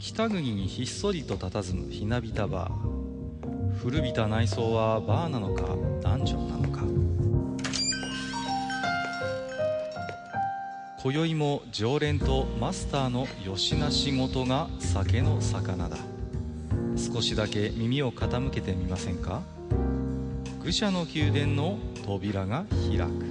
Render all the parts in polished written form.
北国にひっそりと佇むひなびたバー。古びた内装はバーなのかダンジョンなのか。今宵も常連とマスターのよしな仕事が酒の魚だ。少しだけ耳を傾けてみませんか。愚者の宮殿の扉が開く。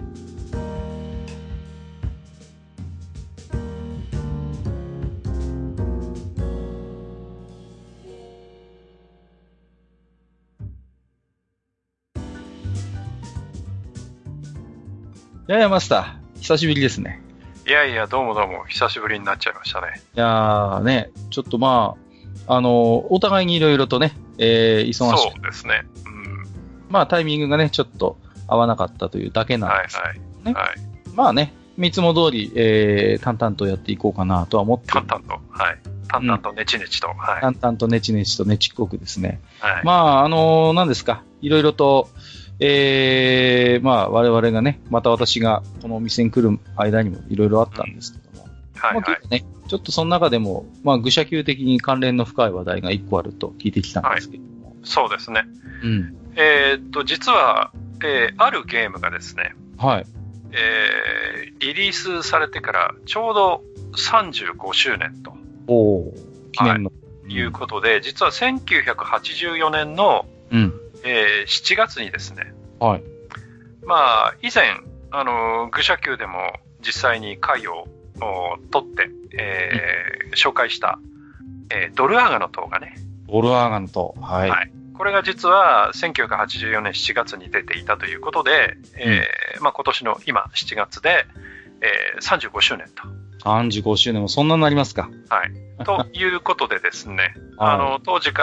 マスター、久しぶりですね。 いやいや、どうもどうも、久しぶりになっちゃいましたね。 いやーね、ちょっとお互いにいろいろとね、忙しい。 そうですね。うん。 まあ、タイミングがね、ちょっと合わなかったというだけなんですけどね。 はい。 まあね、いつも通り、淡々とやっていこうかなとは思ってる。 淡々と、はい。淡々とネチネチと、はい。 淡々とネチネチとネチっこくですね。 はい。 まあ、何ですか、いろいろと、まあ、我々がね、また私がこのお店に来る間にもいろいろあったんですけども。 はい、はい。 まあ、ね、ちょっとその中でも、まあ、愚者級的に関連の深い話題が一個あると聞いてきたんですけども。 はい、そうですね。 うん。 実は、あるゲームがですね、 はい。 リリースされてからちょうど35周年と。 記念の。 はい、いうことで、実は1984年の、7月にですね、 はい。 まあ、以前、愚者級でも実際に回を取って、紹介した、ドルアーガの塔がね。 ドルアーガの塔。はい。はい。 これが実は1984年7月に出ていたということで、まあ今年の今7月で、35周年と。 35周年もそんなになりますか。 はい。ということでですね、当時から、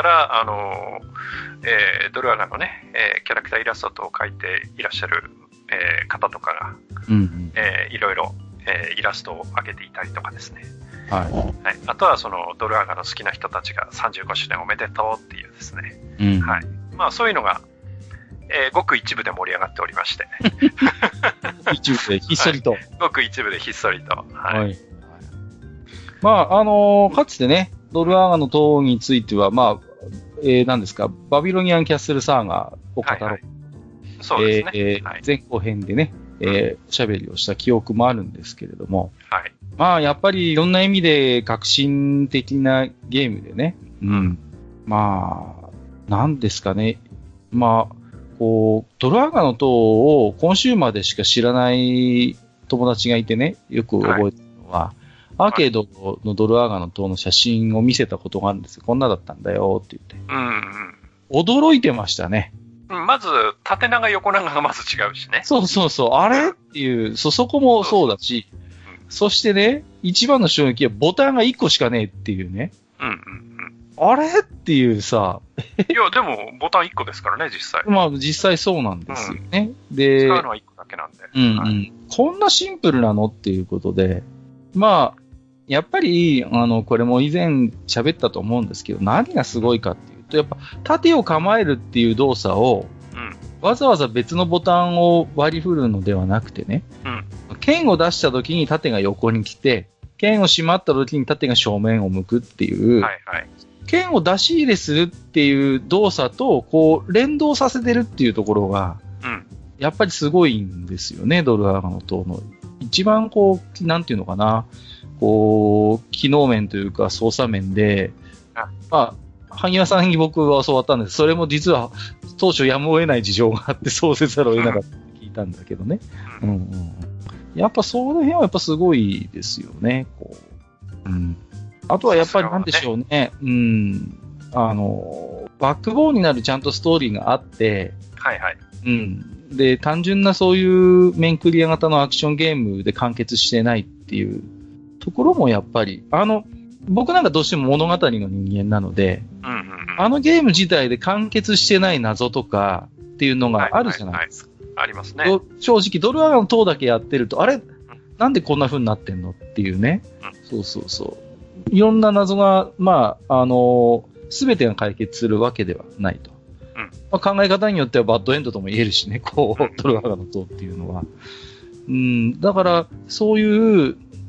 ドルアガのね、キャラクターイラスト等を描いていらっしゃる、方とかが、いろいろ、イラストを上げていたりとかですね。はい。はい、あとはそのドルアガの好きな人たちが35周年おめでとうっていうですね。はい。まあそういうのが、ごく一部で盛り上がっておりまして。 一部でひっそりと。はい、 ごく一部でひっそりと。はい。 まあ、かつてね、ドルアーガの塔については、まあ、何ですか、バビロニアンキャッスルサーガを語ろう。はいはい、 そうですね。 前後編でね、おしゃべりをした記憶もあるんですけれども、 はい。 まあ、やっぱりいろんな意味で革新的なゲームでね、まあ、なんですかね、まあ、こう、ドルアーガの塔を今週までしか知らない友達がいてね、よく覚えてるのは、アーケードのドルアーガの塔の写真を見せたことがあるんですよ。こんなだったんだよって言って。驚いてましたね。 まず、縦長横長がまず違うしね。 そうそうそう。あれっていう、そこもそうだし、そしてね、一番の衝撃はボタンが1個しかねえっていうね。あれっていうさ。 いや、でも、ボタン1個ですからね、実際。 まあ、実際そうなんですよね。 で、使うのは1個だけなんで。 こんなシンプルなのっていうことで、まあ、やっぱり、これも以前喋ったと思うんですけど、何がすごいかっていうと、やっぱ、盾を構えるっていう動作を、わざわざ別のボタンを割り振るのではなくてね、剣を出した時に盾が横に来て、剣をしまった時に盾が正面を向くっていう、剣を出し入れするっていう動作と、こう、連動させてるっていうところが、やっぱりすごいんですよね、ドルアーガの塔の。一番こう、なんていうのかな、こう、機能面というか操作面で、まあ、萩谷さんに僕は教わったんです。それも実は当初やむを得ない事情があってそうせざるを得なかったって聞いたんだけどね。やっぱその辺はやっぱすごいですよね。こうあとはやっぱりなんでしょうね。バックボーンになるちゃんとストーリーがあって、で、単純なそういう面クリア型のアクションゲームで完結してないっていうところもやっぱり、僕なんかどうしても物語の人間なので、ゲーム自体で完結してない謎とかっていうのがあるじゃないですか。 ありますね。 正直、ドルアーガの塔だけやってると、あれなんでこんな風になってんのっていうね。そうそうそう。いろんな謎が、まあ、すべてが解決するわけではないと。まあ、考え方によってはバッドエンドとも言えるしね、こう、ドルアーガの塔っていうのは。だから、そういう、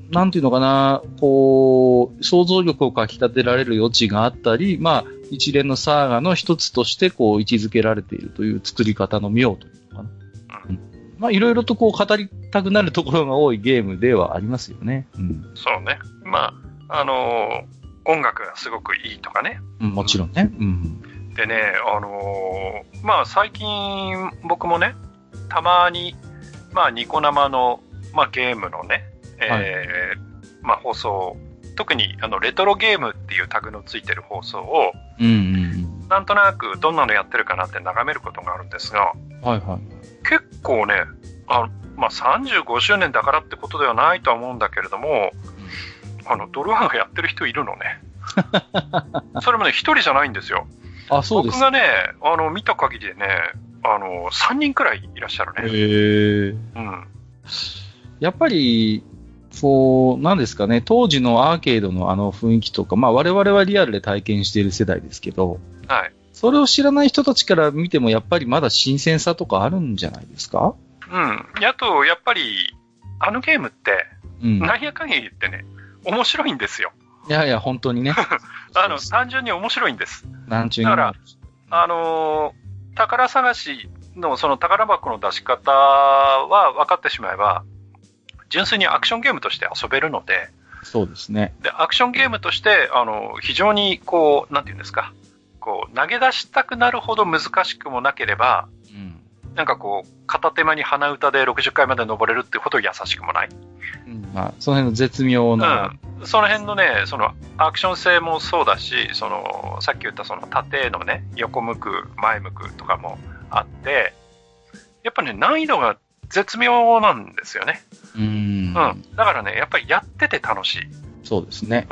なんていうのかな、こう、想像力をかき立てられる余地があったり、まあ、一連のサーガの一つとして、こう、位置づけられているという作り方の妙というのかな。まあ、いろいろとこう、語りたくなるところが多いゲームではありますよね。 そうね。まあ、音楽がすごくいいとかね。 もちろんね。 でね、まあ、最近、僕もね、たまに、まあ、ニコ生の、まあ、ゲームのね、まあ、放送、特にレトロゲームっていうタグのついてる放送を、なんとなくどんなのやってるかなって眺めることがあるんですが、結構ね、まあ、35周年だからってことではないとは思うんだけれども、ドルワンがやってる人いるのね。それもね、一人じゃないんですよ。 そうです。 僕がね、見た限りでね、3人くらいいらっしゃるね。 やっぱり、こう、なんですかね、当時のアーケードの雰囲気とか、まあ我々はリアルで体験している世代ですけど、 はい。 それを知らない人たちから見ても、やっぱりまだ新鮮さとかあるんじゃないですか？ あと、やっぱり、ゲームって、なんやかんや言ってね、面白いんですよ。 いやいや、本当にね。 単純に面白いんです。 だから、宝探しのその宝箱の出し方は分かってしまえば、純粋にアクションゲームとして遊べるので、 そうですね。 で、アクションゲームとして、非常にこう、なんていうんですか、こう、投げ出したくなるほど難しくもなければ、なんかこう、片手間に鼻歌で60回まで登れるってほど優しくもない。 まあ、その辺の絶妙な。 その辺のね、その、アクション性もそうだし、さっき言ったその縦のね、横向く、前向くとかもあって、やっぱね、難易度が絶妙なんですよね。だからね、やっぱりやってて楽しい。 そうですね。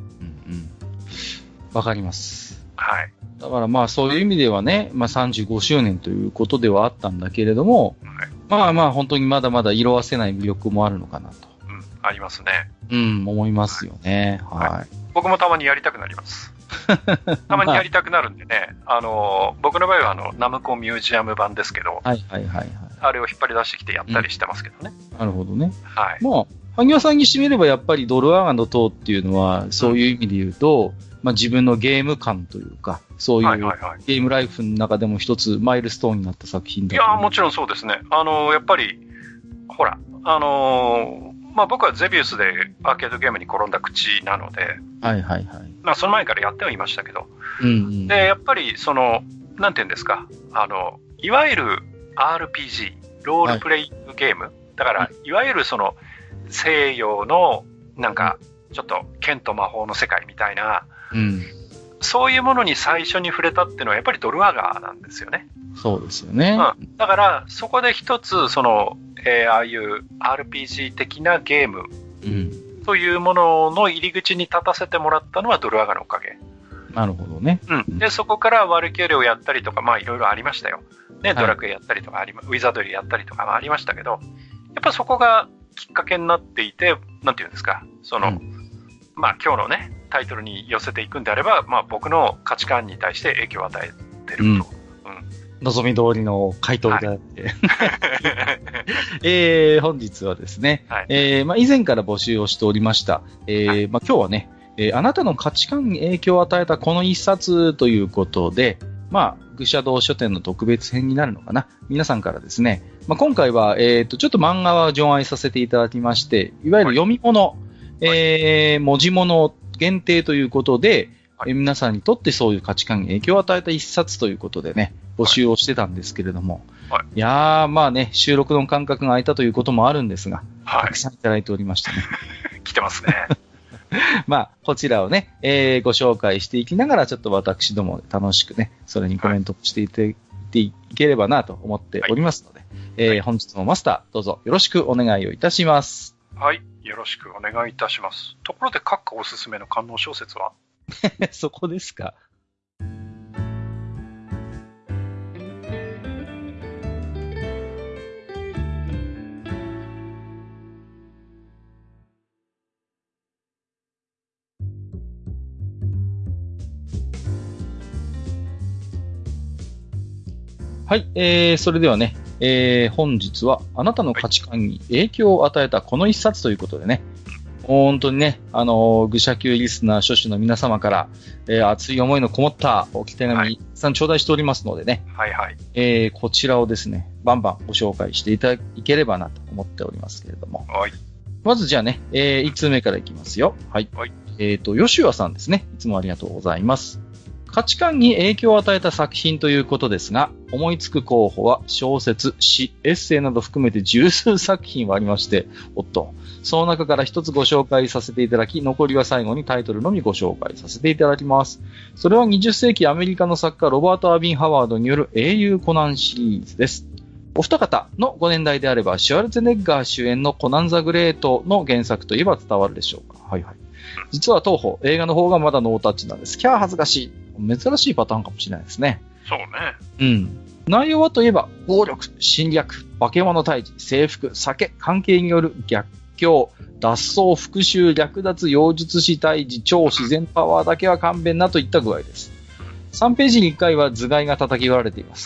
わかります。 はい。 だからまあそういう意味ではね、まあ35周年ということではあったんだけれども、まあまあ本当にまだまだ色褪せない魅力もあるのかなと。 ありますね。 思いますよね。 僕もたまにやりたくなります。たまにやりたくなるんでね、僕の場合はナムコミュージアム版ですけど、あれを引っ張り出してきてやったりしてますけどね。 なるほどね。 はい。 まあ、萩尾さんにしてみればやっぱりドルアーガントっていうのは、そういう意味で言うと、まあ自分のゲーム感というか、そういうゲームライフの中でも一つマイルストーンになった作品だと。 いや、もちろんそうですね。やっぱり、ほら、まあ僕はゼビウスでアーケードゲームに転んだ口なので、まあその前からやってはいましたけど、で、やっぱりなんていうんですか、いわゆる RPG、ロールプレイングゲーム、だから、いわゆる西洋の、なんか、ちょっと剣と魔法の世界みたいな、そういうものに最初に触れたっていうのはやっぱりドルアガーなんですよね。 そうですよね。 だからそこで一つああいう RPG 的なゲームというものの入り口に立たせてもらったのはドルアガーのおかげ。 なるほどね。 でそこからワルキューレをやったりとか、まあいろいろありましたよ。ね、ドラクエやったりとかウィザードリーやったりとかもありましたけど、やっぱそこがきっかけになっていて、なんていうんですか、まあ今日のねタイトルに寄せていくんであれば、まあ僕の価値観に対して影響を与えてると。 望み通りの回答であって。本日はですね、まあ以前から募集をしておりました。まあ今日はね、あなたの価値観に影響を与えたこの一冊ということで、まあ、愚者道書店の特別編になるのかな。皆さんからですね、まあ、今回は、ちょっと漫画は上愛させていただきまして、いわゆる読み物、文字物限定ということで、皆さんにとってそういう価値観に影響を与えた一冊ということでね、募集をしてたんですけれども、いやー、まあね、収録の間隔が空いたということもあるんですが、たくさんいただいておりましたね。 来てますね。 まあ、こちらをね、ご紹介していきながら、ちょっと私ども楽しくね、それにコメントしていければなと思っておりますので、本日もマスター、どうぞよろしくお願いをいたします。 はい、よろしくお願いいたします。ところで、閣下おすすめの官能小説はそこですか。はい、それではね、本日はあなたの価値観に影響を与えたこの一冊ということでね、 本当にね、愚者級リスナー諸種の皆様から、熱い思いのこもったお手紙、たくさん頂戴しておりますのでね。 はいはい。 こちらをですね、バンバンご紹介していければなと思っておりますけれども。 はい。 まずじゃあね、1通目からいきますよ。はい。 はい。 吉和さんですね。いつもありがとうございます。価値観に影響を与えた作品ということですが、思いつく候補は小説、詩、エッセイなど含めて十数作品はありまして、その中から一つご紹介させていただき、残りは最後にタイトルのみご紹介させていただきます。それは20世紀アメリカの作家ロバート・アービン・ハワードによる英雄コナンシリーズです。お二方のご年代であれば、シュワルツェネッガー主演のコナン・ザ・グレートの原作といえば伝わるでしょうか。はいはい。実は当方、映画の方がまだノータッチなんです。キャー恥ずかしい。珍しいパターンかもしれないですね。 そうね。 うん。内容はといえば、暴力、侵略、化け物退治、征服、酒、関係による逆境、脱走、復讐、略奪、妖術師退治、超自然パワーだけは勘弁なといった具合です。3ページに1回は頭蓋が叩き割られています。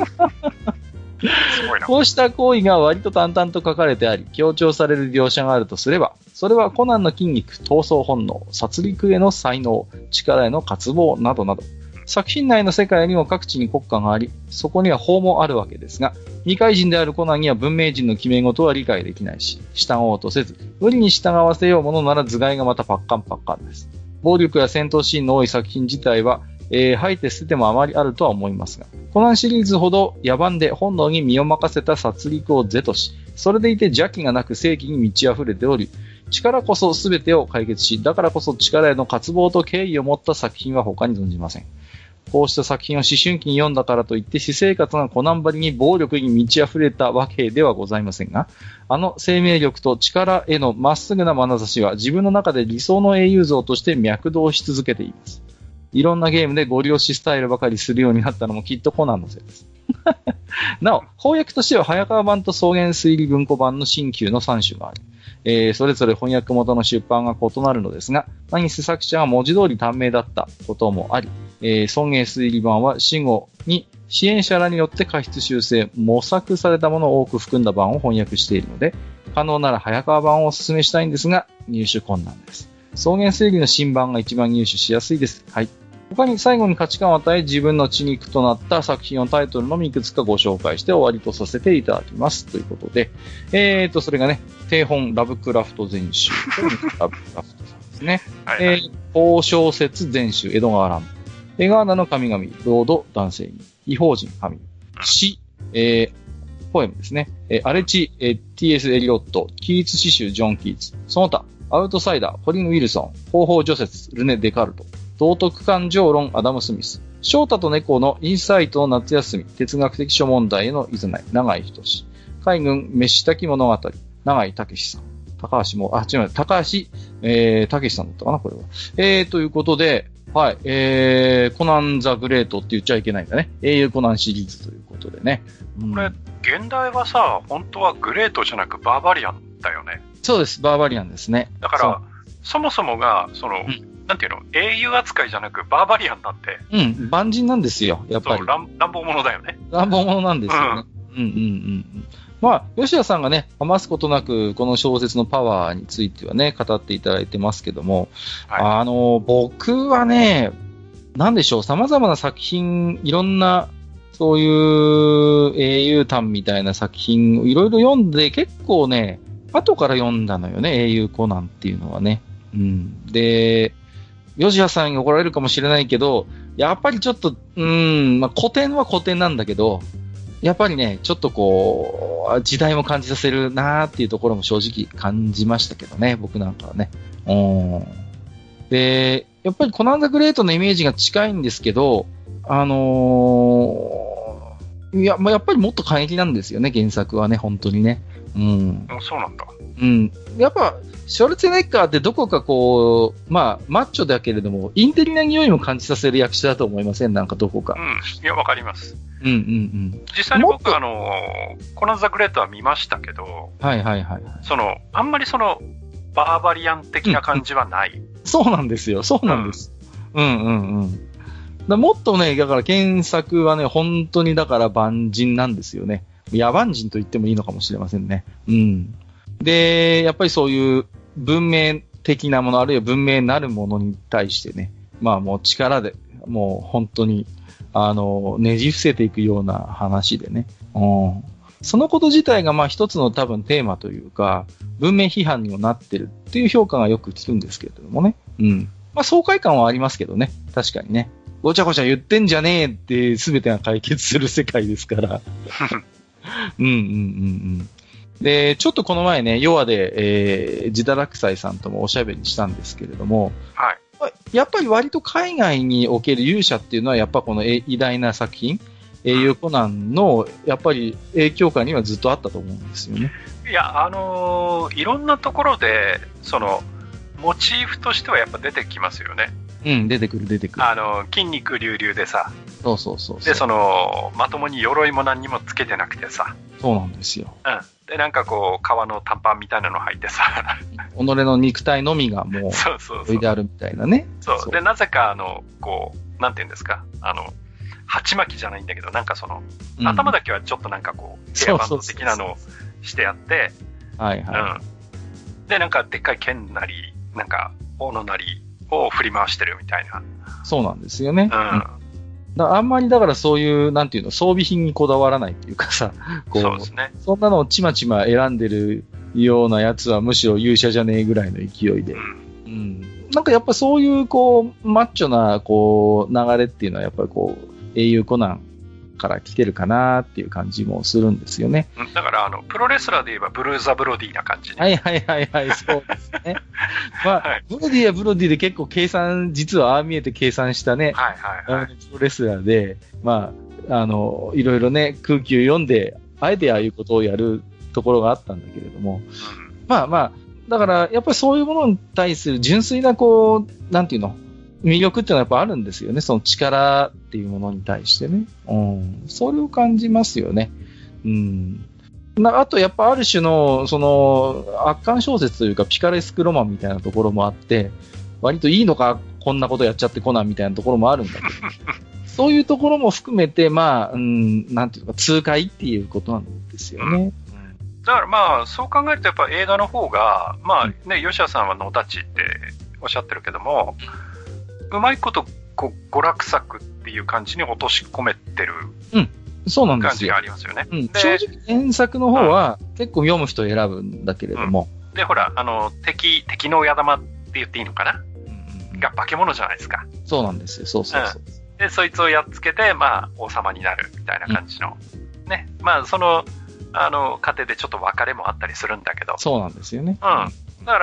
すごいな。 こうした行為が割と淡々と書かれてあり、強調される描写があるとすれば、それはコナンの筋肉、闘争本能、殺戮への才能、力への渇望などなど、作品内の世界にも各地に国家があり、そこには法もあるわけですが、未開人であるコナンには文明人の決め事は理解できないし、従おうとせず、無理に従わせようものなら頭蓋がまたパッカンパッカンです。暴力や戦闘シーンの多い作品自体は、吐いて捨ててもあまりあるとは思いますが、コナンシリーズほど野蛮で本能に身を任せた殺戮を是とし、それでいて邪気がなく正義に満ち溢れており、力こそ全てを解決し、だからこそ力への渇望と敬意を持った作品は他に存じません。こうした作品を思春期に読んだからといって私生活がコナン張りに暴力に満ち溢れたわけではございませんが、生命力と力へのまっすぐな眼差しは自分の中で理想の英雄像として脈動し続けています。いろんなゲームでゴリ押しスタイルばかりするようになったのもきっとコナンのせいです。なお、翻訳としては早川版と草原推理文庫版の新旧の3種があり、それぞれ翻訳元の出版が異なるのですが、何せ作者が文字通り短命だったこともあり、草原推理版は死後に支援者らによって過失修正、模索されたものを多く含んだ版を翻訳しているので、可能なら早川版をお勧めしたいんですが、入手困難です。草原推理の新版が一番入手しやすいです。はい。他に最後に価値観を与え自分の血肉となった作品のタイトルのみいくつかご紹介して終わりとさせていただきます。ということで、それがね、定本ラブクラフト全集。ラブクラフトさんですね。法小説全集、江戸川乱歩。江川名の神々、ロード男性に。異邦人神。詩、ポエムですね。荒地、T.S. エリオット、キーツ詩集、ジョン・キーツ。その他、アウトサイダー、ホリン・ウィルソン、方法除雪、ルネ・デカルト。道徳感情論、アダム・スミス。翔太と猫のインサイトの夏休み、哲学的諸問題へのいざない、長井仁志。海軍、飯炊き物語、長井武さん。高橋、武さんだったかな、これは。ということで、はい、コナン・ザ・グレートって言っちゃいけないんだね。英雄コナンシリーズということでね。 これ、現代はさ、本当はグレートじゃなくバーバリアンだよね。 そうです、バーバリアンですね。 だから、そもそもが、なんていうの、英雄扱いじゃなくバーバリアンだって。 うん、万人なんですよ、やっぱり。 そう、乱暴者だよね。 乱暴者なんですよね。まあ、吉田さんがね、余すことなく、この小説のパワーについてはね、語っていただいてますけども、はい、僕はね、なんでしょう、様々な作品、いろんな、そういう英雄譚みたいな作品をいろいろ読んで、結構ね、後から読んだのよね、英雄コナンっていうのはね。で、吉田さんに怒られるかもしれないけど、やっぱりちょっと、まあ、古典は古典なんだけど、やっぱりね、ちょっとこう、時代も感じさせるなーっていうところも正直感じましたけどね、僕なんかはね。で、やっぱりコナン・ザ・グレートのイメージが近いんですけど、やっぱりもっと過激なんですよね、原作はね、本当にね。 そうなんだ。 やっぱ、シュワルツェネッガーってどこかこう、まあ、マッチョだけれども、インテリな匂いも感じさせる役者だと思いません？なんかどこか。 いや、わかります。実際に僕、コナン・ザ・グレートは見ましたけど、 はい。 あんまりバーバリアン的な感じはない。 そうなんですよ、そうなんです。もっとね、だから原作はね、本当にだから万人なんですよね。野蛮人と言ってもいいのかもしれませんね。で、やっぱりそういう、 文明的なもの、あるいは文明なるものに対してね、まあもう力で、もう本当に、ねじ伏せていくような話でね。そのこと自体がまあ一つの多分テーマというか、文明批判にもなってるっていう評価がよく聞くんですけれどもね。まあ爽快感はありますけどね。確かにね。ごちゃごちゃ言ってんじゃねえって全てが解決する世界ですから。で、ちょっとこの前ね、ヨアで、ジダラクサイさんともおしゃべりしたんですけれども、 はい。 やっぱり割と海外における勇者っていうのはやっぱこの偉大な作品、英雄コナンのやっぱり影響下にはずっとあったと思うんですよね。 いや、いろんなところで、モチーフとしてはやっぱ出てきますよね。 出てくる。 筋肉隆々でさ。 そう。 で、まともに鎧も何にもつけてなくてさ。 そうなんですよ。 で、なんかこう、革の短パンみたいなの履いてさ。 己の肉体のみがもう、置いてあるみたいなね。 そう。で、なぜか、こう、なんていうんですか、鉢巻きじゃないんだけど、なんか頭だけはちょっとなんかこう、ヘアバンド的なのをしてやって、で、なんかでっかい剣なり、なんか、斧なりを振り回してるみたいな。 そうなんですよね。あんまりだからそういう、なんていうの、装備品にこだわらないっていうかさ、こう、 そうですね。 そんなのをちまちま選んでるようなやつはむしろ勇者じゃねえぐらいの勢いで。なんかやっぱそういうこう、マッチョなこう、流れっていうのはやっぱりこう、英雄コナンから来てるかなっていう感じもするんですよね。 だからプロレスラーで言えばブルーザ・ブロディな感じ、ね。 はい、そうですね。まあ、ブロディはブロディで結構計算、実はああ見えて計算したね、プロレスラーで、まあ、いろいろね、空気を読んで、あえてああいうことをやるところがあったんだけれども、まあ、だから、やっぱりそういうものに対する純粋な、こう、なんていうの、魅力っていうのはやっぱあるんですよね。その力っていうものに対してね。それを感じますよね。あと、やっぱある種の、圧巻小説というか、ピカレスクロマンみたいなところもあって、割といいのか、こんなことやっちゃってこないみたいなところもあるんだけど、そういうところも含めて、まあ、なんていうか、痛快っていうことなんですよね。 だからまあ、そう考えるとやっぱ映画の方が、まあね、吉田さんはノータッチっておっしゃってるけども、うまいことこう娯楽作っていう感じに落とし込めてるそうなんですよ。 感じがありますよね。 正直原作の方は結構読む人を選ぶんだけれども。 で、ほら、敵の親玉って言っていいのかな、が化け物じゃないですか。 そうなんですよ。そう。 で、そいつをやっつけて、まあ、王様になるみたいな感じの。ね。まあ、過程でちょっと別れもあったりするんだけど。 そうなんですよね。 だから、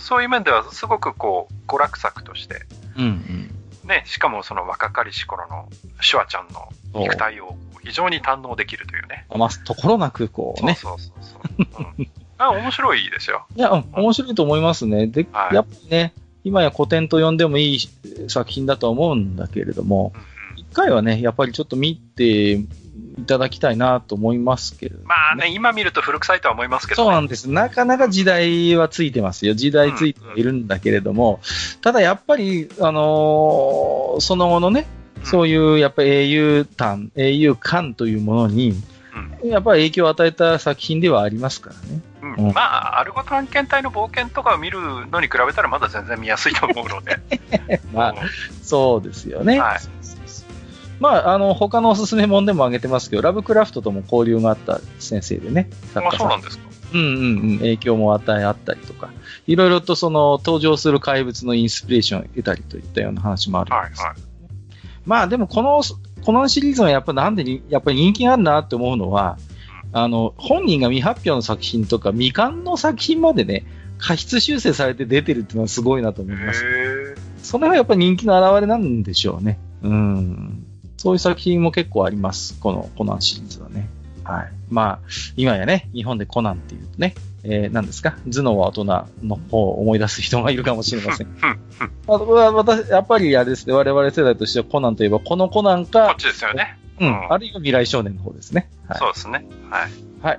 そういう面ではすごくこう、娯楽作として。ね、しかもその若かりし頃のシュワちゃんの肉体を非常に堪能できるというね。 余すところなくこうね。 そう。面白いですよ。 いや、面白いと思いますね。で、やっぱりね、今や古典と呼んでもいい作品だと思うんだけれども、一回はね、やっぱりちょっと見ていただきたいなと思いますけれども、ね。まあね、今見ると古臭いとは思いますけど、ね。 そうなんです。なかなか時代はついてますよ。時代ついているんだけれども、ただやっぱり、その後のね、そういうやっぱり英雄感というものに、やっぱり影響を与えた作品ではありますからね。 まあ、アルゴ探検隊の冒険とかを見るのに比べたらまだ全然見やすいと思うので。 まあ、そうですよね。まあ、他のおすすめもんでも挙げてますけど、ラブクラフトとも交流があった先生でね。 そうなんですか。 影響も与えあったりとか、いろいろと登場する怪物のインスピレーションを得たりといったような話もあるんです。まあでもこのシリーズはやっぱなんでやっぱり人気があるなって思うのは、本人が未発表の作品とか未完の作品までね、過失修正されて出てるっていうのはすごいなと思います。それはやっぱり人気の表れなんでしょうね。そういう作品も結構あります。このコナンシリーズはね。はい。まあ、今やね、日本でコナンっていうとね、何ですか、頭脳は大人の方を思い出す人がいるかもしれません。私、やっぱりあれですね、我々世代としてはコナンといえば、このコナンか、 こっちですよね。 あるいは未来少年の方ですね。 はい、そうですね。はい。 はい。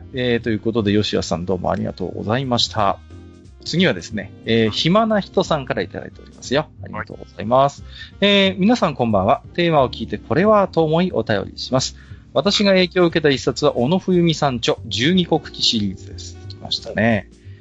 ということで、吉谷さんどうもありがとうございました。次はですね、暇な人さんからいただいておりますよ。ありがとうございます。皆さんこんばんは。テーマを聞いてこれはと思いお便りします。私が影響を受けた一冊は、小野冬美さん著、12国旗シリーズです。来ましたね。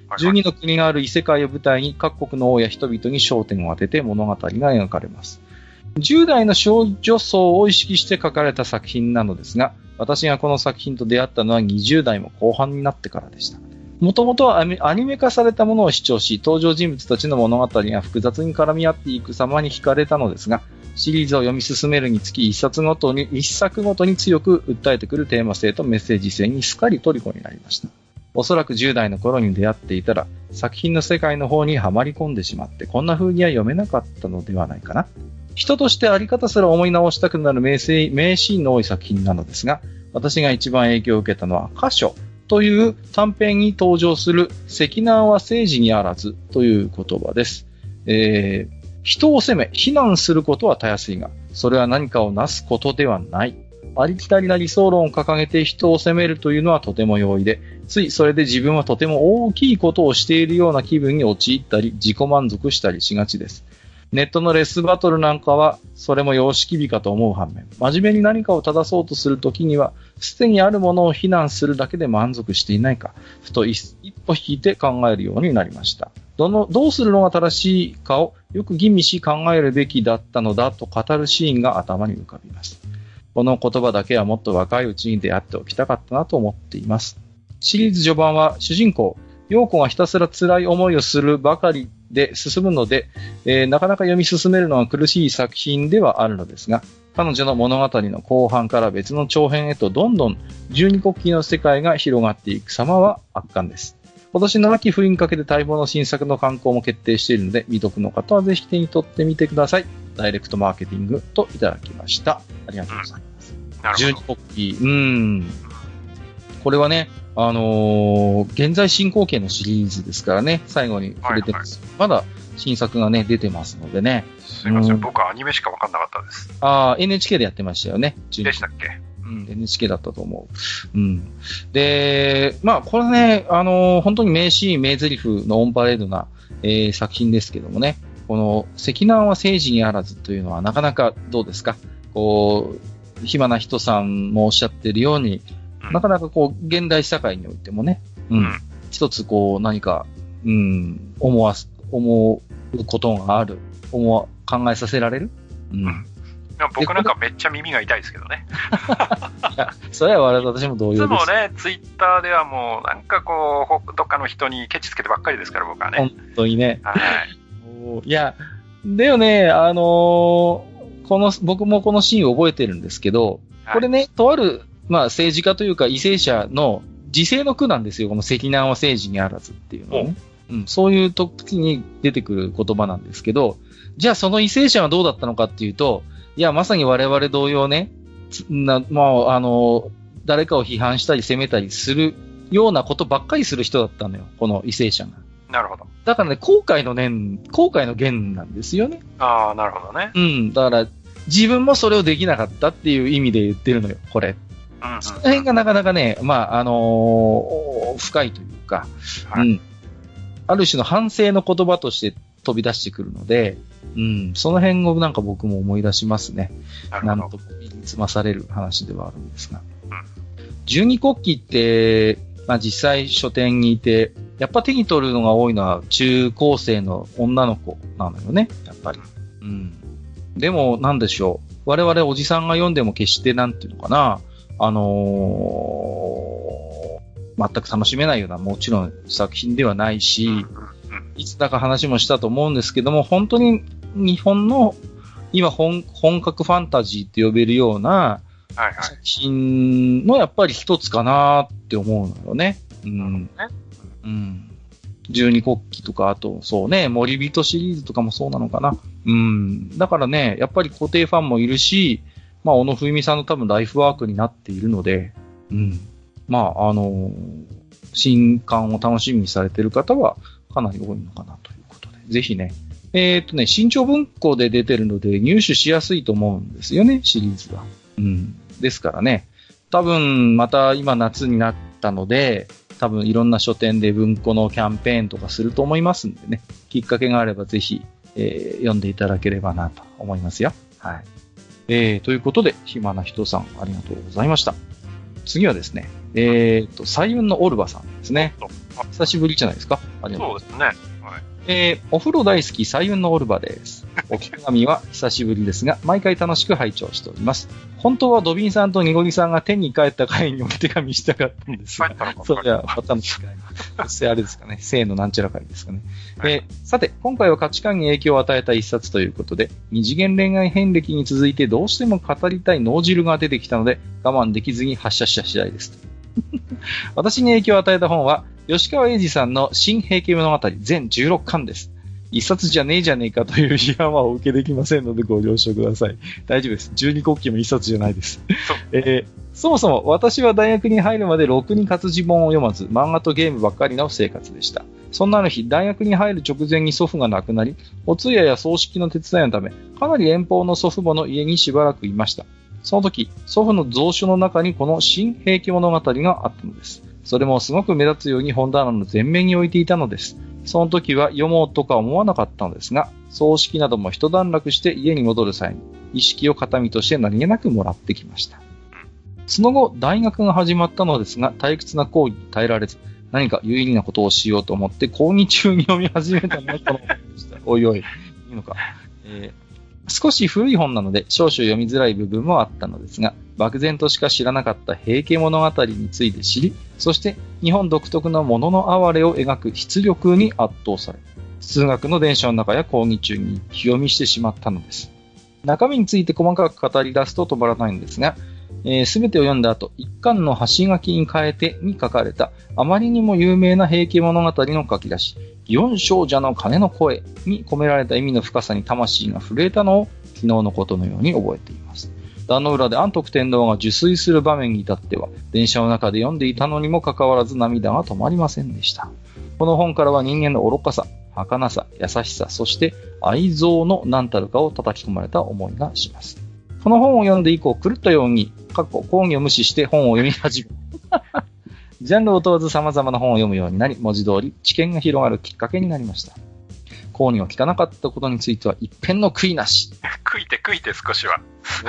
12の国がある異世界を舞台に各国の王や人々に焦点を当てて物語が描かれます。10代の少女層を意識して書かれた作品なのですが、私がこの作品と出会ったのは20代も後半になってからでした。もともとはアニメ化されたものを視聴し、登場人物たちの物語が複雑に絡み合っていく様に惹かれたのですが、シリーズを読み進めるにつき一作ごとに強く訴えてくるテーマ性とメッセージ性にすっかり虜になりました。おそらく10代の頃に出会っていたら、作品の世界の方にはまり込んでしまって、こんな風には読めなかったのではないかな。人としてあり方すら思い直したくなる名シーンの多い作品なのですが、私が一番影響を受けたのは、箇所という短編に登場する、責難は政治にあらずという言葉です。人を責め、非難することはたやすいが、それは何かをなすことではない。ありきたりな理想論を掲げて人を責めるというのはとても容易で、ついそれで自分はとても大きいことをしているような気分に陥ったり、自己満足したりしがちです。ネットのレスバトルなんかは、それも様式美かと思う反面、真面目に何かを正そうとするときには、すでにあるものを非難するだけで満足していないか、ふと一歩引いて考えるようになりました。どうするのが正しいかをよく吟味し考えるべきだったのだと語るシーンが頭に浮かびます。この言葉だけはもっと若いうちに出会っておきたかったなと思っています。シリーズ序盤は主人公、陽子がひたすら辛い思いをするばかりで進むので、なかなか読み進めるのが苦しい作品ではあるのですが、彼女の物語の後半から別の長編へとどんどん12国旗の世界が広がっていく様は圧巻です。今年の秋冬にかけて待望の新作の刊行も決定しているので、未読の方はぜひ手に取ってみてください。ダイレクトマーケティングといただきました。ありがとうございます。12国旗、これはね、現在進行形のシリーズですからね、最後に触れてます。まだ新作がね、出てますのでね。 すいません、僕はアニメしか分かんなかったです。 NHK でやってましたよね。 でしたっけ ？NHK だったと思う。で、これね、本当に名シーン、名台詞のオンパレードな、作品ですけどもね、この、責難は政治にあらずというのはなかなかどうですか？暇な人さんもおっしゃってるように、なかなか現代社会においてもね、一つ何か、思うことがある、考えさせられる。 僕なんかめっちゃ耳が痛いですけどね。 いや、それは私も同様です。 いつもね、ツイッターではもうなんかどっかの人にケチつけてばっかりですから、僕はね。 本当にね。 はい。 いや、だよね、僕もこのシーンを覚えてるんですけど、これね、とある、政治家というか為政者の自制の句なんですよ。この責難は政治にあらずっていうのはね。そういう時に出てくる言葉なんですけど、じゃあその為政者はどうだったのかっていうと、いや、まさに我々同様ね、誰かを批判したり責めたりするようなことばっかりする人だったのよ。この為政者が。 なるほど。 だからね、後悔の源なんですよね。 ああ、なるほどね。 だから、自分もそれをできなかったっていう意味で言ってるのよ、これ。その辺がなかなかね、深いというか、ある種の反省の言葉として飛び出してくるので、その辺をなんか僕も思い出しますね。なんと身につまされる話ではあるんですが。12国旗って、実際書店にいて、やっぱ手に取るのが多いのは中高生の女の子なのよね、やっぱり。でも、なんでしょう。我々おじさんが読んでも決してなんていうのかな、全く楽しめないようなもちろん作品ではないし、いつだか話もしたと思うんですけども、本当に日本の今本格ファンタジーって呼べるような作品のやっぱり一つかなって思うのよね。12国旗とか、あとそうね、森人シリーズとかもそうなのかな。だからね、やっぱり固定ファンもいるし、小野文美さんの多分ライフワークになっているので、新刊を楽しみにされている方はかなり多いのかなということで、ぜひね、新潮文庫で出てるので入手しやすいと思うんですよね、シリーズは。ですからね、多分また今夏になったので、多分いろんな書店で文庫のキャンペーンとかすると思いますんでね、きっかけがあればぜひ、読んでいただければなと思いますよ。はい。ということで、暇な人さんありがとうございました。次はですね、彩雲のオルバさんですね。 久しぶりじゃないですか。 そうですね。はい。 お風呂大好き、彩雲のオルバです。お手紙は久しぶりですが、毎回楽しく拝聴しております。本当はドビンさんとニゴリさんが天に帰った回にお手紙したかったんですが、そういや、またの機会に。そしてあれですかね、生のなんちゃら会ですかね。さて、今回は価値観に影響を与えた一冊ということで、二次元恋愛遍歴に続いてどうしても語りたい脳汁が出てきたので、我慢できずに発射した次第です。私に影響を与えた本は、吉川英治さんの新平家物語全16巻です。一冊じゃねえじゃねえかという批判はお受けできませんのでご了承ください。大丈夫です。12国旗も一冊じゃないです。そもそも私は大学に入るまでろくに活字本を読まず、漫画とゲームばっかりの生活でした。そんなの日、大学に入る直前に祖父が亡くなり、お通夜や葬式の手伝いのため、かなり遠方の祖父母の家にしばらくいました。その時、祖父の蔵書の中にこの新平家物語があったのです。それもすごく目立つように本棚の前面に置いていたのです。その時は読もうとか思わなかったのですが、葬式なども一段落して家に戻る際に、意識を形見として何気なくもらってきました。その後、大学が始まったのですが、退屈な講義に耐えられず、何か有意義なことをしようと思って、講義中に読み始めたのがこの本でした。おいおい、いいのか。少し古い本なので少々読みづらい部分もあったのですが、漠然としか知らなかった平家物語について知り、そして日本独特の物の哀れを描く筆力に圧倒され、通学の電車の中や講義中に気読みしてしまったのです。中身について細かく語り出すと止まらないんですが、すべてを読んだ後、一巻の端書きに変えてに書かれたあまりにも有名な平家物語の書き出し、祇園精舎の鐘の声に込められた意味の深さに魂が震えたのを昨日のことのように覚えています。壇の裏で安徳天皇が受水する場面に至っては、電車の中で読んでいたのにもかかわらず涙が止まりませんでした。この本からは人間の愚かさ、儚さ、優しさ、そして愛憎の何たるかを叩き込まれた思いがします。この本を読んで以降、狂ったように、講義を無視して本を読み始め、ジャンルを問わず様々な本を読むようになり、文字通り知見が広がるきっかけになりました。講義を聞かなかったことについては一片の悔いなし。 悔いて少しは。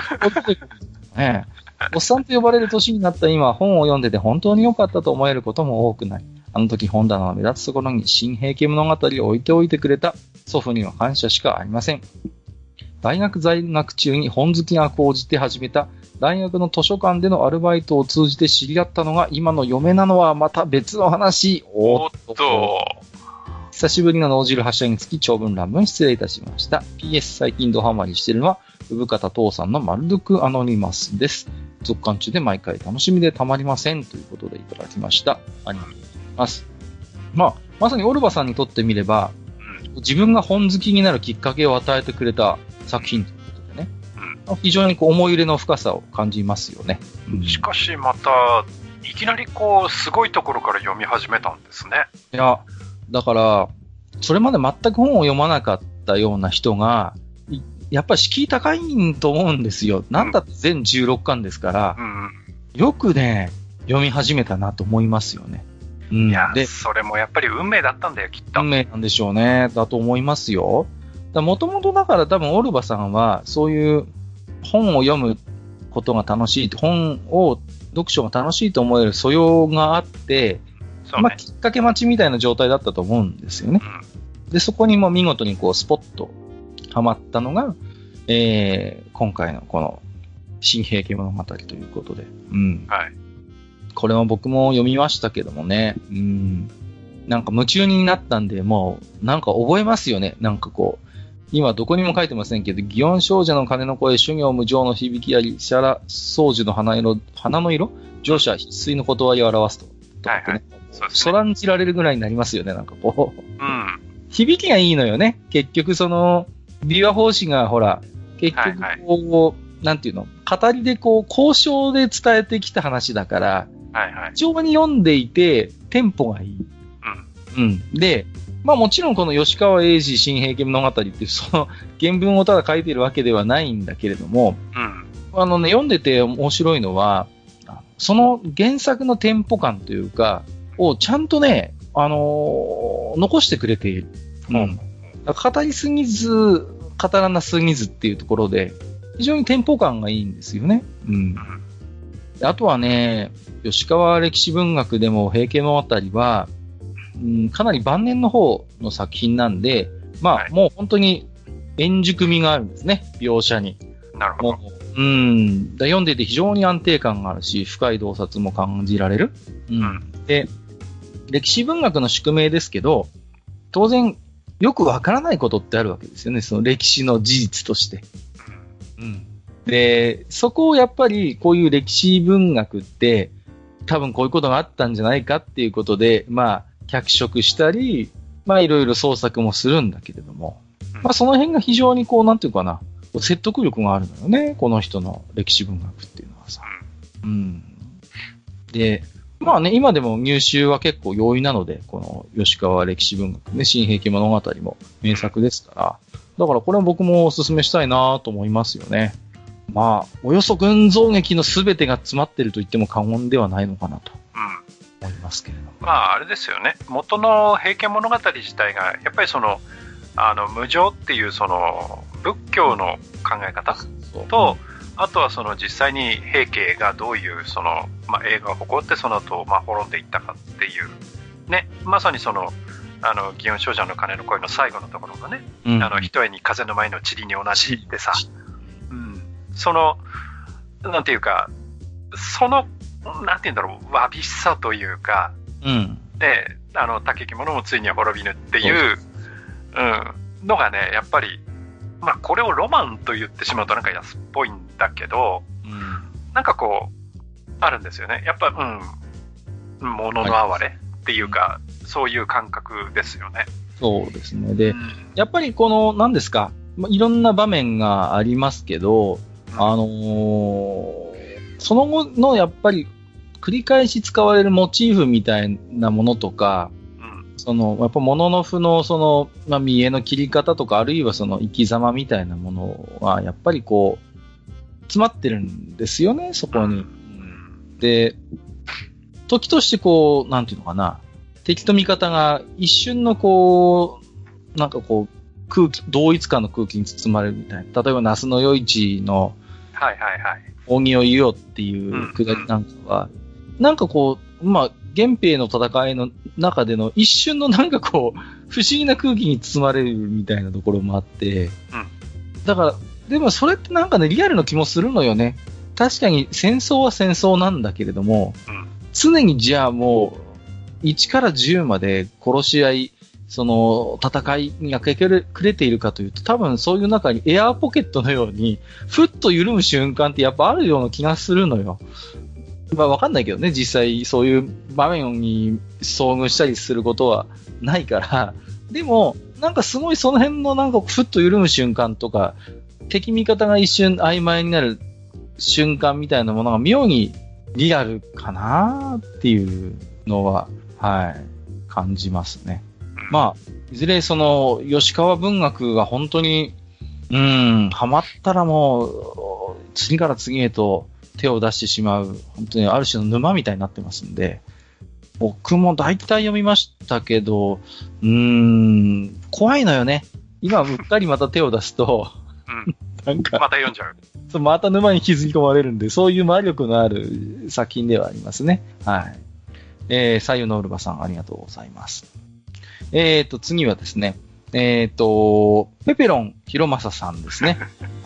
おっさんと呼ばれる年になった今、本を読んでて本当に良かったと思えることも多くなり、あの時本棚の目立つところに新平家物語を置いておいてくれた祖父には感謝しかありません。大学在学中に本好きが高じて始めた大学の図書館でのアルバイトを通じて知り合ったのが今の嫁なのはまた別の話。 おっと。 久しぶりの脳汁発射につき長文乱文失礼いたしました。PS 最近ドハマりしているのは産方父さんのマルドゥクアノニマスです。続刊中で毎回楽しみでたまりませんということでいただきました。ありがとうございます。まさにオルバさんにとってみれば、自分が本好きになるきっかけを与えてくれた作品ということでね、非常に思い入れの深さを感じますよね。 しかしまたいきなりすごいところから読み始めたんですね。 いや、だからそれまで全く本を読まなかったような人がやっぱり敷居高いと思うんですよ。なんだって全16巻ですから、よくね読み始めたなと思いますよね。 いや、それもやっぱり運命だったんだよ、きっと。 運命なんでしょうね。だと思いますよ。もともとだから多分オルバさんはそういう本を読むことが楽しい、本を読書が楽しいと思える素養があって、きっかけ待ちみたいな状態だったと思うんですよね。で、そこにも見事にスポッとハマったのが、今回のこの新平家物語ということで。 はい。 これは僕も読みましたけどもね。なんか夢中になったんで、もうなんか覚えますよね。なんか今どこにも書いてませんけど、祇園精舎の鐘の声、諸行無常の響きあり、シャラ宗樹の花の色、乗車必須の言葉を表すと。 はいはい。 そらんじられるぐらいになりますよね、なんか響きがいいのよね。結局琵琶法師が結局なんていうの、語りで交渉で伝えてきた話だから、非常に読んでいて、テンポがいい。で、もちろんこの吉川英治新平家物語ってその原文をただ書いているわけではないんだけれども、読んでて面白いのは、その原作のテンポ感というか、をちゃんとね、残してくれている。語りすぎず、語らなすぎずっていうところで、非常にテンポ感がいいんですよね。あとはね、吉川歴史文学でも平家物語は、 かなり晩年の方の作品なんで、まあ、はい、もう本当に円熟味があるんですね、描写に。 なるほど。 読んでいて非常に安定感があるし、深い洞察も感じられる。で、歴史文学の宿命ですけど、当然、よくわからないことってあるわけですよね、その歴史の事実として。で、そこをやっぱりこういう歴史文学って、多分こういうことがあったんじゃないかっていうことで、まあ、脚色したり、まあいろいろ創作もするんだけれども、まあその辺が非常にこう、なんていうかな、説得力があるのよね、この人の歴史文学っていうのはさ。で、まあね、今でも入手は結構容易なので、この吉川歴史文学ね、新兵器物語も名作ですから、だからこれは僕もお勧めしたいなと思いますよね。まあ、およそ群像劇の全てが詰まっていると言っても過言ではないのかなと思いますけれども。 まあ、あれですよね。元の平家物語自体が、やっぱりその、無常っていうその、仏教の考え方と、あとはその実際に平家がどういうその、まあ、映画を誇ってその後、まあ、滅んでいったかっていう、ね、まさにその、祇園精舎の鐘の声の最後のところがね、一重に風の前の塵に同じでさ、その、なんていうか、その、なんていうんだろう、わびしさというか、で、竹木物もついには滅びぬっていう、のがね、やっぱり、まあ、これをロマンと言ってしまうとなんか安っぽいんだけど、なんかこう、あるんですよね。やっぱ、物の哀れっていうか、そういう感覚ですよね。 そうですね。で、やっぱりこの、何ですか、いろんな場面がありますけど、その後のやっぱり繰り返し使われるモチーフみたいなものとか、やっぱ物の符のまあ、見栄の切り方とか、あるいはその生き様みたいなものは、やっぱりこう、詰まってるんですよね、そこに。で、時としてこう、なんていうのかな、敵と味方が一瞬のこう、なんかこう、同一感の空気に包まれるみたいな。例えば、那須の与一の、扇を言おうっていうくだりなんかは、なんかこう、まあ、源平の戦いの中での一瞬のなんかこう、不思議な空気に包まれるみたいなところもあって、だから、でもそれってなんかね、リアルな気もするのよね。確かに戦争は戦争なんだけれども、常にじゃあもう、1から10まで殺し合い、その戦いに明け暮れているかというと、多分そういう中にエアーポケットのように、ふっと緩む瞬間ってやっぱあるような気がするのよ。まあわかんないけどね、実際そういう場面に遭遇したりすることはないから、でも、なんかすごいその辺のなんかふっと緩む瞬間とか、敵味方が一瞬曖昧になる瞬間みたいなものが妙にリアルかなっていうのは、感じますね。まあ、いずれその、吉川文学が本当に、ハマったらもう、次から次へと手を出してしまう、本当にある種の沼みたいになってますんで、僕も大体読みましたけど、怖いのよね。今、うっかりまた手を出すと、なんか、 また読んじゃう。 そう、また沼に引きずり込まれるんで、そういう魔力のある作品ではありますね。左右のウルバさん、ありがとうございます。次はですね、ペペロンヒロマサさんですね。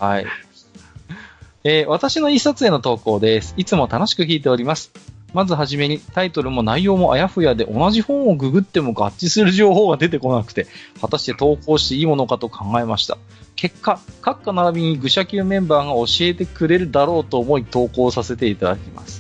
私の一冊への投稿です。いつも楽しく聞いております。まずはじめにタイトルも内容もあやふやで同じ本をググっても合致する情報が出てこなくて、果たして投稿していいものかと考えました。結果、閣下並びに愚者級メンバーが教えてくれるだろうと思い投稿させていただきます。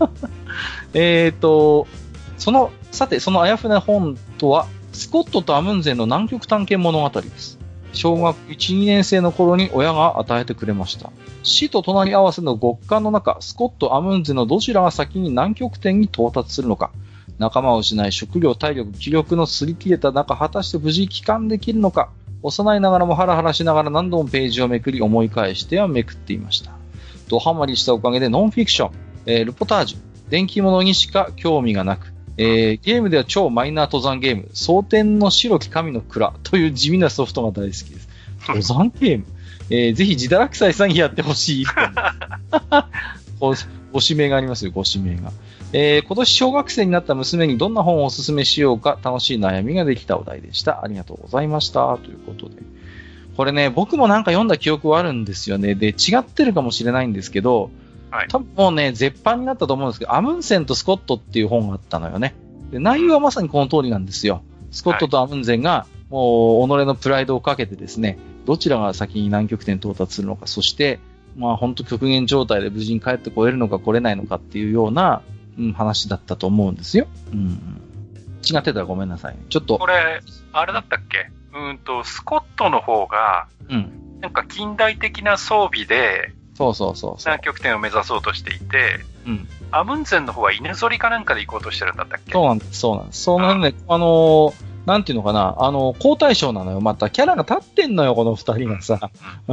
さて、そのあやふやな本とは、スコットとアムンゼンの南極探検物語です。小学1、2年生の頃に親が与えてくれました。死と隣り合わせの極寒の中、スコット、アムンゼのどちらが先に南極点に到達するのか、仲間を失い食料、体力、気力の擦り切れた中、果たして無事帰還できるのか、幼いながらもハラハラしながら何度もページをめくり思い返してはめくっていました。ドハマりしたおかげでノンフィクション、ルポタージュ、電気物にしか興味がなく、ゲームでは超マイナー登山ゲーム、蒼天の白き神の蔵という地味なソフトが大好きです。登山ゲーム、ぜひ自堕落斎さんにやってほしい。ご指名がありますよ、ご指名が。 今年小学生になった娘にどんな本をおすすめしようか楽しい悩みができたお題でした。ありがとうございました。ということで。これね、僕もなんか読んだ記憶はあるんですよね。で、違ってるかもしれないんですけど、はい、多分もうね、絶版になったと思うんですけど、アムンセンとスコットっていう本があったのよね。で、内容はまさにこの通りなんですよ。スコットとアムンゼンが、もう、己のプライドをかけてですね、どちらが先に南極点到達するのか、そして、まあ本当極限状態で無事に帰ってこれるのか来れないのかっていうような、話だったと思うんですよ。違ってたらごめんなさいね。ちょっと。 これ、あれだったっけ？スコットの方が、なんか近代的な装備で、 そう。 南極点を目指そうとしていて、アムンゼンの方は犬ぞりかなんかで行こうとしてるんだったっけ？そうなんです。 そうなんで、なんていうのかな、交代賞なのよ。またキャラが立ってんのよ、この二人がさ。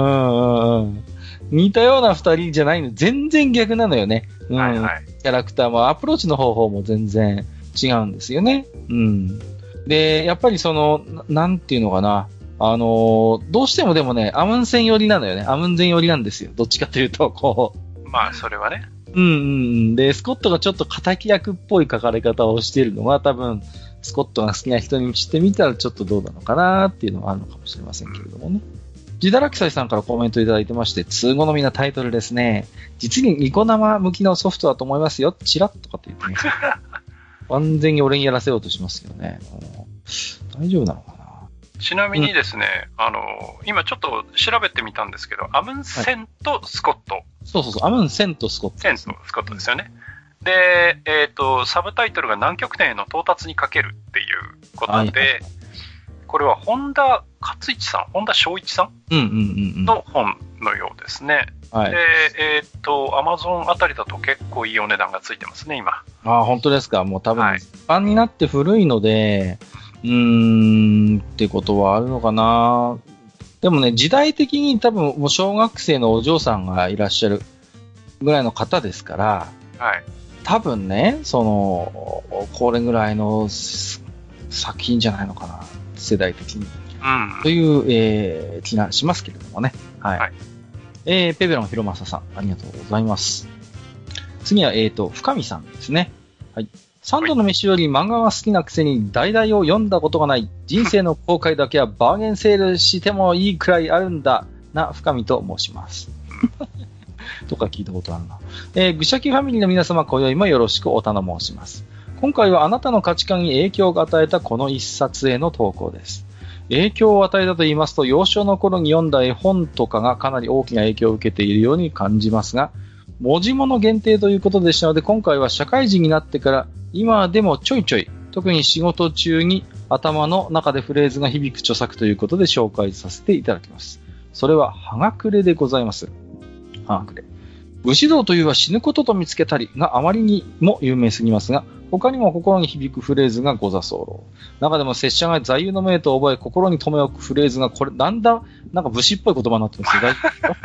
似たような二人じゃないの。全然逆なのよね。キャラクターもアプローチの方法も全然違うんですよね。で、やっぱりなんていうのかな。どうしてもでもね、アムンセン寄りなのよね。アムンゼン寄りなんですよ。どっちかというと、こう。まあ、それはね。 で、スコットがちょっと敵役っぽい書かれ方をしているのは多分、スコットが好きな人にしてみたらちょっとどうなのかなっていうのはあるのかもしれませんけれどもね。ジダラキサイさんからコメントいただいてまして、通好みなタイトルですね。実にニコ生向きのソフトだと思いますよ。チラッとかって言ってます。完全に俺にやらせようとしますけどね。大丈夫なのかな。 ちなみにですね、今ちょっと調べてみたんですけど、アムンセンとスコット。 そう、アムンセンとスコット。 センとスコットですよね。で、サブタイトルが南極点への到達にかけるっていうことで、これは本田勝一さん、本田正一さんの本のようですね。で、アマゾンあたりだと結構いいお値段がついてますね、今。 本当ですか。もう多分、一般になって古いので、ってことはあるのかな。でもね、時代的に多分もう小学生のお嬢さんがいらっしゃるぐらいの方ですから、多分ね、これぐらいの作品じゃないのかな、世代的に。という、気がしますけれどもね。ペペロン広正さん、ありがとうございます。次は、深見さんですね。三度の飯より漫画が好きなくせに代々を読んだことがない。人生の後悔だけはバーゲンセールしてもいいくらいあるんだ。な、深見と申します。とか聞いたことあるな。ぐしゃきファミリーの皆様、今宵もよろしくお頼申します。今回はあなたの価値観に影響を与えたこの一冊への投稿です。影響を与えたと言いますと、幼少の頃に読んだ絵本とかがかなり大きな影響を受けているように感じますが、文字物限定ということでしたので、今回は社会人になってから今でもちょいちょい、特に仕事中に頭の中でフレーズが響く著作ということで紹介させていただきます。それは、はがくれでございます。はがくれ。武士道というは死ぬことと見つけたりがあまりにも有名すぎますが、他にも心に響くフレーズがござ候。中でも拙者が座右の銘と覚え、心に留め置くフレーズが、これ、だんだん、なんか武士っぽい言葉になってますよ。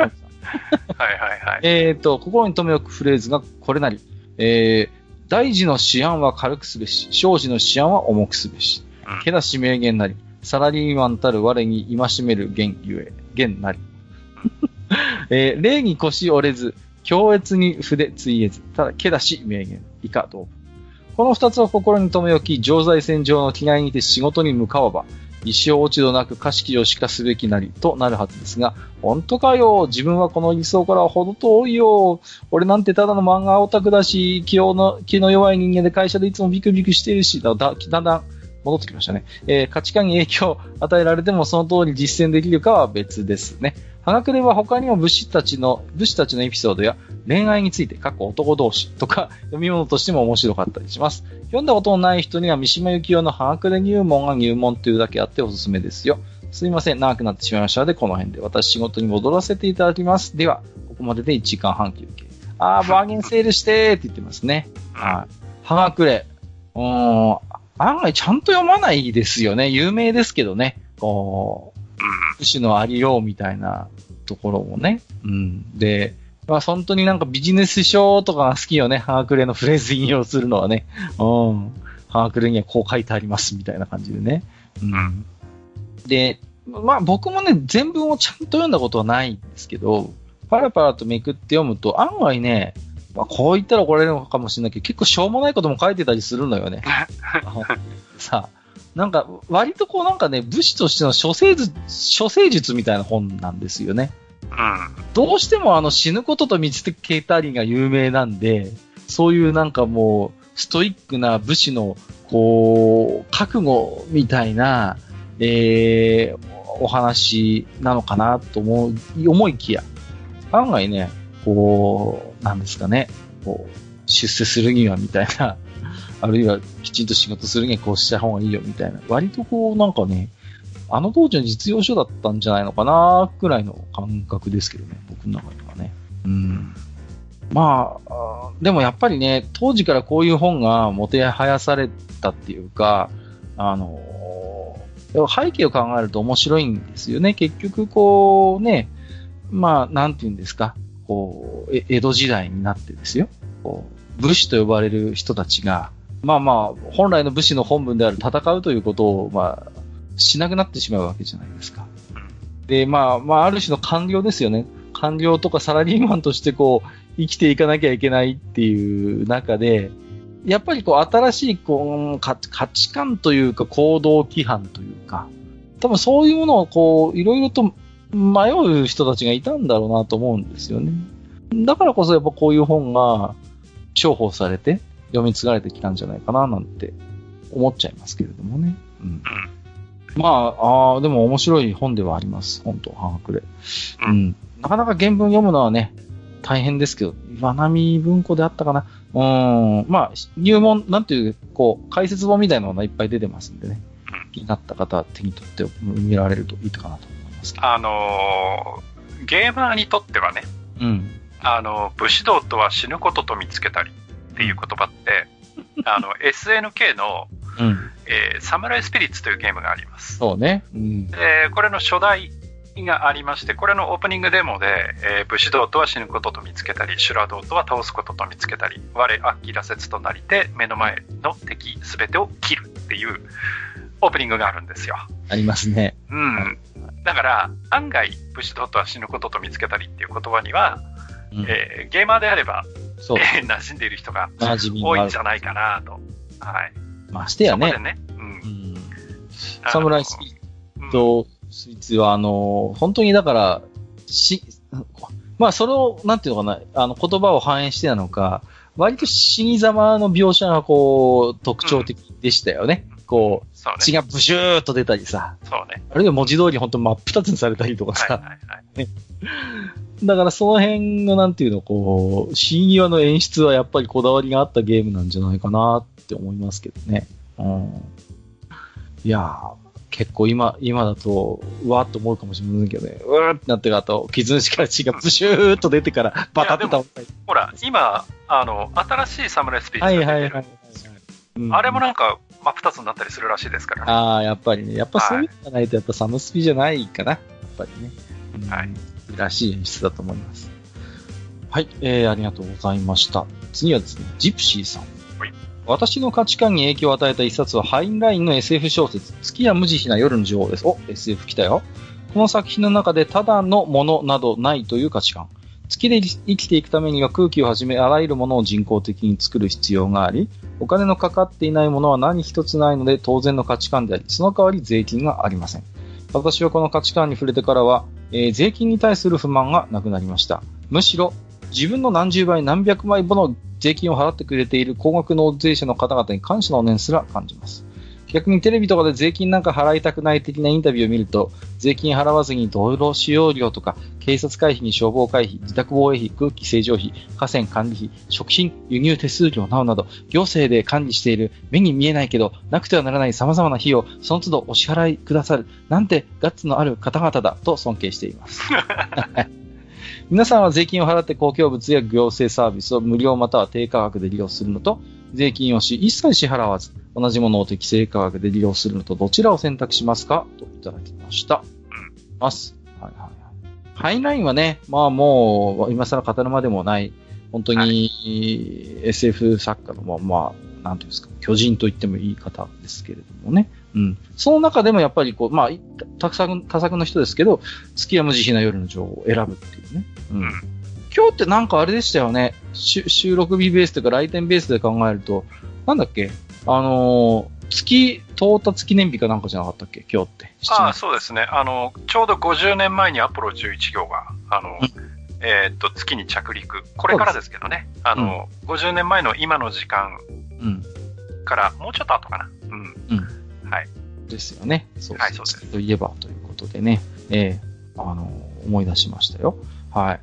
心に留め置くフレーズがこれなり。大事の思案は軽くすべし、小事の思案は重くすべし。けだし名言なり、サラリーマンたる我に戒める言ゆえ、言なり。礼に腰折れず、強烈に筆ついえず、ただけだし名言、以下同文。この二つを心に留め置き、常在戦場の気概にて仕事に向かわば、一生落ち度なく可識をしかすべきなりとなるはずですが、本当かよ、自分はこの理想からはほど遠いよ。俺なんてただの漫画オタクだし、気の弱い人間で会社でいつもビクビクしているし、だんだん戻ってきましたね。価値観に影響を与えられてもその通り実践できるかは別ですね。はがくれは他にも武士たちのエピソードや恋愛について、男同士とか読み物としても面白かったりします。読んだことのない人には三島由紀夫のはがくれ入門が入門というだけあっておすすめですよ。すいません、長くなってしまいましたので、この辺で私仕事に戻らせていただきます。では、ここまでで1時間半休憩。バーゲンセールしてーって言ってますね。はがくれ。案外ちゃんと読まないですよね。有名ですけどね。武士のありようみたいなところもね。で、本当になんかビジネス書とかが好きよね。はがくれのフレーズ引用するのはね。はがくれにはこう書いてありますみたいな感じでね。で、僕もね、全文をちゃんと読んだことはないんですけど、パラパラとめくって読むと案外ね、 まあ、こう言ったら怒られるのかもしれないけど、結構しょうもないことも書いてたりするのよね。さあ、なんか、割とこうなんかね、武士としての処世術みたいな本なんですよね。 うん。 どうしても死ぬことと見つけたりが有名なんで、そういうなんかもう、ストイックな武士の、こう、覚悟みたいな、お話なのかなと思いきや、案外ね、こう、なんですかね、こう、出世するにはみたいな、あるいはきちんと仕事するにはこうした方がいいよみたいな、割とこうなんかね、当時の実用書だったんじゃないのかな、くらいの感覚ですけどね、僕の中ではね。まあ、でもやっぱりね、当時からこういう本がもてはやされたっていうか、背景を考えると面白いんですよね。結局こうね、まあ、なんていうんですか、こう、江戸時代になってですよ。こう武士と呼ばれる人たちが、まあまあ、本来の武士の本分である戦うということを、まあ、しなくなってしまうわけじゃないですか。で、まあ、ある種の官僚ですよね。官僚とかサラリーマンとしてこう、生きていかなきゃいけないっていう中で、やっぱりこう、新しいこう、価値観というか行動規範というか、多分そういうものをこう、いろいろと迷う人たちがいたんだろうなと思うんですよね。だからこそやっぱこういう本が重宝されて読み継がれてきたんじゃないかななんて思っちゃいますけれどもね。まあ、でも面白い本ではあります。本当、半白で。なかなか原文読むのはね、大変ですけど、岩波文庫であったかな。まあ、入門、なんていう、こう、解説本みたいなのがいっぱい出てますんでね。気になった方は手に取って見られるといいかなと思います。 ゲーマーにとってはね、武士道とは死ぬことと見つけたりっていう言葉って、SNK の、サムライスピリッツというゲームがあります。 そうね。 で、これの初代がありまして、これのオープニングデモで、武士道とは死ぬことと見つけたり、修羅道とは倒すことと見つけたり、我悪鬼羅刹となりて目の前の敵すべてを切るっていうオープニングがあるんですよ。 ありますね。 だから案外武士道とは死ぬことと見つけたりっていう言葉には、ゲーマーであれば、馴染んでいる人が多いんじゃないかなと。はい。 ましてやね。 そこでね。 サムライスピリットスイーツは本当にだからまあそれをなんていうのかな、言葉を反映してなのか、割と死に様の描写がこう特徴的でしたよね。こう、血がブシューっと出たりさ。 そうね。 あるいは文字通り本当真っ二つにされたりとかさ。だからその辺のなんていうの、こう、死に際の演出はやっぱりこだわりがあったゲームなんじゃないかなって思いますけどね。いやー、結構今だと、うわーっと思うかもしれませんけどね。うわーってなってからと、傷口から血がブシューっと出てからバタッと倒したり。 ほら、今、新しいサムライスピリッツが出てるんですよ。あれもなんか、真っ二つになったりするらしいですから。 ああ、やっぱりね。やっぱそういうのがないと、やっぱサムスピじゃないかな。やっぱりね。らしい演出だと思います。はい、ありがとうございました。次はですね、ジプシーさん。私の価値観に影響を与えた一冊はハインラインの SF 小説、月や無慈悲な夜の女王です。SF 来たよ。この作品の中でただのものなどないという価値観。月で生きていくためには空気をはじめあらゆるものを人工的に作る必要があり、お金のかかっていないものは何一つないので当然の価値観であり、その代わり税金がありません。私はこの価値観に触れてからは、税金に対する不満がなくなりました。むしろ、自分の何十倍何百倍もの税金を払ってくれている高額納税者の方々に感謝の念すら感じます。逆にテレビとかで税金なんか払いたくない的なインタビューを見ると、税金払わずに道路使用料とか、警察回避に消防回避、自宅防衛費、空気清浄費、河川管理費、食品、輸入手数料などなど、行政で管理している目に見えないけど、なくてはならない様々な費用、その都度お支払いくださる、なんてガッツのある方々だと尊敬しています。皆さんは税金を払って公共物や行政サービスを無料または低価格で利用するのと、税金を一切支払わず、同じものを適正価格で利用するのとどちらを選択しますかといただきました。ハインラインはね、まあもう今更語るまでもない、本当に SF 作家のまあ、なんていうんですか、巨人と言ってもいい方ですけれどもね。その中でもやっぱりこう、まあ、多作の人ですけど、月や無慈悲な夜の女王を選ぶっていうね。 今日ってなんかあれでしたよね。収録日ベースというか来店ベースで考えると、なんだっけ月到達記念日かなんかじゃなかったっけ今日って。 そうですね。ちょうど50年前にアポロ11号が、月に着陸。これからですけどね。50年前の今の時間から、もうちょっと後かな。はい。 ですよね。 そうです。 といえばということでね。思い出しましたよ。はい。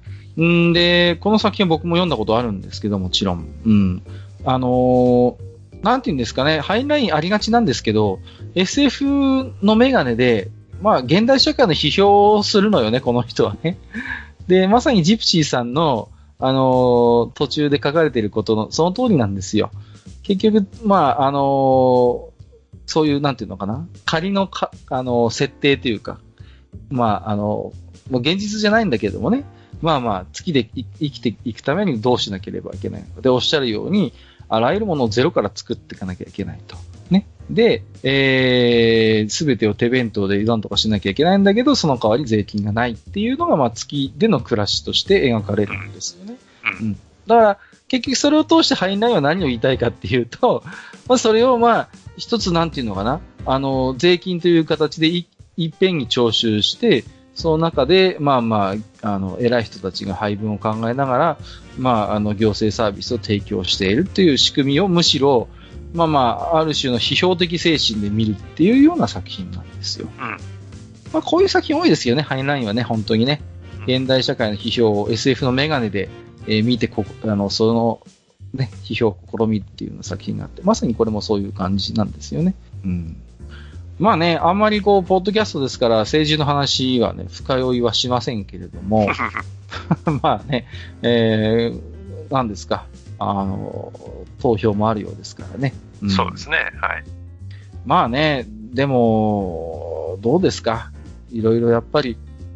で、この作品僕も読んだことあるんですけど、もちろん。なんていうんですかね、ハインラインありがちなんですけど、SF のメガネで、まあ、現代社会の批評をするのよね、この人はね。で、まさにジプシーさんの、途中で書かれていることの、その通りなんですよ。結局、まあ、そういう、なんていうのかな、仮の設定というか、まあ、もう現実じゃないんだけどもね、まあまあ、月で生きていくためにどうしなければいけないのか。で、おっしゃるように、あらゆるものをゼロから作っていかなきゃいけないと。ね。で、すべてを手弁当でなんとかしなきゃいけないんだけど、その代わり税金がないっていうのが、まあ、月での暮らしとして描かれるんですよね。だから、結局それを通してハインラインは何を言いたいかっていうと、まあ、それをまあ、一つなんていうのかな、税金という形でいっぺんに徴収して、その中で、まあまあ、偉い人たちが配分を考えながら、まあ、行政サービスを提供しているという仕組みをむしろ、まあまあ、ある種の批評的精神で見るっていうような作品なんですよ。まあ、こういう作品多いですよね、ハインラインはね、本当にね。現代社会の批評を SF のメガネで、見てその、ね、批評試みっていうような作品があって、まさにこれもそういう感じなんですよね。まあね、あんまりこう、ポッドキャストですから、政治の話はね、深追いはしませんけれども、まあね、何ですか、投票もあるようですからね。 そうですね、はい。 まあね、でも、どうですか、いろいろやっぱり、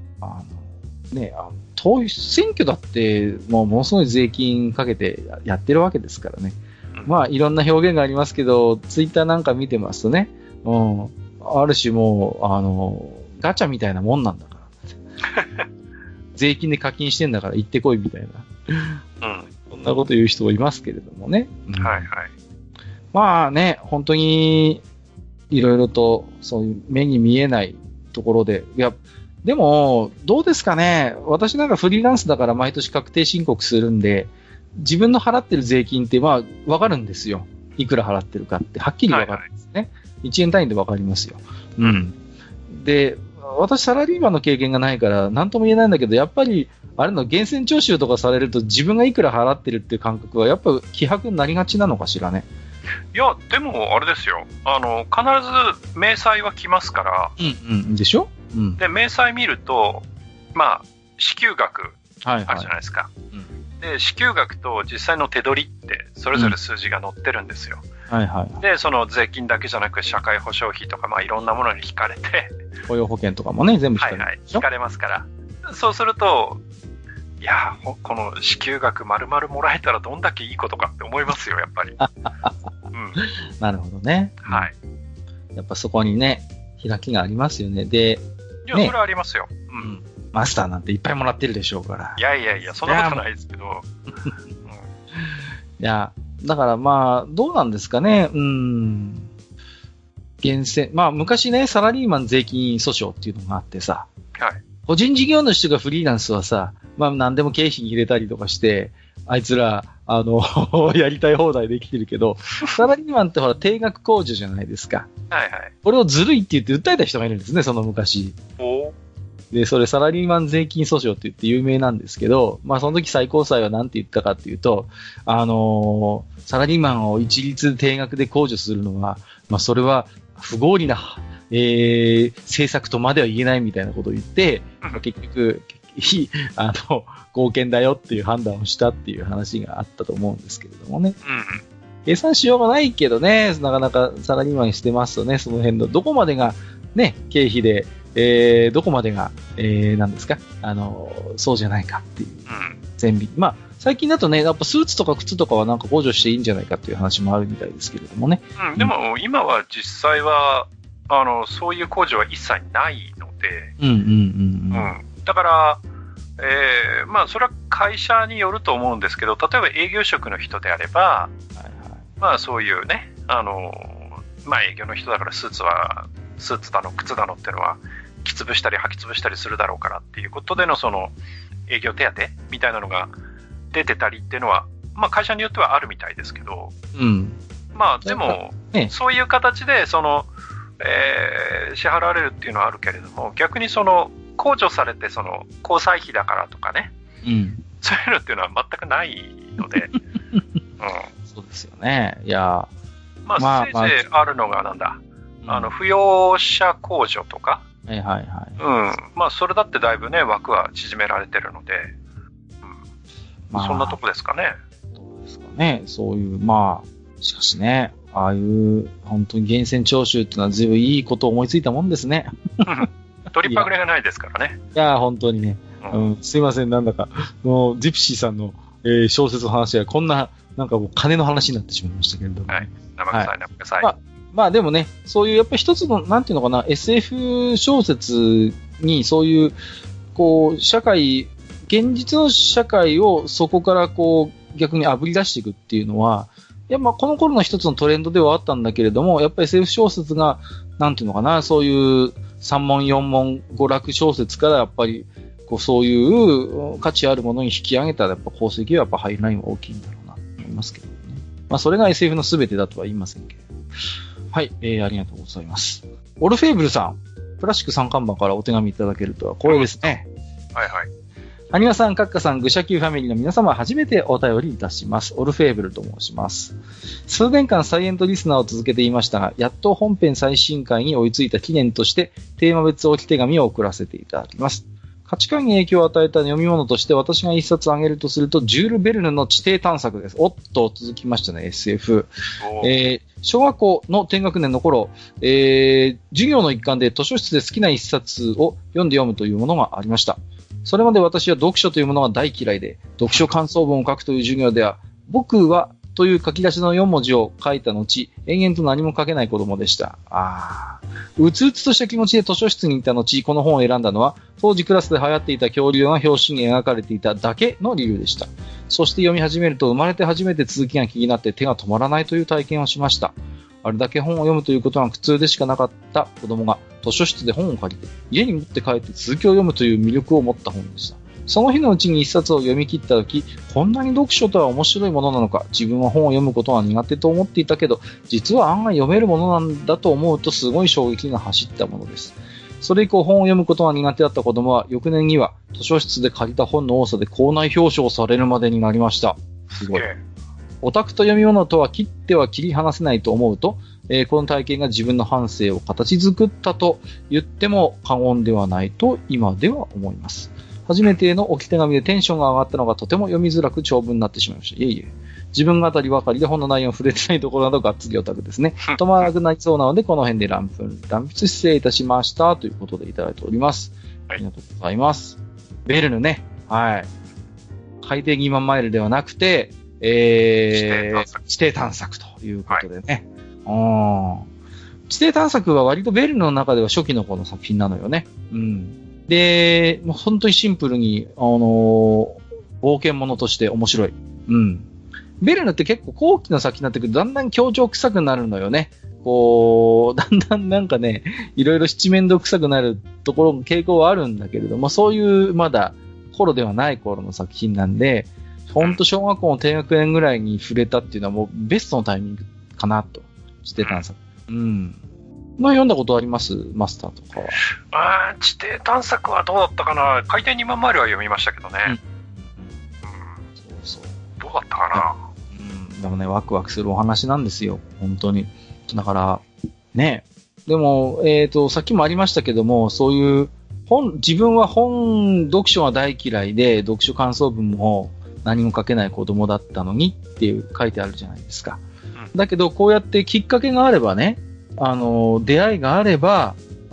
選挙だって、もうものすごい税金かけてやってるわけですからね。まあ、いろんな表現がありますけど、ツイッターなんか見てますとね、ある種もう、ガチャみたいなもんなんだから。税金で課金してんだから行ってこいみたいな。そんなこと言う人もいますけれどもね。 はいはい。 まあね、本当に、いろいろと、そういう目に見えないところで、いや、でも、どうですかね。私なんかフリーランスだから毎年確定申告するんで、自分の払ってる税金ってまあ、わかるんですよ。いくら払ってるかって、はっきりわかるんですね。1円単位でわかりますよ。で、私サラリーマンの経験がないから何とも言えないんだけど、やっぱりあれの源泉徴収とかされると自分がいくら払ってるっていう感覚はやっぱ希薄になりがちなのかしらね。 いや、でもあれですよ。必ず明細は来ますから。 でしょ？ で、明細見ると、まあ、支給額あるじゃないですか。で、支給額と実際の手取りってそれぞれ数字が載ってるんですよ。で、その税金だけじゃなく社会保障費とか、まあいろんなものに引かれて。 雇用保険とかもね、全部引かれる。 引かれますから。そうすると、いや、この支給額丸々もらえたらどんだけいいことかって思いますよ、やっぱり。 なるほどね。 はい。 やっぱそこにね、開きがありますよね。で、 いや、それはありますよ。 マスターなんていっぱいもらってるでしょうから。 いや、そんなことないですけど。 いや、だからまあ、どうなんですかね。まあ、昔ね、サラリーマン税金訴訟っていうのがあってさ。個人事業主がフリーランスはさ、まあ何でも経費に入れたりとかして、あいつら、やりたい放題できてるけど、サラリーマンってほら定額控除じゃないですか。これをずるいって言って訴えた人がいるんですね、その昔。で、それサラリーマン税金訴訟って言って有名なんですけど、まあその時最高裁は何て言ったかっていうと、サラリーマンを一律定額で控除するのは、まあそれは不合理な、政策とまでは言えないみたいなことを言って、結局、合憲だよっていう判断をしたっていう話があったと思うんですけれどもね。計算しようがないけどね、なかなかサラリーマンしてますとね、その辺のどこまでがね、経費で、どこまでが、何ですか、そうじゃないかっていう。線引き。まあ、最近だとね、やっぱスーツとか靴とかはなんか控除していいんじゃないかっていう話もあるみたいですけれどもね。 でも今は実際は、そういう控除は一切ないので、だから、 まあ、それは会社によると思うんですけど、例えば営業職の人であれば、はいはい、まあ、そういうね、まあ、営業の人だからスーツだの、靴だのっていうのは、着潰したり履き潰したりするだろうからっていうことでの、その、営業手当みたいなのが出てたりっていうのは、まあ、会社によってはあるみたいですけど、 うん。 まあ、でも、そういう形で、その、支払われるっていうのはあるけれども、逆にその、控除されて、その、交際費だからとかね、 うん、 そういうのっていうのは全くないので、うん、 そうですよね。いや、 まあ、せいぜいあるのがなんだ、扶養者控除とか、 はいはいはい。 うん。まあ、それだってだいぶね、枠は縮められてるので、うん。まあ、そんなとこですかね。 そうですかね。そういう、まあ、しかしね、ああいう、本当に源泉徴収っていうのは随分いいことを思いついたもんですね。 取りっぱぐれがないですからね。 いや、本当にね。すいません、なんだか、もう、ジプシーさんの、小説の話はこんな、なんかもう金の話になってしまいましたけれども、ね。はい。 生臭い、生臭い。 まあでもね、そういうやっぱり一つの、なんていうのかな、SF 小説にそういう、こう、社会、現実の社会をそこからこう、逆に炙り出していくっていうのは、いやまあこの頃の一つのトレンドではあったんだけれども、やっぱり SF 小説が、なんていうのかな、そういう3問4問娯楽小説からやっぱり、こうそういう価値あるものに引き上げたらやっぱ功績はやっぱハイラインは大きいんだろうなと思いますけどね。まあそれが SF の全てだとは言いませんけど。はい、ありがとうございます。オルフェーブルさん、プラスチック3看板からお手紙いただけるとは光栄ですね。 はいはい。 アニマさん、カッカさん、愚者級ファミリーの皆様、初めてお便りいたします。オルフェーブルと申します。数年間サイエントリスナーを続けていましたが、やっと本編最新回に追いついた記念として、テーマ別置き手紙を送らせていただきます。価値観に影響を与えた読み物として私が一冊挙げるとすると、ジュール・ベルヌの地底探索です。おっと、続きましたね、SF。小学校の低学年の頃、授業の一環で図書室で好きな一冊を読んで読むというものがありました。それまで私は読書というものが大嫌いで、読書感想文を書くという授業では、僕はという書き出しの4文字を書いた後、延々と何も書けない子供でした。うつうつとした気持ちで図書室に行った後、この本を選んだのは、当時クラスで流行っていた恐竜が表紙に描かれていただけの理由でした。そして読み始めると、生まれて初めて続きが気になって手が止まらないという体験をしました。あれだけ本を読むということが苦痛でしかなかった子供が、図書室で本を借りて、家に持って帰って続きを読むという魅力を持った本でした。その日のうちに一冊を読み切ったとき、こんなに読書とは面白いものなのか、自分は本を読むことが苦手と思っていたけど、実は案外読めるものなんだと思うとすごい衝撃が走ったものです。それ以降本を読むことが苦手だった子供は、翌年には図書室で借りた本の多さで校内表彰されるまでになりました。すごい。オタクと読み物とは切っては切り離せないと思うと、この体験が自分の半生を形作ったと言っても過言ではないと今では思います。初めての置き手紙でテンションが上がったのがとても読みづらく長文になってしまいました。いえいえ。自分語りばかりで本の内容を触れてないところなどがっつりオタクですね。止まらなくなりそうなので、この辺で乱筆失礼いたしましたということでいただいております。ありがとうございます。ベルヌね。はい。海底2万マイルではなくて、地底探索ということでね。はい、地底探索は割とベルヌの中では初期の頃の作品なのよね。うん。で、もう本当にシンプルに、冒険者として面白い。うん。ベルヌって結構後期の作品になってくるとだんだん強調臭くなるのよね。こう、だんだんなんかね、いろいろ七面倒臭くなるところの傾向はあるんだけれども、そういうまだ頃ではない頃の作品なんで、ほんと小学校の低学年ぐらいに触れたっていうのはもうベストのタイミングかなとしてたんです。うん。読んだことありますマスターとかは。 地底探索はどうだったかな。海底2万マイルは読みましたけどね。そうそう。どうだったかな。 でもね、ワクワクするお話なんですよ。本当に。だから、ね。でも、さっきもありましたけども、そういう自分は読書が大嫌いで、読書感想文も何も書けない子供だったのにっていう書いてあるじゃないですか。だけど、こうやってきっかけがあればね、出会いがあれば、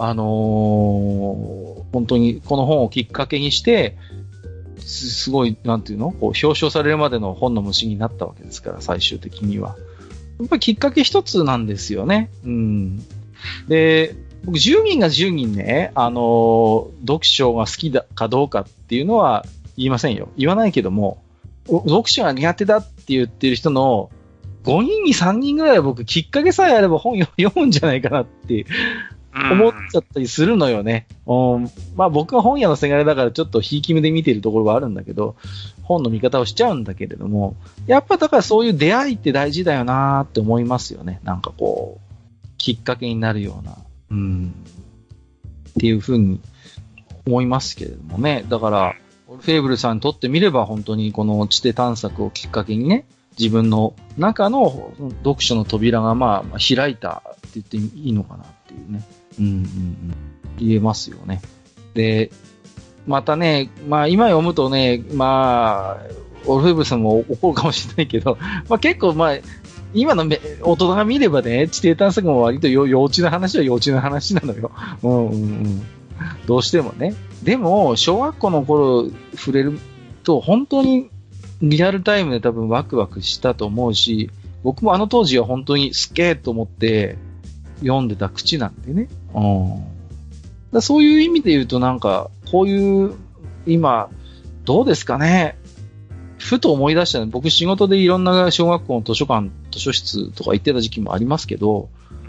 本当にこの本をきっかけにして、すごい、なんていうのこう表彰されるまでの本の虫になったわけですから、最終的には。やっぱりきっかけ一つなんですよね。うん。で、僕10人が10人ね、読書が好きだかどうかっていうのは言いませんよ。言わないけども、読書が苦手だって言ってる人の5人に3人ぐらいは僕きっかけさえあれば本読むんじゃないかなって思っちゃったりするのよね。まあ僕は本屋のせがれだからちょっとひいき目で見てるところはあるんだけど、本の見方をしちゃうんだけれども、やっぱだからそういう出会いって大事だよなーって思いますよね。なんかこう、きっかけになるような、っていうふうに思いますけれどもね。だから、オルフェーブルさんにとってみれば本当にこの地底探索をきっかけにね、自分の中の読書の扉がまあ開いたって言っていいのかなっていうね。言えますよね。で、またね、まあ今読むとね、まあ、オルフェーブルさんも怒るかもしれないけど、まあ結構まあ、今の大人が見ればね、地底探索も割と幼稚な話は幼稚な話なのよ。どうしてもね。でも、小学校の頃触れると、本当にリアルタイムで多分ワクワクしたと思うし、僕もあの当時は本当にすっげーと思って読んでた口なんでね。そういう意味で言うとなんか、こういう、今、どうですかね。ふと思い出したね。僕仕事でいろんな小学校の図書館、図書室とか行ってた時期もありますけど、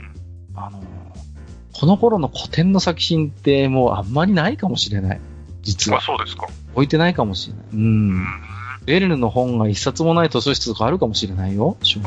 この頃の古典の作品ってもうあんまりないかもしれない。実は。 そうですか。 置いてないかもしれない。ベルヌの本が一冊もない図書室とかあるかもしれないよ。 そう。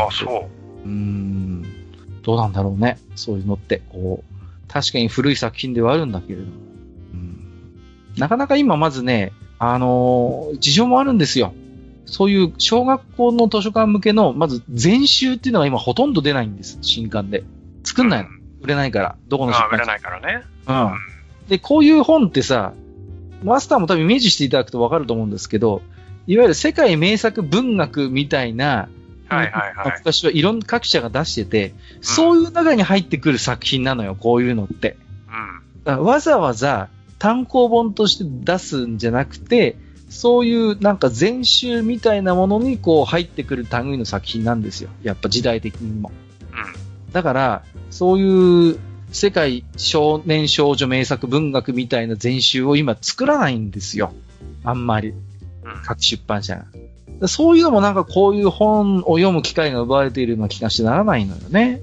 どうなんだろうね。そういうのって。こう、確かに古い作品ではあるんだけれども。なかなか今まずね、事情もあるんですよ。そういう小学校の図書館向けの、まず全集っていうのが今ほとんど出ないんです。新刊で。作んないの。売れないから。どこの出版社。 売れないからね。 で、こういう本ってさ、マスターも多分イメージしていただくとわかると思うんですけど、いわゆる世界名作文学みたいな、昔はいろんな各社が出してて、そういう中に入ってくる作品なのよ、こういうのって。だからわざわざ単行本として出すんじゃなくて、そういうなんか全集みたいなものにこう入ってくる類の作品なんですよ。やっぱ時代的にも。だから、そういう世界少年少女名作文学みたいな全集を今作らないんですよ。あんまり。各出版社が。そういうのもなんかこういう本を読む機会が奪われているような気がしてならないのよね。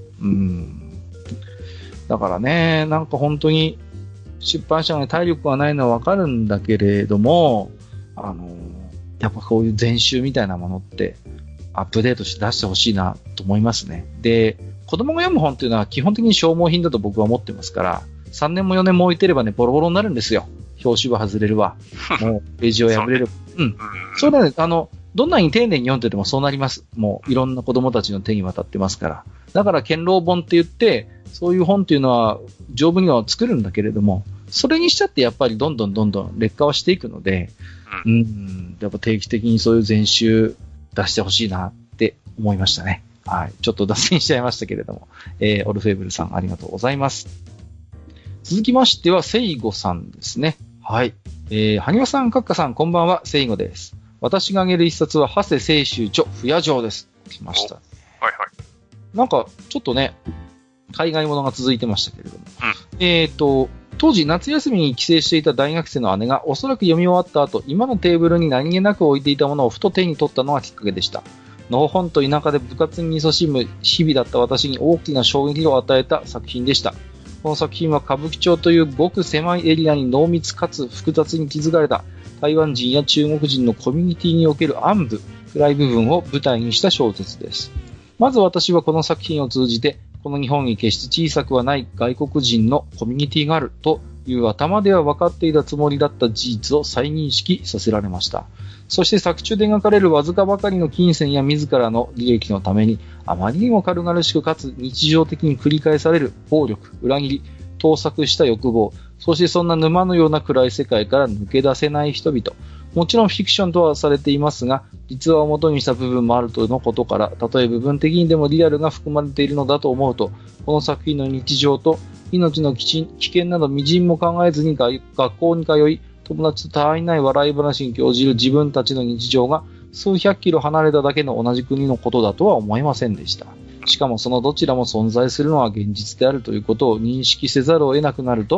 だからね、なんか本当に出版社が体力がないのはわかるんだけれども、やっぱこういう全集みたいなものってアップデートして出してほしいなと思いますね。で、子供が読む本っていうのは基本的に消耗品だと僕は思ってますから、3年も4年も置いてればね、ボロボロになるんですよ。表紙は外れるわ。もうページを破れる。そうだね。どんなに丁寧に読んでてもそうなります。もういろんな子供たちの手に渡ってますから。だから堅牢本って言って、そういう本っていうのは丈夫には作るんだけれども、それにしちゃってやっぱりどんどん劣化はしていくので、やっぱ定期的にそういう全集出してほしいなって思いましたね。はい。ちょっと脱線しちゃいましたけれども、オルフェーブルさんありがとうございます。続きましては、セイゴさんですね。はい。はにわさん、かっかさん、こんばんは、セイゴです。私が挙げる一冊は、長谷清舟著、不夜城です。来ました。なんか、ちょっとね、海外ものが続いてましたけれども。当時、夏休みに帰省していた大学生の姉が、おそらく読み終わった後、今のテーブルに何気なく置いていたものをふと手に取ったのがきっかけでした。のほほんと田舎で部活に勤しむ日々だった私に大きな衝撃を与えた作品でした。この作品は歌舞伎町というごく狭いエリアに濃密かつ複雑に築かれた台湾人や中国人のコミュニティにおける暗部、暗い部分を舞台にした小説です。まず私はこの作品を通じて、この日本に決して小さくはない外国人のコミュニティがあるという頭では分かっていたつもりだった事実を再認識させられました。そして作中で描かれるわずかばかりの金銭や自らの利益のためにあまりにも軽々しくかつ日常的に繰り返される暴力、裏切り、盗作した欲望、そしてそんな沼のような暗い世界から抜け出せない人々。もちろんフィクションとはされていますが、実話を元にした部分もあるとのことから、たとえ部分的にでもリアルが含まれているのだと思うと、この作品の日常と命の危険など微塵も考えずに学校に通い、友達とたわいない笑い話に興じる自分たちの日常が数百キロ離れただけの同じ国のことだとは思いませんでした。しかもそのどちらも存在するのは現実であるということを認識せざるを得なくなると、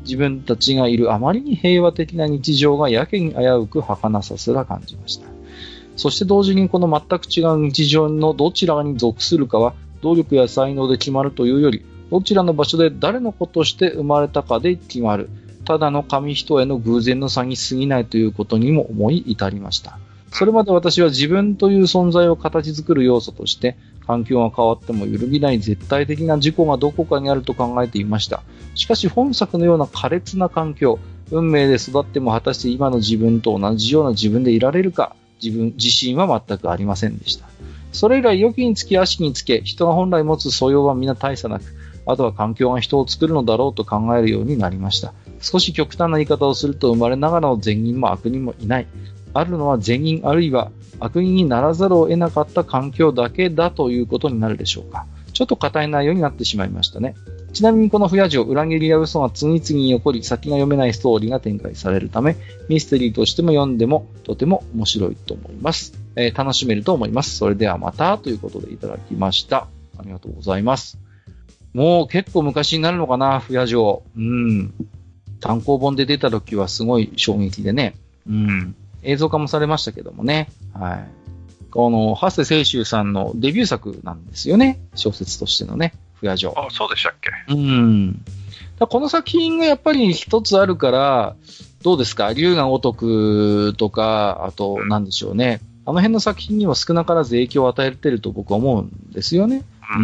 自分たちがいるあまりに平和的な日常がやけに危うく儚さすら感じました。そして同時にこの全く違う日常のどちらに属するかは努力や才能で決まるというより、どちらの場所で誰の子として生まれたかで決まる、ただの紙一重の偶然の差に過ぎないということにも思い至りました。それまで私は自分という存在を形作る要素として、環境が変わっても揺るぎない絶対的な自己がどこかにあると考えていました。しかし本作のような苛烈な環境、運命で育っても果たして今の自分と同じような自分でいられるか、自身は全くありませんでした。それ以来、良きにつき悪しきにつけ、人が本来持つ素養は皆大差なく、あとは環境が人を作るのだろうと考えるようになりました。少し極端な言い方をすると、生まれながらの善人も悪人もいない。あるのは善人あるいは悪人にならざるを得なかった環境だけだということになるでしょうか。ちょっと硬い内容になってしまいましたね。ちなみにこの不夜城、裏切りや嘘が次々に起こり、先が読めないストーリーが展開されるため、ミステリーとしても読んでもとても面白いと思います。楽しめると思います。それではまたということでいただきました。ありがとうございます。もう結構昔になるのかな、不夜城。単行本で出た時はすごい衝撃でね。映像化もされましたけどもね。はい。この、長谷清舟さんのデビュー作なんですよね。小説としてのね。不夜城。 あ、そうでしたっけ？ この作品がやっぱり一つあるから、どうですか？龍が如くとか、あと、なんでしょうね。あの辺の作品には少なからず影響を与えてると僕は思うんですよね。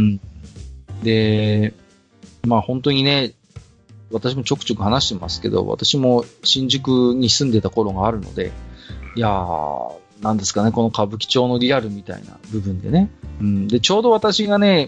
で、まあ本当にね、私もちょくちょく話してますけど、私も新宿に住んでた頃があるので、いやー、なんですかね、この歌舞伎町のリアルみたいな部分でね。で、ちょうど私がね、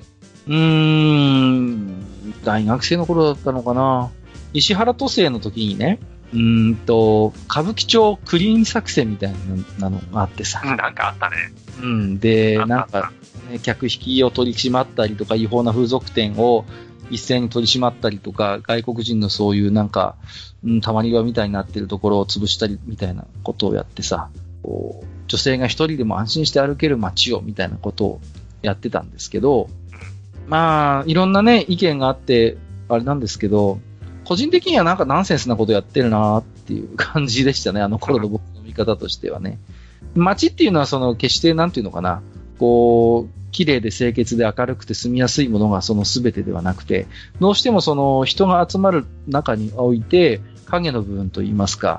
大学生の頃だったのかな。石原都政の時にね、歌舞伎町クリーン作戦みたいなのがあってさ。 なんかあったね。 で、なんか、ね、客引きを取り締まったりとか、違法な風俗店を一斉に取り締まったりとか、外国人のそういうなんか、たまり場みたいになってるところを潰したりみたいなことをやってさ、女性が一人でも安心して歩ける街をみたいなことをやってたんですけど、まあ、いろんなね、意見があって、あれなんですけど、個人的にはなんかナンセンスなことやってるなっていう感じでしたね、あの頃の僕の見方としてはね。街っていうのはその決してなんていうのかな、こう、綺麗で清潔で明るくて住みやすいものがその全てではなくて、どうしてもその人が集まる中において、影の部分といいますか、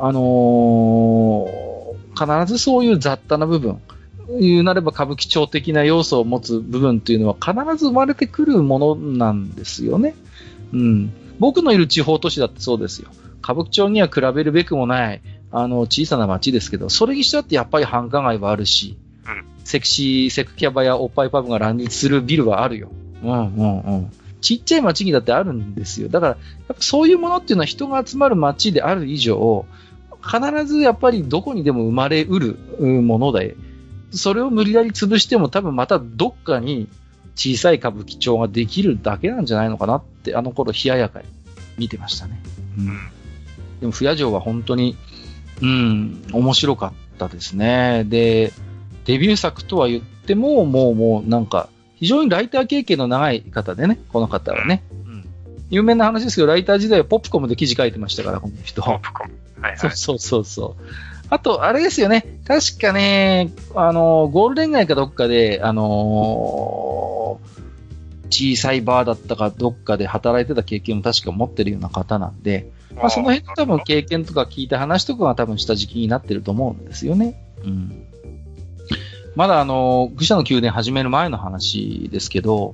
必ずそういう雑多な部分、言うなれば歌舞伎町的な要素を持つ部分というのは必ず生まれてくるものなんですよね。僕のいる地方都市だってそうですよ。歌舞伎町には比べるべくもない、小さな町ですけど、それにしたってやっぱり繁華街はあるし、セクキャバやおっぱいパブが乱立するビルはあるよ。ちっちゃい町にだってあるんですよ。だから、やっぱそういうものっていうのは人が集まる町である以上、必ずやっぱりどこにでも生まれうるもので、それを無理やり潰しても多分またどっかに小さい歌舞伎町ができるだけなんじゃないのかなって、あの頃冷ややかに見てましたね。でも、不夜城は本当に、面白かったですね。で、デビュー作とは言っても、もうなんか、非常にライター経験の長い方でね、この方はね。有名な話ですけど、ライター時代はポップコムで記事書いてましたから、この人。 ポップコム。はいはい。 そう。あと、あれですよね。確かね、ゴールデン街かどっかで、小さいバーだったかどっかで働いてた経験も確か持ってるような方なんで、まあ、その辺の多分経験とか聞いた話とかが多分下敷きになってると思うんですよね。まだ愚者の宮殿始める前の話ですけど、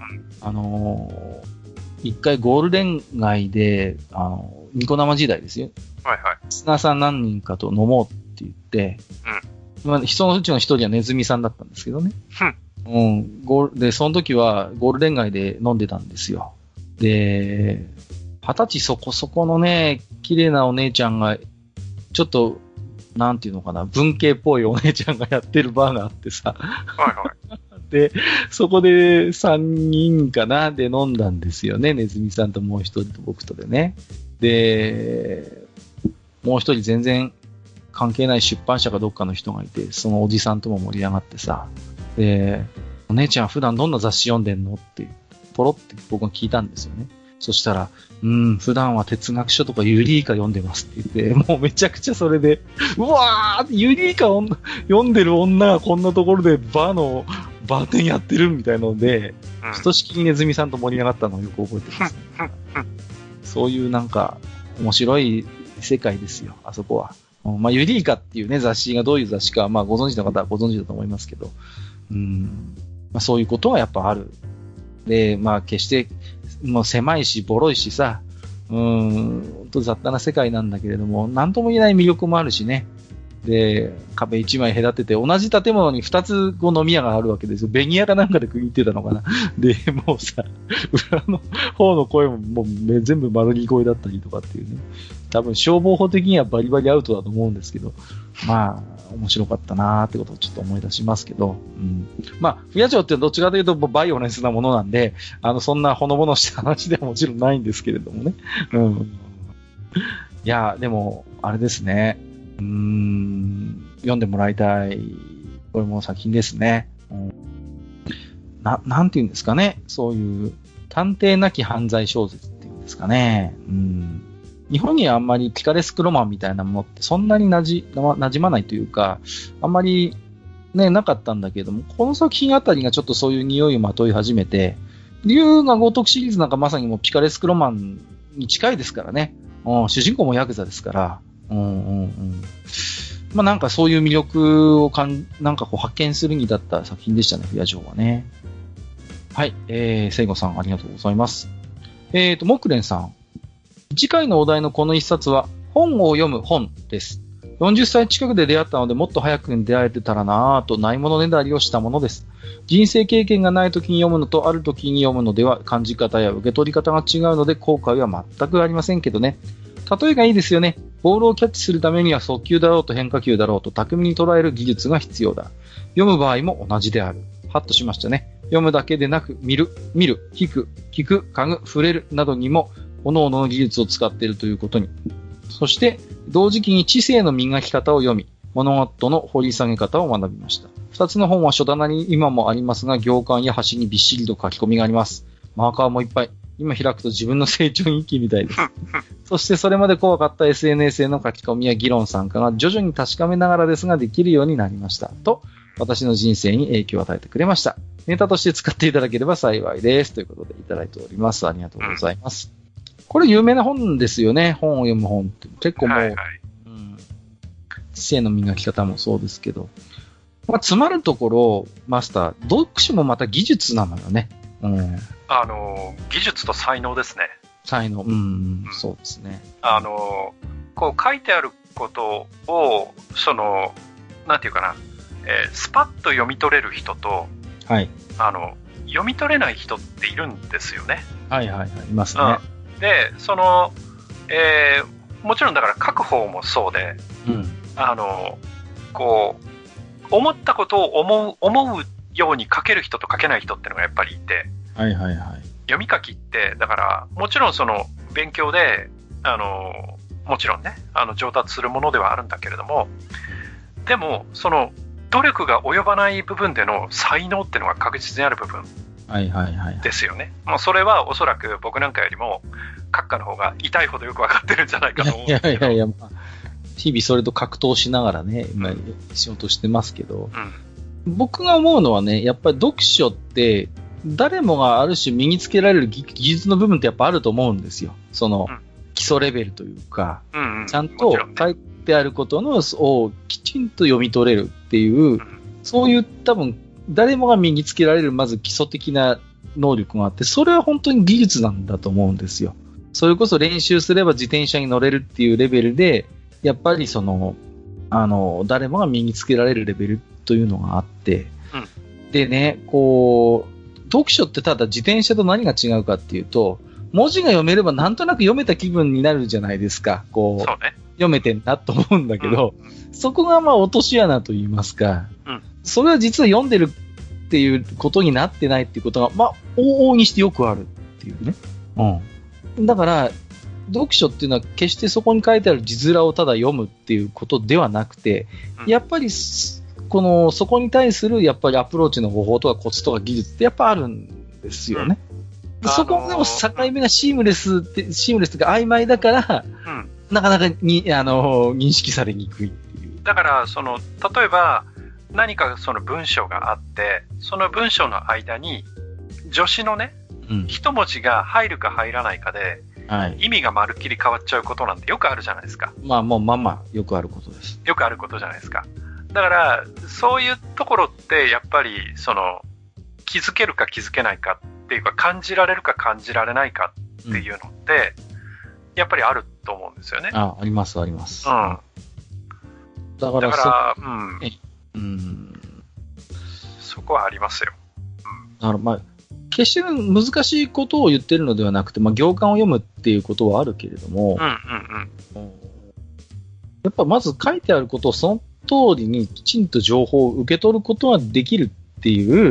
一回ゴールデン街で、ニコ生時代ですよ。 はいはい。 リスナーさん何人かと飲もうって言って、そのうちの一人はネズミさんだったんですけどね。で、その時はゴールデン街で飲んでたんですよ。で、20歳そこそこのね、綺麗なお姉ちゃんが、ちょっと、なんていうのかな、文系っぽいお姉ちゃんがやってるバーがあってさ。はいはい。で、そこで3人かな、で飲んだんですよね。ネズミさんともう一人と僕とでね。で、もう一人全然関係ない出版社かどっかの人がいて、そのおじさんとも盛り上がってさ。で、お姉ちゃん普段どんな雑誌読んでんのって、ポロって僕が聞いたんですよね。 そしたら、普段は哲学書とかユリイカ読んでますって言って、もうめちゃくちゃそれで、うわーユリイカ読んでる女がこんなところでバーテンやってるみたいなので、ひとしきりネズミさんと盛り上がったのをよく覚えてます、ね。そういうなんか、面白い世界ですよ、あそこは。まあ、ユリイカっていうね、雑誌がどういう雑誌か、まあ、ご存知の方はご存知だと思いますけど、まあ、そういうことはやっぱある。で、まあ、決して、もう狭いし、ボロいしさ、本当雑多な世界なんだけれども、なんとも言えない魅力もあるしね。で、壁一枚隔てて、同じ建物に2つこう飲み屋があるわけですよ。ベニヤかなんかで区切ってたのかな。で、もうさ、裏の方の声ももう全部丸聞こえだったりとかっていうね。多分消防法的にはバリバリアウトだと思うんですけど、まあ、面白かったなーってことをちょっと思い出しますけど、まあ、不夜城ってどっちかというとバイオレンスなものなんで、そんなほのぼのした話ではもちろんないんですけれどもね。いや、でも、あれですね。読んでもらいたい、これも作品ですね。なんていうんですかね。そういう、探偵なき犯罪小説っていうんですかね。日本にはあんまりピカレスクロマンみたいなものってそんなに馴染まないというか、あんまりね、なかったんだけども、この作品あたりがちょっとそういう匂いをまとい始めて、龍が如くシリーズなんかまさにもうピカレスクロマンに近いですからね。主人公もヤクザですから。まあなんかそういう魅力をなんかこう発見するにだった作品でしたね、不夜城はね。はい、聖子さんありがとうございます。木蓮さん。次回のお題のこの一冊は、本を読む本です。40歳近くで出会ったので、もっと早くに出会えてたらなぁと、ないものねだりをしたものです。人生経験がない時に読むのと、ある時に読むのでは、感じ方や受け取り方が違うので、後悔は全くありませんけどね。例えがいいですよね。ボールをキャッチするためには速球だろうと変化球だろうと巧みに捉える技術が必要だ。読む場合も同じである。ハッとしましたね。読むだけでなく、見る、聞く、嗅ぐ、触れるなどにも、各々の技術を使っているということに。そして、同時期に知性の磨き方を読み、物事の掘り下げ方を学びました。二つの本は書棚に今もありますが、行間や端にびっしりと書き込みがあります。マーカーもいっぱい。今開くと自分の成長日記みたいです。そしてそれまで怖かった SNS への書き込みや議論参加が徐々に確かめながらですができるようになりました。と、私の人生に影響を与えてくれました。ネタとして使っていただければ幸いです。ということでいただいております。ありがとうございます。これ有名な本ですよね。本を読む本って。結構もう、知性の磨き方もそうですけど。まあ、詰まるところ、マスター、読書もまた技術なのよね。 技術と才能ですね。 才能。そうですね。 こう書いてあることを、なんていうかな、スパッと読み取れる人と、 はい。 読み取れない人っているんですよね。 はいはいはい、いますね。 で、もちろんだから書く方もそうで、こう、思ったことを思うように書ける人と書けない人っていうのがやっぱりいて、 はいはいはい。 読み書きって、だから、もちろん勉強で、もちろんね、上達するものではあるんだけれども、でも、努力が及ばない部分での才能っていうのが確実にある部分ですよね。もうそれはおそらく僕なんかよりも、閣下の方が痛いほどよくわかってるんじゃないかと思うんですけど。いや、 日々それと格闘しながらね、今仕事してますけど、僕が思うのはね、やっぱり読書って、誰もがある種身につけられる技術の部分ってやっぱあると思うんですよ。基礎レベルというか、ちゃんと書いてあることをきちんと読み取れるっていう、そういう多分、誰もが身につけられるまず基礎的な能力があって、それは本当に技術なんだと思うんですよ。それこそ練習すれば自転車に乗れるっていうレベルで、やっぱり誰もが身につけられるレベルというのがあって、でね、読書ってただ自転車と何が違うかっていうと、文字が読めればなんとなく読めた気分になるじゃないですか。 そうね。 読めてんなと思うんだけど、そこがまあ落とし穴と言いますか、それは実は読んでるっていうことになってないっていうことが、まあ、往々にしてよくあるっていうね。だから、読書っていうのは決してそこに書いてある字面をただ読むっていうことではなくて、やっぱりそこに対するやっぱりアプローチの方法とかコツとか技術ってやっぱあるんですよね。 そこの境目がシームレスというか曖昧だから、なかなかに認識されにくいっていう。 だから、例えば、何かその文章があって、その文章の間に、助詞のね、一文字が入るか入らないかで、意味がまるっきり変わっちゃうことなんてよくあるじゃないですか。 まあ、よくあることです。 よくあることじゃないですか。だから、そういうところって、やっぱり、気づけるか気づけないかっていうか、感じられるか感じられないかっていうのって、やっぱりあると思うんですよね。 あります。だから、 そこはありますよ。 だから決して難しいことを言ってるのではなくて、行間を読むっていうことはあるけれども、やっぱまず書いてあることをその通りにきちんと情報を受け取ることができるっていう、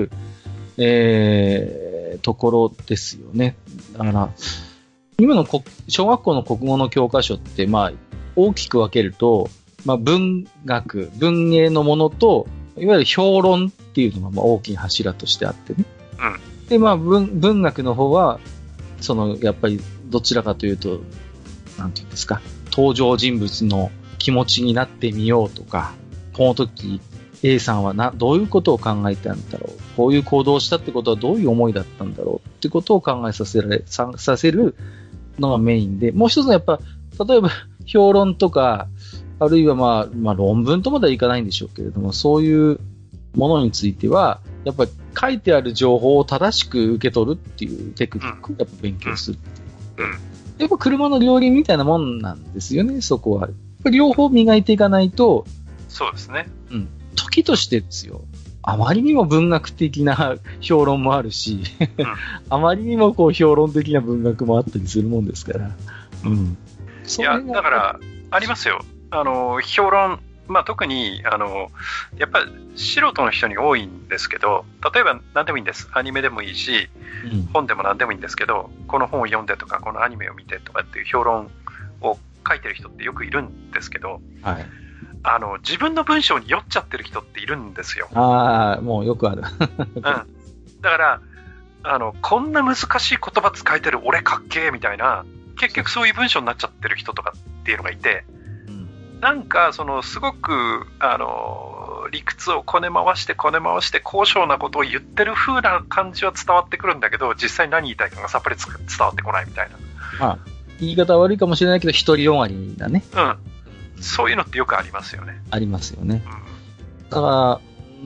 ところですよね。だから、今の小学校の国語の教科書って、大きく分けると、文学、文芸のものと、いわゆる評論っていうのが大きな柱としてあってね。で、文学の方は、やっぱりどちらかというと、なんていうんですか、登場人物の気持ちになってみようとか、この時、A さんはどういうことを考えたんだろう、こういう行動をしたってことはどういう思いだったんだろうってことを考えさせるのがメインで、もう一つはやっぱ、例えば評論とか、あるいは論文とまではいかないんでしょうけれども、そういうものについては、やっぱり書いてある情報を正しく受け取るっていうテクニックをやっぱ勉強するっていう。やっぱ車の両輪みたいなもんなんですよね、そこは。やっぱ両方磨いていかないと、 そうですね。 時としてですよ。あまりにも文学的な評論もあるし、あまりにも評論的な文学もあったりするもんですから。 いや、だから、ありますよ。評論、特に、やっぱり素人の人に多いんですけど、例えば何でもいいんです。アニメでもいいし、本でも何でもいいんですけど、この本を読んでとか、このアニメを見てとかっていう評論を書いてる人ってよくいるんですけど、自分の文章に酔っちゃってる人っているんですよ。 もうよくある。 だから、こんな難しい言葉使えてる俺かっけーみたいな、結局そういう文章になっちゃってる人とかっていうのがいて、なんかすごく理屈をこね回して高尚なことを言ってる風な感じは伝わってくるんだけど、実際何言いたいかがさっぱり伝わってこないみたいな。 言い方は悪いかもしれないけど、独りよがりだね。 そういうのってよくありますよね。 ありますよね。だから、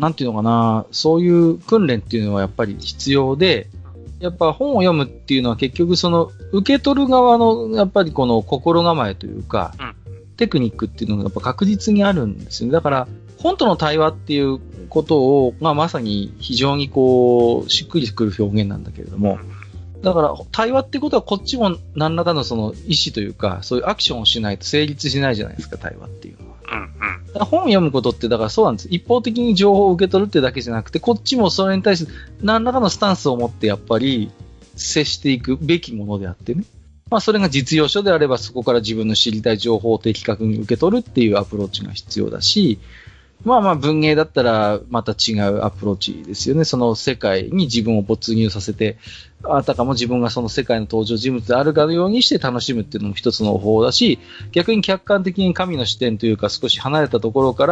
なんていうのかな、そういう訓練っていうのはやっぱり必要で、やっぱ本を読むっていうのは結局受け取る側のやっぱりこの心構えというか、テクニックっていうのがやっぱ確実にあるんですよね。だから本との対話っていうことを、まさに非常にしっくりくる表現なんだけれども、だから対話ってことはこっちも何らかの意思というか、そういうアクションをしないと成立しないじゃないですか、対話っていうのは。だから本を読むことってだからそうなんです。一方的に情報を受け取るってだけじゃなくて、こっちもそれに対して何らかのスタンスを持ってやっぱり接していくべきものであってね。それが実用書であればそこから自分の知りたい情報を的確に受け取るっていうアプローチが必要だし、文芸だったらまた違うアプローチですよね。その世界に自分を没入させて、あたかも自分がその世界の登場人物であるかのようにして楽しむっていうのも一つの方法だし、逆に客観的に神の視点というか少し離れたところから、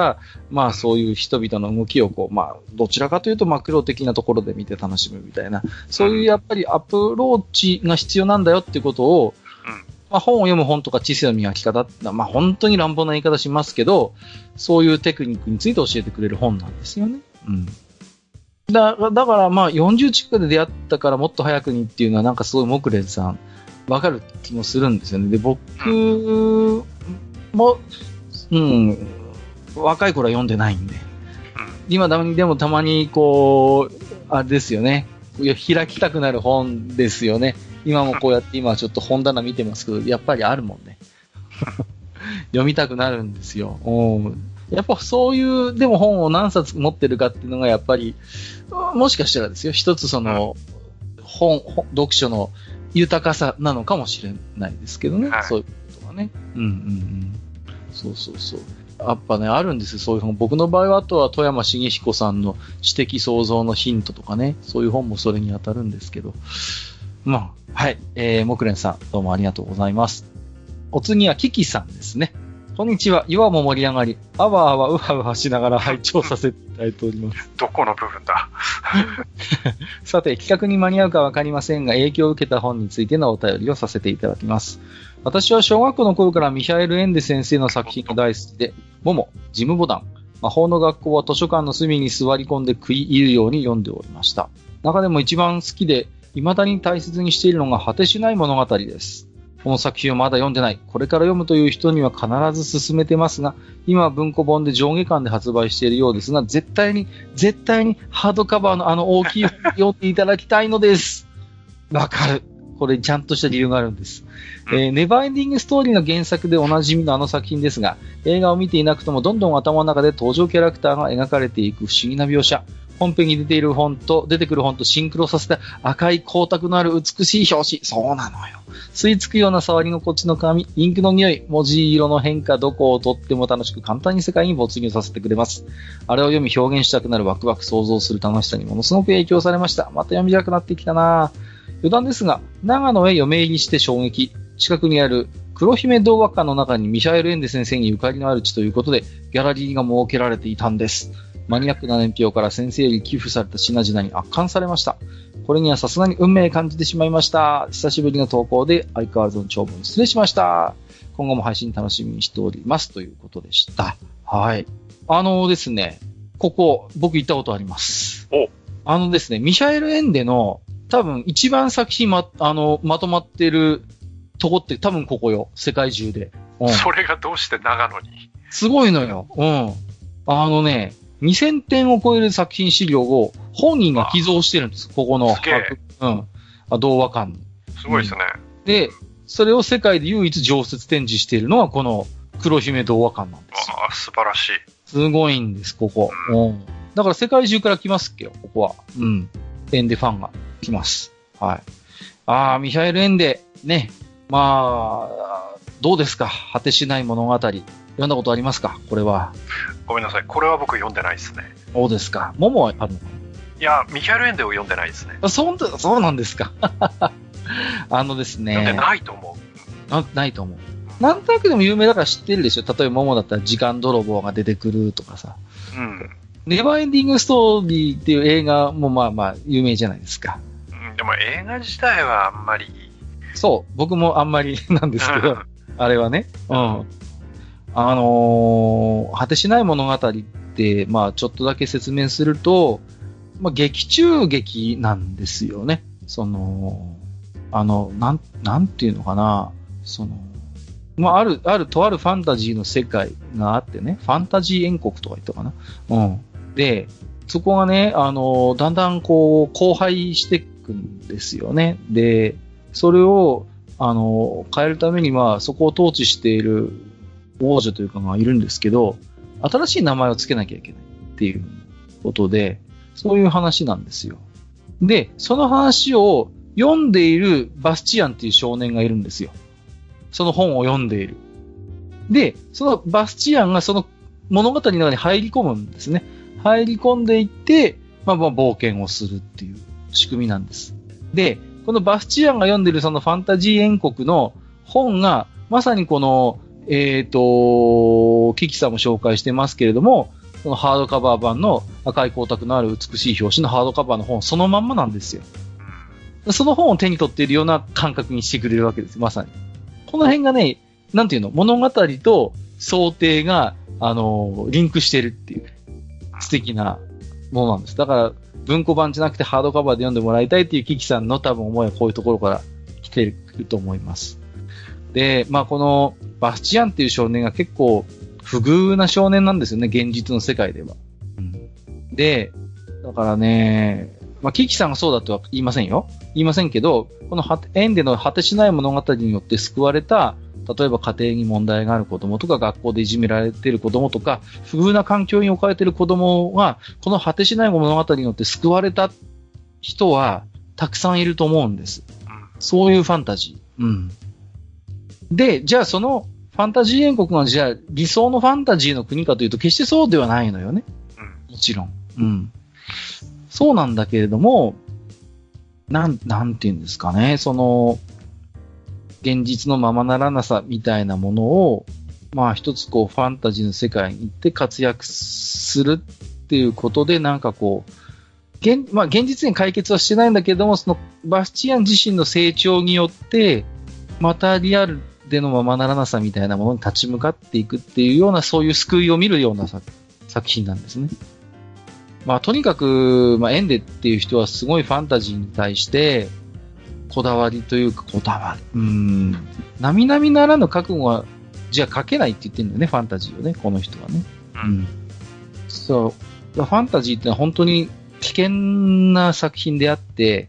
そういう人々の動きをどちらかというとマクロ的なところで見て楽しむみたいな、そういうやっぱりアプローチが必要なんだよっていうことを、本を読む本とか知性の磨き方ってのは、本当に乱暴な言い方しますけど、そういうテクニックについて教えてくれる本なんですよね。だから40近くで出会ったからもっと早くにっていうのはなんかすごい木蓮さんわかる気もするんですよね。で、僕も、若い頃は読んでないんで、今でもたまにあれですよね。開きたくなる本ですよね。今もこうやって今ちょっと本棚見てますけど、やっぱりあるもんね。読みたくなるんですよ。やっぱそういう、でも本を何冊持ってるかっていうのがやっぱり、もしかしたらですよ、一つ読書の豊かさなのかもしれないですけどね。そういうことはね。そう。やっぱね、あるんですよ、そういう本。僕の場合は、あとは富山茂彦さんの知的創造のヒントとかね、そういう本もそれに当たるんですけど。 まあ、はい。木蓮さん、どうもありがとうございます。お次はキキさんですね。こんにちは。岩も盛り上がり、あわあわうはうはしながら拝聴させていただいております。 どこの部分ださて、企画に間に合うかわかりませんが、影響を受けた本についてのお便りをさせていただきます。私は小学校の頃からミハエル・エンデ先生の作品が大好きで、モモ、ジムボダン、魔法の学校は図書館の隅に座り込んで食い入るように読んでおりました。中でも一番好きで、未だに大切にしているのが果てしない物語です。この作品をまだ読んでない、これから読むという人には必ず勧めてますが、今は文庫本で上下巻で発売しているようですが、絶対にハードカバーのあの大きい本を読んでいただきたいのです。わかる。これちゃんとした理由があるんです。ネバーエンディングストーリーの原作でおなじみのあの作品ですが、映画を見ていなくともどんどん頭の中で登場キャラクターが描かれていく不思議な描写。本編に出てくる本とシンクロさせた赤い光沢のある美しい表紙。そうなのよ。吸い付くような触り心地の紙、インクの匂い、文字色の変化、どこをとっても楽しく簡単に世界に没入させてくれます。あれを読み表現したくなるワクワク想像する楽しさにものすごく影響されました。また読みたくなってきたなぁ。余談ですが、長野へ嫁入りして衝撃。近くにある黒姫童話館の中にミハエル・エンデ先生にゆかりのある地ということで、ギャラリーが設けられていたんです。マニアックな年表から先生より寄付された品々に圧巻されました。これにはさすがに運命感じてしまいました。久しぶりの投稿で相変わらずの長文失礼しました。今後も配信楽しみにしておりますということでした。はい。ですね、ここ僕行ったことあります。ですね、ミハエル・エンデの多分一番作品まとまってるとこって多分ここよ。世界中で。 それがどうして長野に？ すごいのよ。2000点を超える作品資料を本人が寄贈してるんです。ここの。童話館に。 すごいですね。 で、それを世界で唯一常設展示しているのがこの黒姫童話館なんですよ。 素晴らしい。 すごいんです、ここ。だから世界中から来ますっけよ、ここは。エンデファンが来ます。はい。ミハエル・エンデ、ね。どうですか？果てしない物語。読んだことありますか？これは。 ごめんなさい。これは僕読んでないですね。 そうですか。モモはあるのかな？いや、ミハエル・エンデを読んでないですね。 そうなんですか。ですね。 読んでないと思う。 ないと思う。なんとなくでも有名だから知ってるでしょ。例えばモモだったら時間泥棒が出てくるとかさ。ネバーエンディングストーリーっていう映画も有名じゃないですか。 でも映画自体はあんまり。 そう。僕もあんまりなんですけど、あれはね。果てしない物語って、ちょっとだけ説明すると、劇中劇なんですよね。なんていうのかな。あるとあるファンタジーの世界があってね、ファンタジー遠国とか言ったかな。で、そこがね、だんだん荒廃していくんですよね。で、それを、変えるためにそこを統治している王女というかがいるんですけど、新しい名前を付けなきゃいけないっていうことで、そういう話なんですよ。で、その話を読んでいるバスチアンっていう少年がいるんですよ。その本を読んでいる。で、そのバスチアンがその物語の中に入り込むんですね。入り込んでいって、冒険をするっていう仕組みなんです。で、このバスチアンが読んでいるそのファンタジー遠国の本が、まさにこの、キキさんも紹介してますけれども、そのハードカバー版の赤い光沢のある美しい表紙のハードカバーの本そのまんまなんですよ。その本を手に取っているような感覚にしてくれるわけです。まさに。この辺がね、なんていうの、物語と想定が、リンクしてるっていう素敵なものなんです。だから、文庫版じゃなくてハードカバーで読んでもらいたいっていうキキさんの多分思いはこういうところから来てると思います。で、このバスチアンっていう少年が結構不遇な少年なんですよね、現実の世界では。で、だからね、キキさんがそうだとは言いませんよ。言いませんけど、このエンデの果てしない物語によって救われた、例えば家庭に問題がある子供とか学校でいじめられている子供とか、不遇な環境に置かれている子供が、この果てしない物語によって救われた人はたくさんいると思うんです。そういうファンタジー。で、じゃあそのファンタジー遠国がじゃあ理想のファンタジーの国かというと決してそうではないのよね。もちろん。そうなんだけれども、 なんていうんですかね、その、現実のままならなさみたいなものを、まあ一つこうファンタジーの世界に行って活躍するっていうことで、なんかこう、現実に解決はしてないんだけども、そのバスチアン自身の成長によって、またリアルでのままならなさみたいなものに立ち向かっていくっていうような、そういう救いを見るような作品なんですね。まあとにかく、エンデっていう人はすごいファンタジーに対して、こだわりというか、並々ならぬ覚悟は、じゃあ書けないって言ってるんだよね、ファンタジーをね、この人はね。そう。ファンタジーってのは本当に危険な作品であって、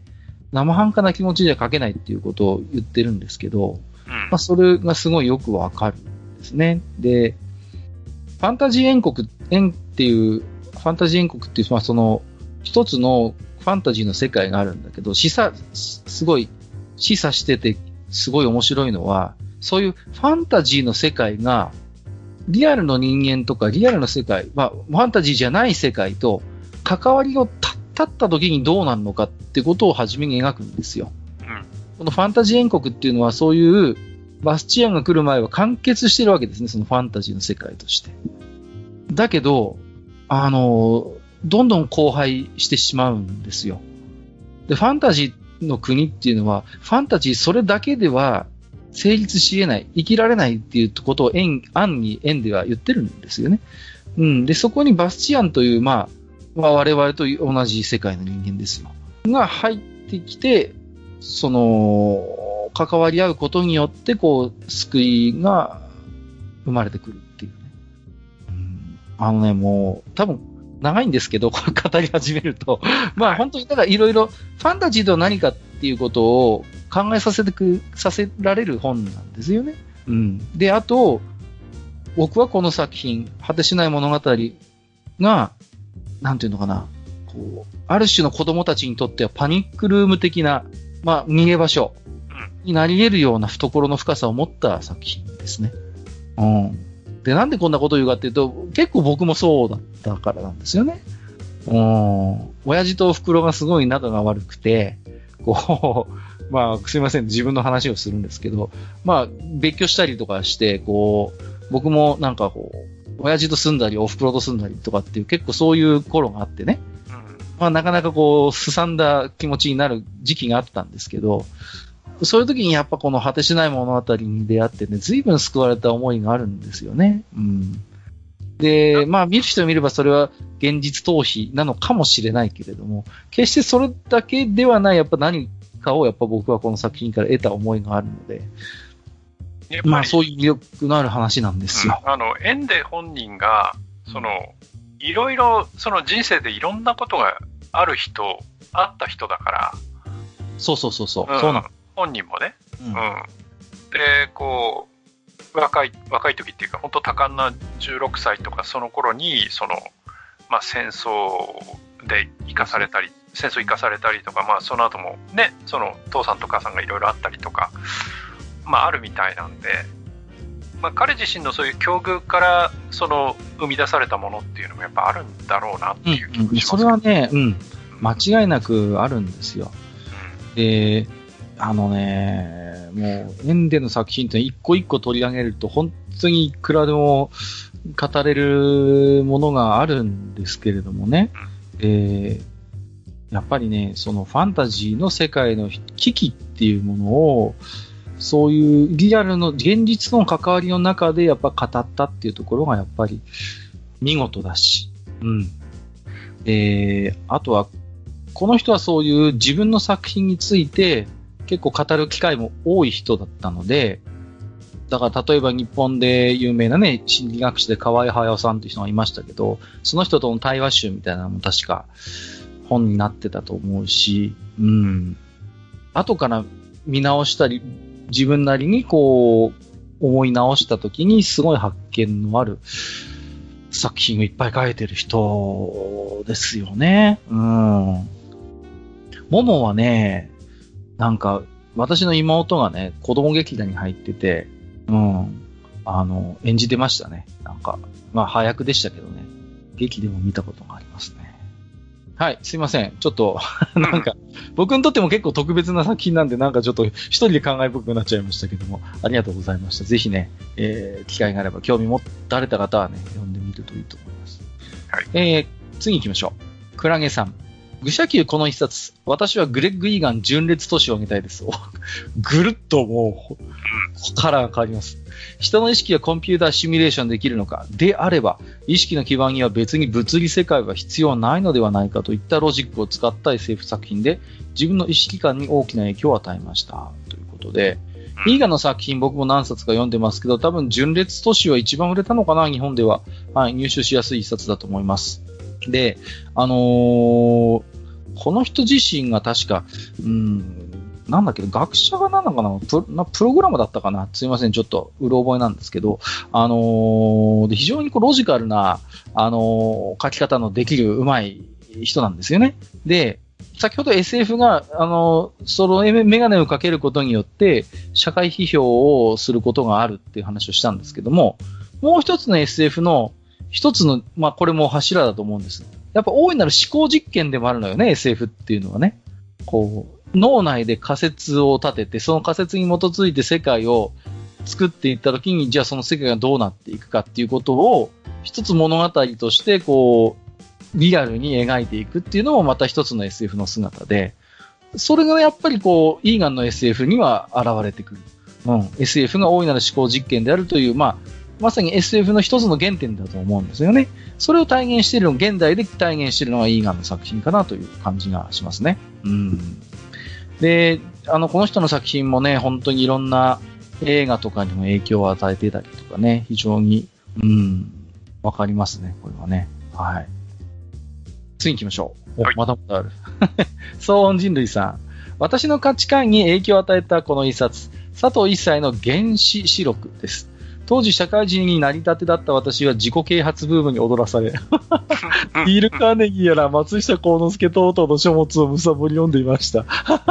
生半可な気持ちじゃ書けないっていうことを言ってるんですけど、それがすごいよくわかるんですね。で、ファンタジー王国っていう、その、一つのファンタジーの世界があるんだけど、すごい、示唆してて、すごい面白いのは、そういうファンタジーの世界が、リアルの人間とかリアルの世界、ファンタジーじゃない世界と関わりを立った時にどうなるのかってことを初めに描くんですよ。このファンタジー王国っていうのはそういうバスチアンが来る前は完結してるわけですね、そのファンタジーの世界として。だけど、どんどん荒廃してしまうんですよ。で、ファンタジーの国っていうのは、ファンタジーそれだけでは成立し得ない、生きられないっていうことを暗に円では言ってるんですよね。で、そこにバスチアンという、我々と同じ世界の人間ですよ。が入ってきて、その、関わり合うことによって、こう、救いが生まれてくるっていうね。もう、多分、長いんですけど、これ語り始めると。本当に、だからいろいろ、ファンタジーとは何かっていうことを考えさせられる本なんですよね。で、あと、僕はこの作品、果てしない物語が、なんていうのかな、こう、ある種の子供たちにとってはパニックルーム的な、逃げ場所になり得るような懐の深さを持った作品ですね。で、なんでこんなことを言うかっていうと、結構僕もそうだったからなんですよね。親父とお袋がすごい仲が悪くて、こう、すいません、自分の話をするんですけど、別居したりとかして、こう、僕もなんかこう、親父と住んだり、お袋と住んだりとかっていう結構そういう頃があってね。なかなかこう、すさんだ気持ちになる時期があったんですけど、そういう時にやっぱこの果てしない物語に出会ってね、随分救われた思いがあるんですよね。で、見る人を見ればそれは現実逃避なのかもしれないけれども、決してそれだけではない、やっぱ何かをやっぱ僕はこの作品から得た思いがあるので、そういう魅力のある話なんですよ。 エンデ本人が、いろいろ、その人生でいろんなことがあった人だから。 そう。そうなの。 本人もね。で、こう、若い時っていうか、本当多感な16歳とかその頃に、戦争生かされたりとか、その後もね、その父さんと母さんがいろいろあったりとか、あるみたいなんで、彼自身のそういう境遇から生み出されたものっていうのもやっぱあるんだろうなっていう気がします。 それはね、間違いなくあるんですよ。で、もうエンデの作品って一個一個取り上げると本当にいくらでも語れるものがあるんですけれどもね。やっぱりね、そのファンタジーの世界の危機っていうものをそういうリアルの現実の関わりの中でやっぱ語ったっていうところがやっぱり見事だし、あとはこの人はそういう自分の作品について結構語る機会も多い人だったので、だから例えば日本で有名なね、心理学者で河合隼さんという人がいましたけど、その人との対話集みたいなのも確か本になってたと思うし、後から見直したり、自分なりにこう思い直したときにすごい発見のある作品をいっぱい書いてる人ですよね。ももはね、なんか私の妹がね、子供劇団に入ってて、演じてましたね。なんか、早くでしたけどね。劇でも見たことがありますね。 はい、すいません。ちょっと、なんか、僕にとっても結構特別な作品なんで、なんかちょっと一人で考え深くなっちゃいましたけども、ありがとうございました。ぜひね、機会があれば興味持たれた方はね、読んでみるといいと思います。はい。次行きましょう。クラゲさん。愚者級この一冊。私はグレッグ・イーガン純烈都市を挙げたいです。ぐるっともう、カラーが変わります。人の意識がコンピューターシミュレーションできるのかであれば、意識の基盤には別に物理世界は必要ないのではないかといったロジックを使った SF 作品で、自分の意識観に大きな影響を与えました。ということで、イーガンの作品僕も何冊か読んでますけど、多分純烈都市は一番売れたのかな、日本では。はい、入手しやすい一冊だと思います。で、この人自身が確か、なんだっけ、学者が何なのかな、プログラムだったかな、すいません、ちょっとうろ覚えなんですけど、で非常にロジカルな、書き方のできる上手い人なんですよね。で、先ほど SF が、そのメガネをかけることによって、社会批評をすることがあるっていう話をしたんですけども、もう一つの SF の一つの、これも柱だと思うんです。やっぱ大いなる思考実験でもあるのよね、SF っていうのはね。脳内で仮説を立てて、その仮説に基づいて世界を作っていったときに、じゃあその世界がどうなっていくかっていうことを、一つ物語として、リアルに描いていくっていうのもまた一つの SF の姿で、それがやっぱりイーガンの SF には現れてくる。SF が大いなる思考実験であるという、まさに SF の一つの原点だと思うんですよね。それを体現しているの、現代で体現しているのがイーガンの作品かなという感じがしますね。で、この人の作品もね、本当にいろんな映画とかにも影響を与えていたりとかね、非常に、わかりますね、これはね。はい。次行きましょう。まだまだある。騒音人類さん。私の価値観に影響を与えたこの一冊、佐藤一切の原始史録です。当時社会人になりたてだった私は自己啓発ブームに踊らされ、ビール・カーネギーやら松下幸之助等々の書物をむさぼり読んでいました。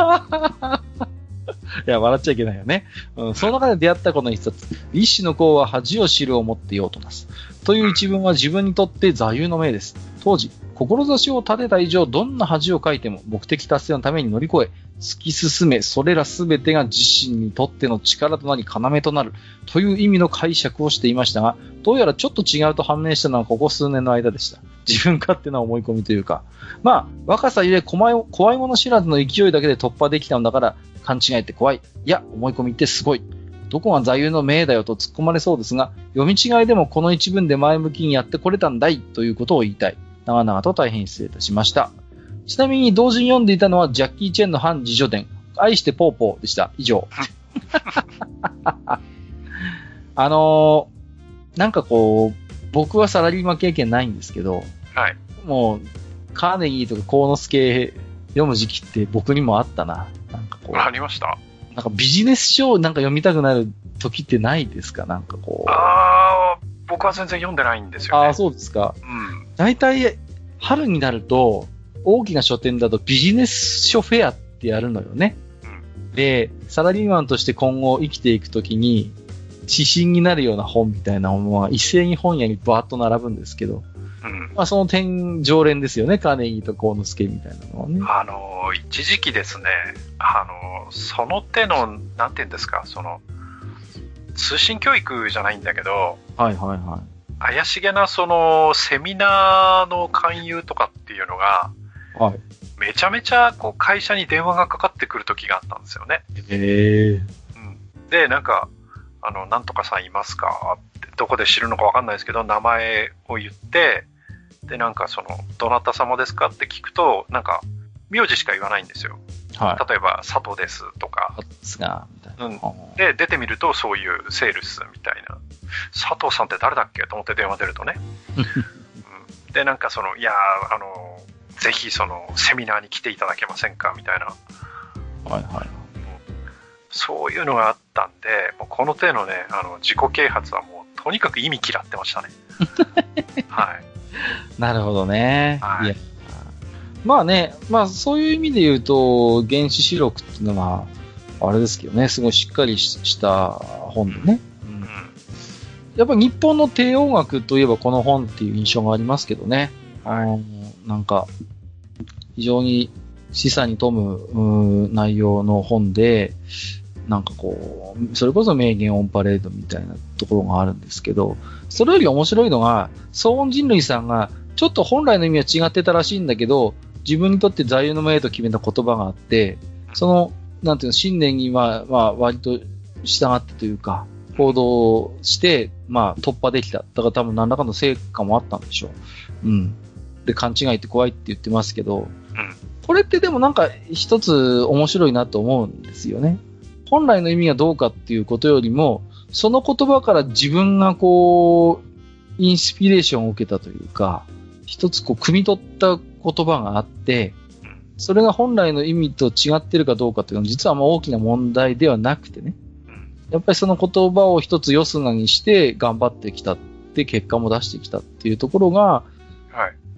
いや、笑っちゃいけないよね。その中で出会ったこの一冊、一種の功は恥を知るをもって用となす。という一文は自分にとって座右の銘です。当時、志を立てた以上、どんな恥をかいても目的達成のために乗り越え、突き進め、それらすべてが自身にとっての力となり要となるという意味の解釈をしていましたが、どうやらちょっと違うと判明したのはここ数年の間でした。自分勝手な思い込みというか、若さゆえ怖いもの知らずの勢いだけで突破できたんだから、勘違いって怖い。いや、思い込みってすごい。どこが座右の銘だよと突っ込まれそうですが、読み違いでもこの一文で前向きにやってこれたんだいということを言いたい。長々と大変失礼いたしました。ちなみに同時に読んでいたのはジャッキー・チェンの反自叙伝、愛してポーポーでした。以上。なんか僕はサラリーマン経験ないんですけど、 はい。 もう、カーネギーとか幸之助読む時期って僕にもあったな。なんかありました。 なんかビジネス書をなんか読みたくなる時ってないですか？なんか僕は全然読んでないんですよね。 そうですか。大体、春になると、大きな書店だとビジネス書フェアってやるのよね。で、サラリーマンとして今後生きていくときに、指針になるような本みたいなものは一斉に本屋にバーッと並ぶんですけど、その点常連ですよね、カーネギーと幸之助みたいなのはね。 一時期ですね、その手の、なんていうんですか、通信教育じゃないんだけど、怪しげなセミナーの勧誘とかっていうのが、めちゃめちゃ会社に電話がかかってくる時があったんですよね。で、なんか、なんとかさんいますかって、どこで知るのかわかんないですけど、名前を言って、で、なんかどなた様ですかって聞くと、なんか、名字しか言わないんですよ。例えば、佐藤ですとか。で、出てみると、そういうセールスみたいな。佐藤さんって誰だっけと思って電話出るとね。で、なんかいやぜひセミナーに来ていただけませんかみたいな。そういうのがあったんで、もうこの手のね、自己啓発はもう、とにかく意味嫌ってましたね。 なるほどね。いやそういう意味で言うと、原始史録っていうのは、あれですけどね、すごいしっかりした本でね。やっぱり日本の帝王学といえばこの本っていう印象がありますけどね。なんか、 非常に示唆に富む内容の本で、なんかこう、それこそ名言オンパレードみたいなところがあるんですけど、それより面白いのが、ソーン人類さんが、ちょっと本来の意味は違ってたらしいんだけど、自分にとって座右の銘と決めた言葉があって、その、なんていうの、信念には、割と従ってというか、行動して、突破できた。だから多分何らかの成果もあったんでしょう。うん。で、勘違いって怖いって言ってますけど、これってでもなんか一つ面白いなと思うんですよね。本来の意味がどうかっていうことよりも、その言葉から自分がこう、インスピレーションを受けたというか、一つこう、汲み取った言葉があって、それが本来の意味と違ってるかどうかっていうのは実は大きな問題ではなくてね。やっぱりその言葉を一つよすがにして頑張ってきたって結果も出してきたっていうところが、はい。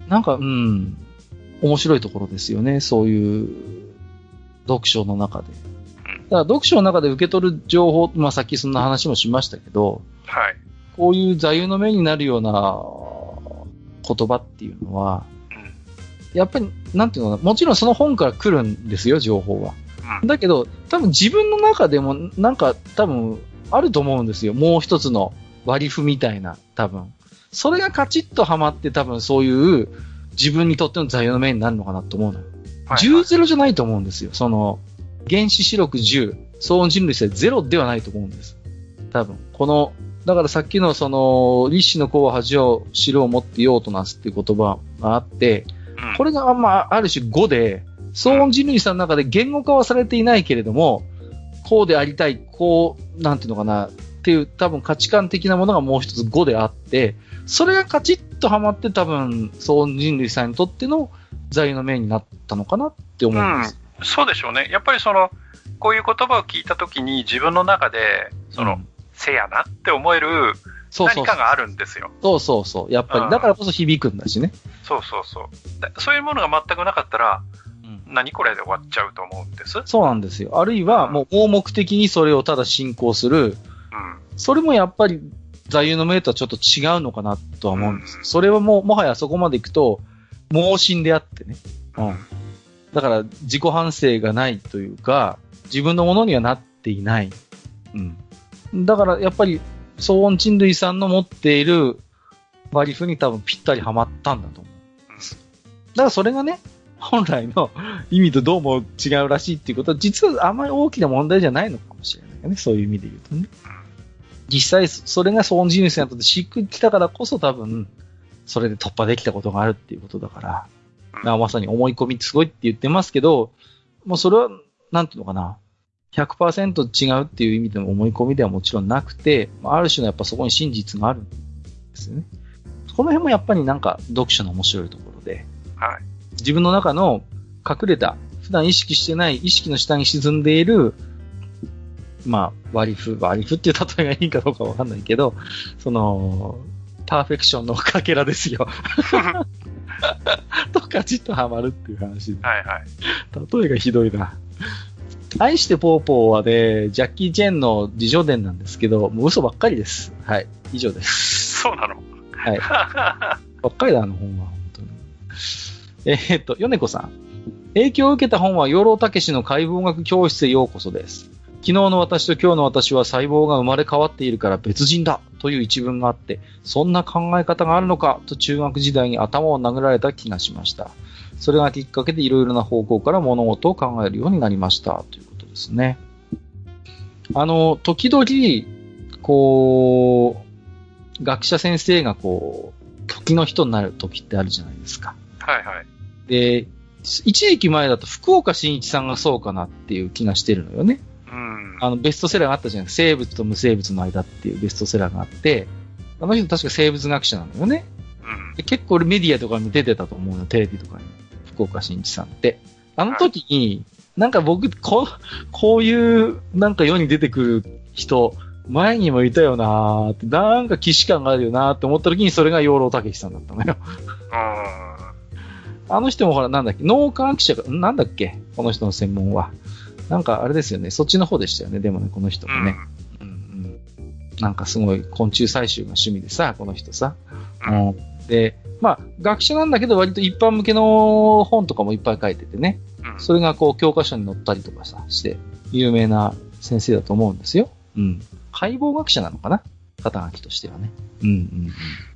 なんか、面白いところですよね。そういう読書の中で。だから読書の中で受け取る情報、さっきそんな話もしましたけど、はい。こういう座右の銘になるような言葉っていうのは、やっぱり、なんていうのかな、もちろんその本から来るんですよ、情報は。だけど、多分自分の中でも、なんか多分あると思うんですよ。もう一つの割り符みたいな、多分。それがカチッとはまって多分そういう自分にとっての座右の銘になるのかなと思うのよ。10-0じゃないと思うんですよ。その、原子視力10、総人類性0ではないと思うんです。多分。だからさっきのその、立志の功を恥を知るをもって用となすっていう言葉があって、これがある種5で、総人類さんの中で言語化はされていないけれども、こうでありたい、こう、なんていうのかな、っていう多分価値観的なものがもう一つ5であって、それがカチッとはまって多分、総人類さんにとっての座右の銘になったのかなって思うんです。 そうでしょうね。やっぱりこういう言葉を聞いたときに自分の中で、せやなって思える何かがあるんですよ。 そう。やっぱり、だからこそ響くんだしね。 そう。そういうものが全くなかったら、何これで終わっちゃうと思うんです。 そうなんですよ。あるいは、もう盲目的にそれをただ信仰する。それもやっぱり座右の銘とはちょっと違うのかなとは思うんです。それはもはやそこまでいくと、盲信であってね。だから自己反省がないというか、自分のものにはなっていない。だからやっぱり、総音人類さんの持っている割り符に多分ぴったりはまったんだと思うんです。だからそれがね、本来の意味とどうも違うらしいっていうことは、実はあんまり大きな問題じゃないのかもしれないよね。そういう意味で言うとね。実際、それが総音人類さんにとってしっくりきたからこそ多分、それで突破できたことがあるっていうことだから、まさに思い込みってすごいって言ってますけど、もうそれは、なんていうのかな。100% 違うっていう意味での思い込みではもちろんなくて、ある種のやっぱそこに真実があるんですよね。この辺もやっぱりなんか読書の面白いところで、はい、自分の中の隠れた、普段意識してない意識の下に沈んでいる、割り符っていう例えがいいかどうかわかんないけど、パーフェクションのかけらですよ。とカチッとハマるっていう話で。例えがひどいな。愛してポーポーはね、ジャッキー・チェンの自叙伝なんですけど、もう嘘ばっかりです。はい。以上です。 そうなの？ はい。ばっかりだ、あの本は。本当に。米子さん。影響を受けた本は、養老たけしの解剖学教室へようこそです。昨日の私と今日の私は細胞が生まれ変わっているから別人だという一文があって、そんな考え方があるのかと中学時代に頭を殴られた気がしました。それがきっかけでいろいろな方向から物事を考えるようになりましたということですね。時々、学者先生が時の人になる時ってあるじゃないですか。 はいはい。 で、一時期前だと福岡伸一さんがそうかなっていう気がしてるのよね。ベストセラーがあったじゃないですか。生物と無生物の間っていうベストセラーがあって、あの人確か生物学者なのよね。で結構メディアとかに出てたと思うの、テレビとかに。福岡伸一さんって。あの時に、なんか僕、こういう、なんか世に出てくる人、前にもいたよなーって、なんか既視感があるよなーって思った時にそれが養老たけしさんだったのよ。あの人もほら、なんだっけ、脳科学者か、なんだっけ、この人の専門は。なんかあれですよね、そっちの方でしたよね、でもね、この人もね。なんかすごい昆虫採集が趣味でさ、この人さ。 で、まあ、学者なんだけど割と一般向けの本とかもいっぱい書いててね。それがこう教科書に載ったりとかさ、して、有名な先生だと思うんですよ。うん。解剖学者なのかな？肩書きとしてはね。うんうんうん。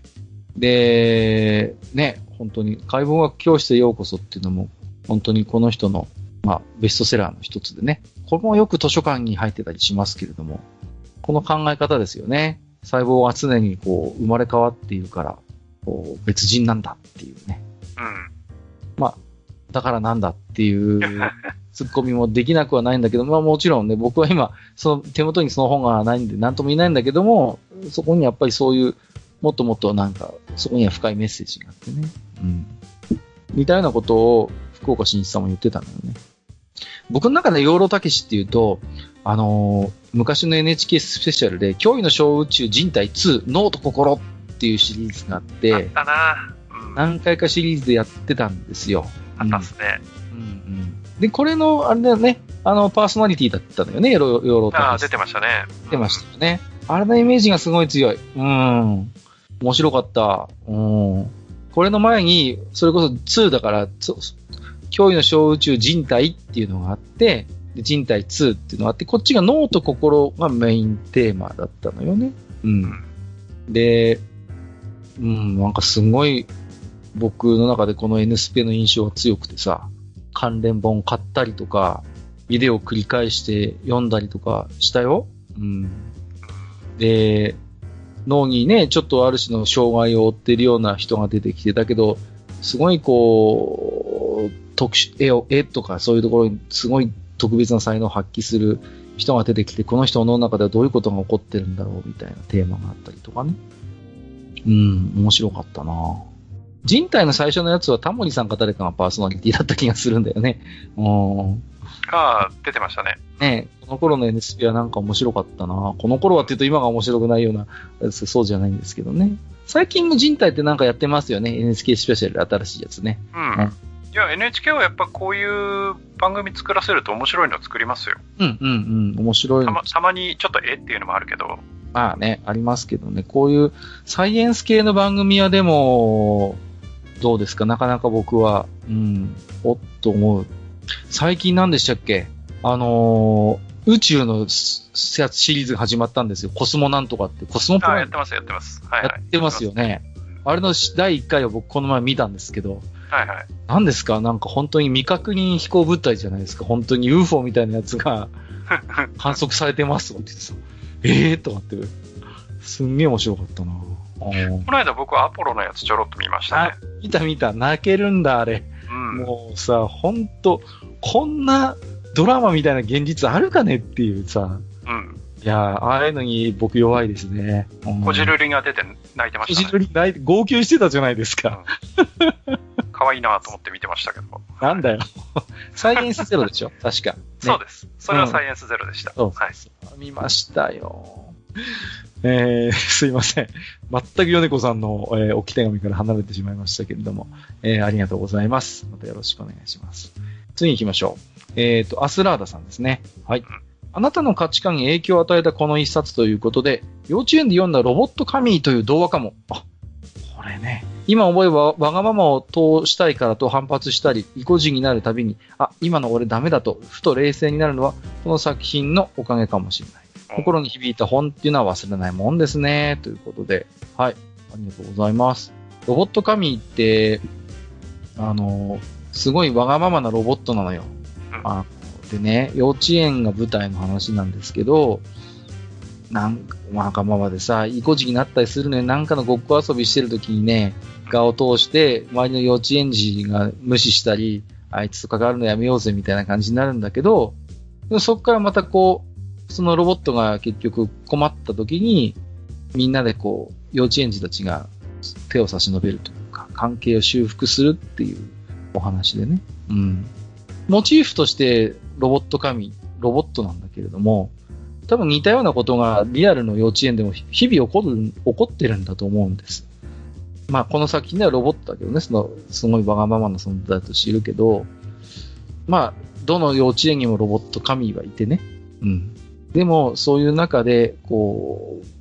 で、ね、本当に解剖学教室へようこそっていうのも、本当にこの人の、まあ、ベストセラーの一つでね。これもよく図書館に入ってたりしますけれども、この考え方ですよね。細胞は常にこう、生まれ変わっているから、こう、別人なんだっていうね。 うん。 まあ、だからなんだっていうツッコミもできなくはないんだけど、まあもちろんね、僕は今、その手元にその本がないんで何とも言えないんだけども、そこにやっぱりそういう、もっともっとなんか、そこには深いメッセージがあってね。うん。似たようなことを福岡伸一さんも言ってたんだよね。僕の中で養老たけしっていうと、昔の NHK スペシャルで、驚異の小宇宙人体2、脳と心っていうシリーズがあって、 あったな、 うん、何回かシリーズでやってたんですよ。 あったっすね。 うんうん。で、これの、あれだよね、パーソナリティだったのよね、養老たけし。 ああ、出てましたね。 出ましたよね。あれのイメージがすごい強い。うん。面白かった。うん。これの前に、それこそ2だから、驚異の小宇宙人体っていうのがあって、で人体2っていうのがあって、こっちが脳と心がメインテーマだったのよね。うん。で、うん、なんかすごい僕の中でこの N スペの印象が強くてさ、関連本買ったりとか、ビデオを繰り返して読んだりとかしたよ。うん。で、脳にね、ちょっとある種の障害を負っているような人が出てきて、だけど、すごいこう、特殊、絵とかそういうところにすごい特別な才能を発揮する人が出てきて、この人の脳の中ではどういうことが起こってるんだろうみたいなテーマがあったりとかね。うん、面白かったな。人体の最初のやつはタモリさんか誰かがパーソナリティだった気がするんだよね。 ああ、出てましたね。 ねえ、この頃の NSP はなんか面白かったな。この頃はって言うと今が面白くないような、そうじゃないんですけどね。最近の人体ってなんかやってますよね。NHK スペシャルで新しいやつね。 うん。いや、NHK はやっぱこういう番組作らせると面白いの作りますよ。 うんうんうん。面白い。 たまにちょっとっていうのもあるけど。 まあね、ありますけどね。こういうサイエンス系の番組はでも、どうですか？なかなか僕は、おっと思う。最近何でしたっけ？宇宙のシリーズが始まったんですよ。コスモなんとかって。コスモプライム。 やってます。はいはい。 やってますよね。あれの第1回を僕この前見たんですけど。 はいはい。 何ですか？なんか本当に未確認飛行物体じゃないですか。本当に UFO みたいなやつが観測されてますとかって言ってとかって。すんげえ面白かったな。 この間僕はアポロのやつちょろっと見ましたね。 見た。泣けるんだ、あれ。うん、もうさ、ほんと、こんなドラマみたいな現実あるかねっていうさ。 うん。 いやー、ああいうのに僕弱いですね。 こじるりが出て泣いてましたね。 こじるり泣いて、号泣してたじゃないですか。 可愛いなと思って見てましたけど。 なんだよ。サイエンスゼロでしょ確か、ね。 そうです。それはサイエンスゼロでした。 はい。見ましたよ。すいません。全く米子さんの、置き手紙から離れてしまいましたけれども、ありがとうございます。またよろしくお願いします。次行きましょう。アスラーダさんですね。はい。あなたの価値観に影響を与えたこの一冊ということで、幼稚園で読んだロボットカミーという童話かも。これね。今思えばわがままを通したいからと反発したり、意固地になるたびに、今の俺ダメだと、ふと冷静になるのは、この作品のおかげかもしれない。心に響いた本っていうのは忘れないもんですね。ということで。はい。ありがとうございます。ロボットカミーって、すごいわがままなロボットなのよ。でね、幼稚園が舞台の話なんですけど、なんかわがままでさ、意固地になったりするのになんかのごっこ遊びしてる時にね、画を通して周りの幼稚園児が無視したり、あいつと関わるのやめようぜみたいな感じになるんだけど、そこからまたこう、そのロボットが結局困った時に、みんなでこう、幼稚園児たちが手を差し伸べるというか、関係を修復するっていうお話でね。うん。モチーフとしてロボットなんだけれども、多分似たようなことがリアルの幼稚園でも日々起こってるんだと思うんです。まあこの作品ではロボットだけどね、すごいわがままな存在だと知るけど、まあ、どの幼稚園にもロボット神はいてね。うん。でも、そういう中で、こう、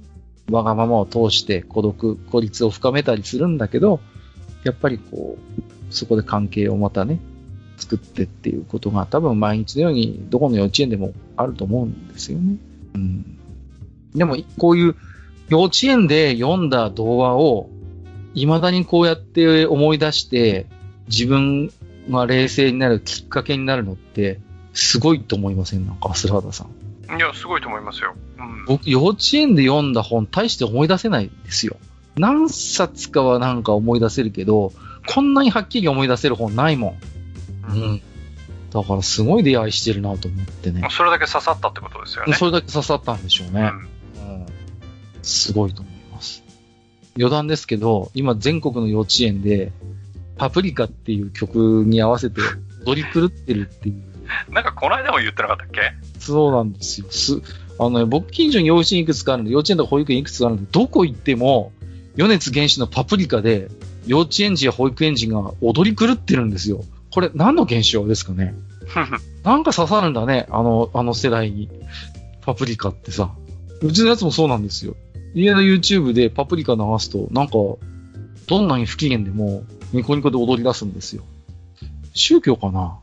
わがままを通して孤立を深めたりするんだけど、やっぱりこう、そこで関係をまたね、作ってっていうことが多分毎日のようにどこの幼稚園でもあると思うんですよね。うん。でも、こういう幼稚園で読んだ童話を未だにこうやって思い出して自分が冷静になるきっかけになるのってすごいと思いません？なんか、アスラーダさん。 いや、すごいと思いますよ。 うん、僕、幼稚園で読んだ本、大して思い出せないんですよ。何冊かはなんか思い出せるけど、こんなにはっきり思い出せる本ないもん。うん。だからすごい出会いしてるなと思ってね。 それだけ刺さったってことですよね。 それだけ刺さったんでしょうね。うん。すごいと思います。余談ですけど、今全国の幼稚園で、パプリカっていう曲に合わせて踊り狂ってるっていう。 なんかこの間も言ってなかったっけ？ そうなんですよ。僕近所に幼稚園いくつかあるんで、幼稚園とか保育園いくつかあるんで、どこ行っても、米津玄師のパプリカで、幼稚園児や保育園児が踊り狂ってるんですよ。これ何の現象ですかね？なんか刺さるんだね、あの世代に。パプリカってさ。うちのやつもそうなんですよ。家の YouTube でパプリカ流すと、なんか、どんなに不機嫌でも、ニコニコで踊り出すんですよ。宗教かな？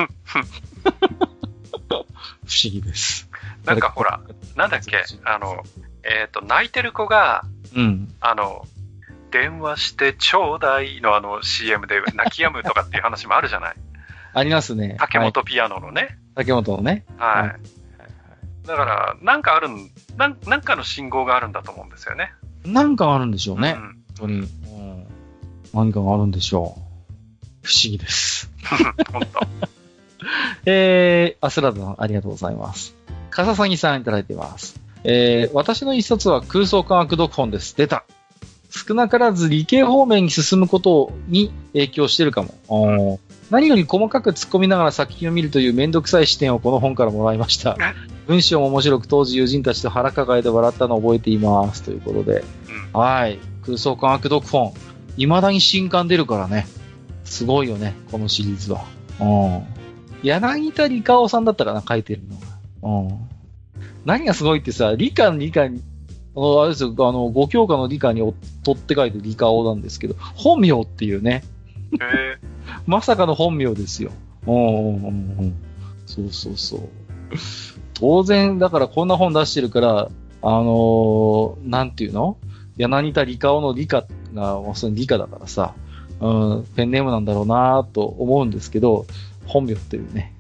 不思議です。 なんかほら、なんだっけ、泣いてる子が、 うん。 電話してちょうだいのCM で泣き止むとかっていう話もあるじゃない？ ありますね。 竹本ピアノのね。はい、 竹本のね。 はい。だから、なんかの信号があるんだと思うんですよね。 なんかあるんでしょうね。 うん、 本当に、うん。何かがあるんでしょう。不思議です。 本当。 アスラーダさん、ありがとうございます。かささぎさんいただいています。私の一冊は空想科学読本です。出た。少なからず理系方面に進むことに影響しているかも。何より細かく突っ込みながら作品を見るというめんどくさい視点をこの本からもらいました。文章も面白く当時友人たちと腹抱えて笑ったのを覚えています。ということで。はい。空想科学読本。未だに新刊出るからね。すごいよね。このシリーズは。柳田理香さんだったかな、書いてるのが。何がすごいってさ、理科に、あれですよ、5教科の理科に取って書いて理香なんですけど、本名っていうね。まさかの本名ですよ。そうそうそう。当然、だからこんな本出してるから、なんていうの？柳田理香の理科が、その理科だからさ、ペンネームなんだろうなと思うんですけど、本名っていうね。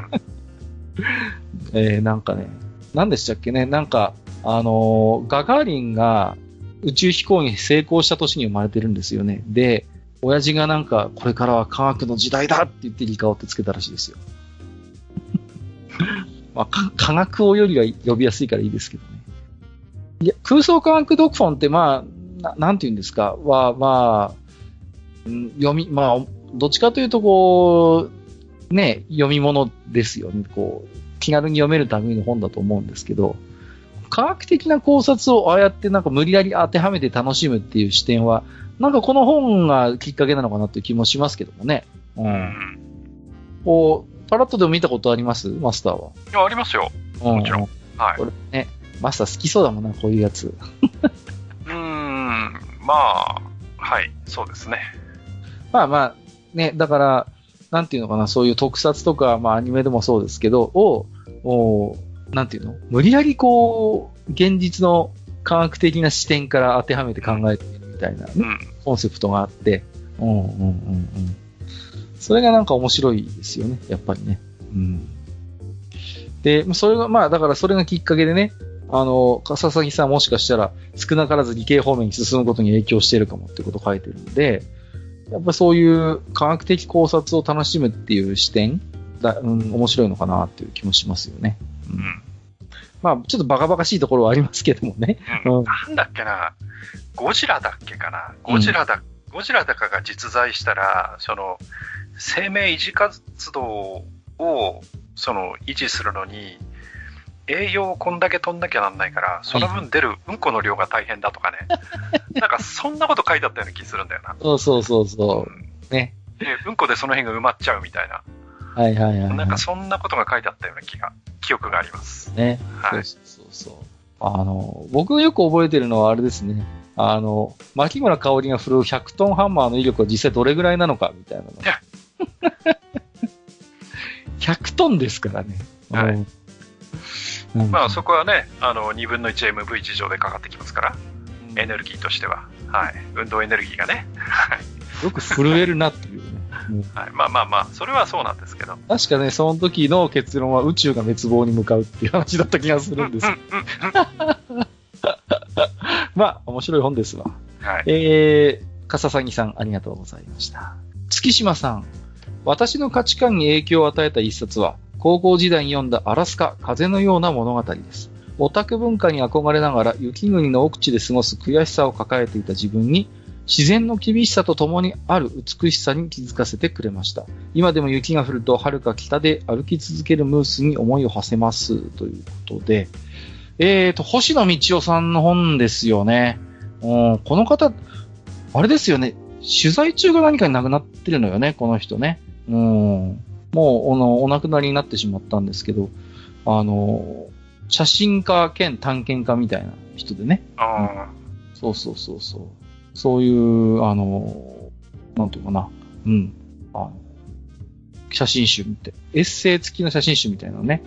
なんかね、何でしたっけね、なんか、ガガーリンが宇宙飛行に成功した年に生まれてるんですよね。で、親父がなんか、これからは科学の時代だって言って理科をってつけたらしいですよ。まあ、科学をよりは呼びやすいからいいですけどね。いや、空想科学読本って、まあ、なんて言うんですか、まあ、まあ、どっちかというと、こう、ね、読み物ですよね。こう、気軽に読める類の本だと思うんですけど、科学的な考察をああやってなんか無理やり当てはめて楽しむっていう視点は、なんかこの本がきっかけなのかなっていう気もしますけどもね。こう、パラッとでも見たことありますマスターは。 いや、ありますよ。もちろん。はい。 これね、マスター好きそうだもんな、こういうやつ。 まあ、はい、そうですね。 まあ、ね、だから、なんていうのかな、そういう特撮とか、まあアニメでもそうですけど、なんていうの？無理やりこう、現実の科学的な視点から当てはめて考えてみるみたいな、ねコンセプトがあって、それがなんか面白いですよね、やっぱりね。で、それが、まあだからそれがきっかけでね、笠崎さんもしかしたら少なからず理系方面に進むことに影響しているかもってことを書いてるんで、やっぱそういう科学的考察を楽しむっていう視点が、面白いのかなっていう気もしますよね。まあ、ちょっとバカバカしいところはありますけどもね。 なんだっけな、ゴジラだっけかな。ゴジラだかが実在したら、生命維持活動を、維持するのに、栄養をこんだけ取んなきゃなんないから、その分出るうんこの量が大変だとかね。なんかそんなこと書いてあったような気するんだよな。 そう。ね。 で、うんこでその辺が埋まっちゃうみたいな。 はい。 なんかそんなことが書いてあったような記憶があります。 ね。 はい。 そう。 僕がよく覚えてるのはあれですね。牧村香織が振るう100トンハンマーの威力は実際どれぐらいなのかみたいなの。100トンですからね。 はい。まあそこはね、2分の 1MV 事情でかかってきますから、エネルギーとしては。はい。運動エネルギーがね。 よく震えるなっていうね。 はい、まあ、それはそうなんですけど。 確かね、その時の結論は宇宙が滅亡に向かうっていう話だった気がするんです。まあ、面白い本ですわ。 はい。 笠崎さん、ありがとうございました。月島さん、私の価値観に影響を与えた一冊は、高校時代に読んだアラスカ、風のような物語です。オタク文化に憧れながら雪国の奥地で過ごす悔しさを抱えていた自分に、自然の厳しさとともにある美しさに気づかせてくれました。今でも雪が降ると遥か北で歩き続けるムースに思いを馳せますということで、星野道夫さんの本ですよね。この方、あれですよね。取材中が何かに亡くなってるのよね、この人ね。もうお亡くなりになってしまったんですけど、写真家兼探検家みたいな人でね。そう。そういう、なんていうかな。写真集みたい。エッセイ付きの写真集みたいなね。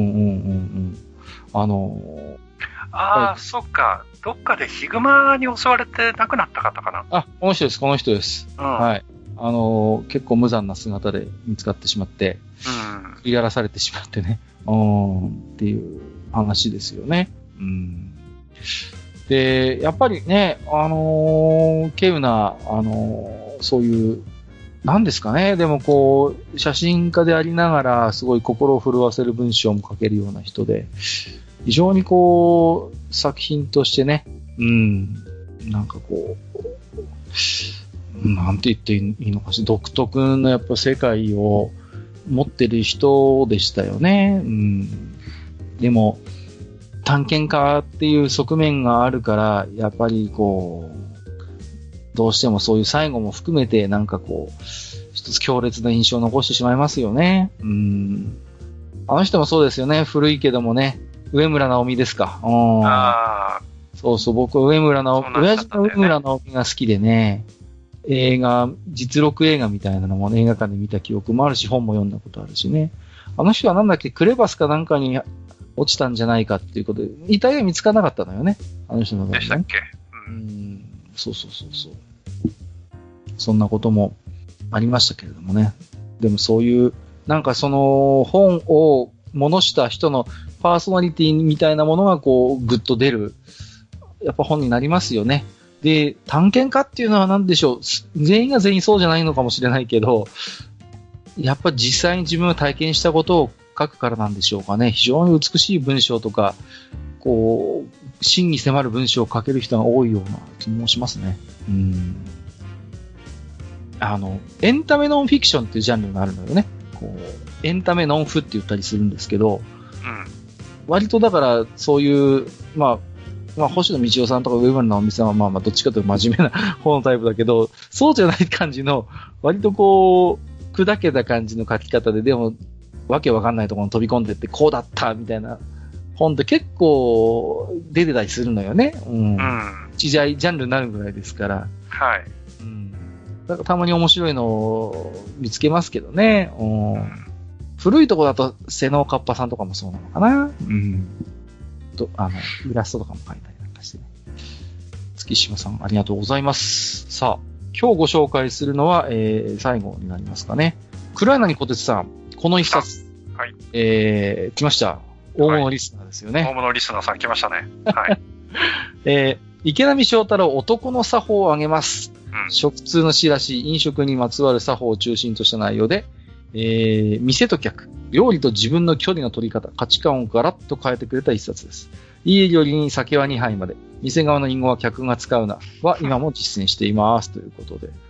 そっか。どっかでヒグマに襲われて亡くなった方かな。 この人です。はい。結構無残な姿で見つかってしまって、やらされてしまってね。っていう話ですよね。で、やっぱりね、稀有な、そういう、なんですかね、でもこう、写真家でありながら、すごい心を震わせる文章も書けるような人で、非常にこう、作品としてね、なんかこう、なんて言っていいのかしら、独特のやっぱ世界を持ってる人でしたよね。でも、探検家っていう側面があるから、やっぱりこう、どうしてもそういう最後も含めてなんかこう、一つ強烈な印象を残してしまいますよね。あの人もそうですよね。古いけどもね。上村直美ですか。そう、僕は親父の上村直美が好きでね、実録映画みたいなのも、ね、映画館で見た記憶もあるし、本も読んだことあるしね。あの人はなんだっけ、クレバスかなんかに落ちたんじゃないかっていうことで、遺体が見つからなかったのよね。あの人の場合ね。 でしたっけ？ そう。そんなこともありましたけれどもね。でもそういう、なんかその本を物した人のパーソナリティみたいなものがこう、ぐっと出る、やっぱ本になりますよね。で、探検家っていうのは何でしょう。全員が全員そうじゃないのかもしれないけど、やっぱ実際に自分が体験したことを書くからなんでしょうかね。非常に美しい文章とか、こう、真に迫る文章を書ける人が多いような気もしますね。エンタメノンフィクションっていうジャンルがあるのよね。こう、エンタメノンフって言ったりするんですけど、割とだからそういう、まあ、星野道夫さんとか上村直美さんはどっちかというと真面目な方のタイプだけど、そうじゃない感じの、割とこう、砕けた感じの書き方で、でも、わけわかんないところに飛び込んでって、こうだったみたいな本って結構出てたりするのよね。ジャンルになるぐらいですから。 はい。 だからたまに面白いのを見つけますけどね。古いとこだと、瀬能かっぱさんとかもそうなのかな。イラストとかも描いたりなんかしてね。月島さん、ありがとうございます。さあ、今日ご紹介するのは、最後になりますかね。黒柳小鉄さん、この一冊。 はい。 来ました。大物リスナーですよね。 大物リスナーさん来ましたね。はい。 池波正太郎、男の作法をあげます。食通の詩らしい飲食にまつわる作法を中心とした内容で、店と客、料理と自分の距離の取り方、価値観をガラッと変えてくれた一冊です。いい料理に酒は2杯まで、店側の隠語は客が使うな、は今も実践しています。ということで。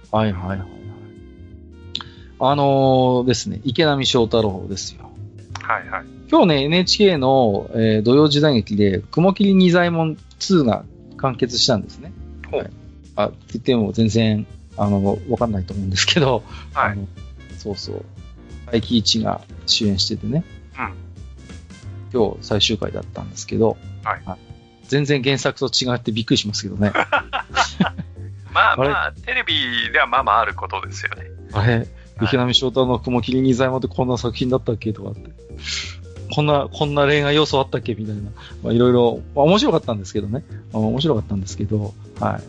ですね、池波正太郎ですよ。 はいはい。 今日ね、NHK の、土曜時代劇で、雲霧仁左衛門2が完結したんですね。はい。って言っても全然、わかんないと思うんですけど、 はい。 そう。大木一が主演しててね。今日最終回だったんですけど、 はい。 全然原作と違ってびっくりしますけどね。 まあ、テレビではまああることですよね。 あれ、池波正太の雲霧仁左衛門ってこんな作品だったっけとかって。こんな恋愛要素あったっけみたいな。まあ、いろいろ、面白かったんですけどね。面白かったんですけど、はい。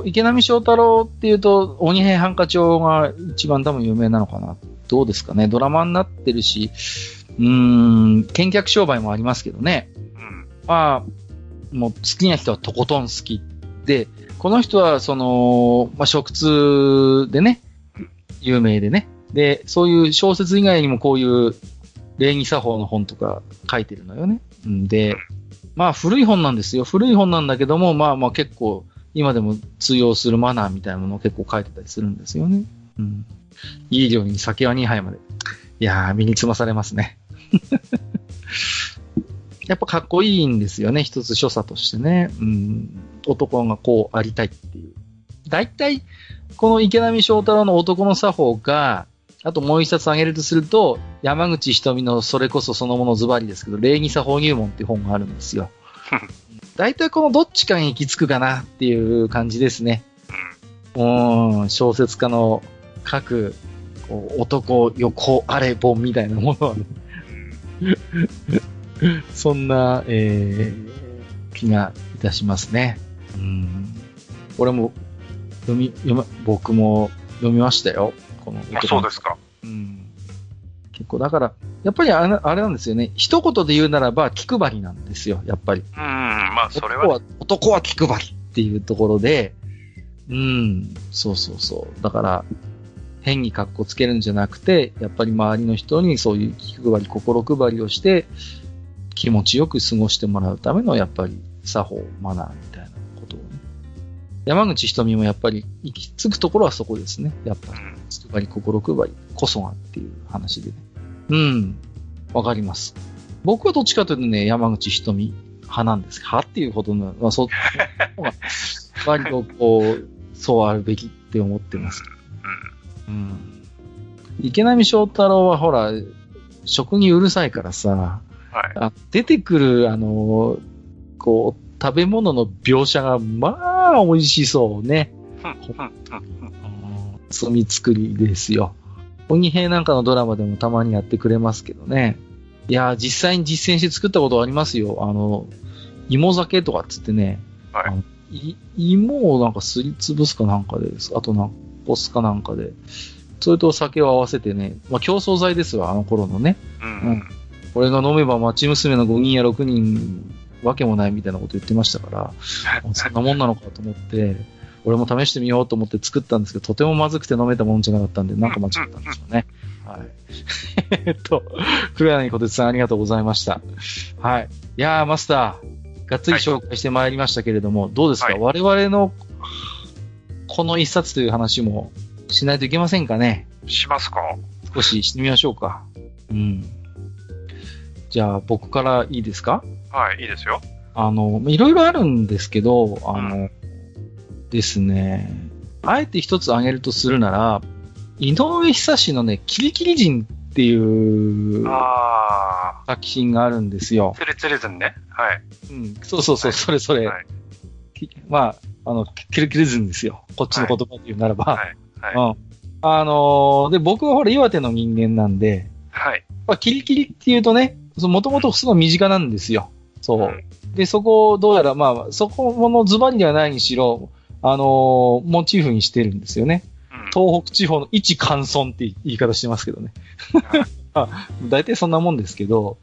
池波正太郎っていうと、鬼平犯科帳が一番多分有名なのかな。どうですかね。ドラマになってるし、見客商売もありますけどね。まあ、もう好きな人はとことん好きで、この人は食通でね、有名でね。で、そういう小説以外にもこういう礼儀作法の本とか書いてるのよね。で、まあ古い本なんですよ。古い本なんだけども、まあ結構今でも通用するマナーみたいなものを結構書いてたりするんですよね。いい料理に酒は2杯まで。いやー、身につまされますね。やっぱかっこいいんですよね。一つ所作としてね。男がこうありたいっていう。大体、この池波正太郎の男の作法が、あともう一冊挙げるとすると、山口瞳のそれこそそのものズバリですけど、礼儀作法入門っていう本があるんですよ。大体このどっちかに行き着くかなっていう感じですね。小説家の書く男横あれ本みたいなものはね。そんな、気がいたしますね。これも僕も読みましたよ。このそうですか。 結構だから、やっぱりあれなんですよね。一言で言うならば気配りなんですよ、やっぱり。 まあそれは、 男は気配りっていうところで、そう。だから、変に格好つけるんじゃなくて、やっぱり周りの人にそういう気配り、心配りをして、気持ちよく過ごしてもらうための、やっぱり作法、マナーみたいなことをね。山口瞳もやっぱり行き着くところはそこですね。やっぱり、気配り、心配りこそがっていう話でね。わかります。僕はどっちかというとね、山口瞳派なんです。派っていうほどの、そっちの方が、割とそうあるべきって思ってます。池波正太郎はほら、食にうるさいからさ、出てくる、食べ物の描写が、まあ、美味しそうね。罪作りですよ。鬼平なんかのドラマでもたまにやってくれますけどね。いや、実際に実践して作ったことありますよ。芋酒とかっつってね。芋をなんかすりつぶすかなんかで、あとこすかなんかで、それと酒を合わせてね、競争剤ですわ、あの頃のね。これが飲めば町娘の5人や6人、わけもないみたいなこと言ってましたから、そんなもんなのかと思って、俺も試してみようと思って作ったんですけど、とてもまずくて飲めたもんじゃなかったんで、なんか間違ったんでしょうね。黒柳小鉄さんありがとうございました。はい。いやー、マスター、がっつり紹介してまいりましたけれども、どうですか、我々のこの一冊という話もしないといけませんかね。 しますか。 少ししてみましょうか。じゃあ僕からいいですか？ はい、いいですよ。 いろいろあるんですけど、ですね、あえて一つ挙げるとするなら、井上久志のね、キリキリ人っていう作品があるんですよ。 ツレツレズンね。はい。 そう、それ。まあ、キリキリ人ですよ。こっちの言葉で言うならば。で、僕はほら、岩手の人間なんで、キリキリっていうとね、もともとすごい身近なんですよ。そう。で、そこをどうやら、そこのズバリではないにしろ、モチーフにしてるんですよね。東北地方の一関村って言い方してますけどね。大体そんなもんですけど、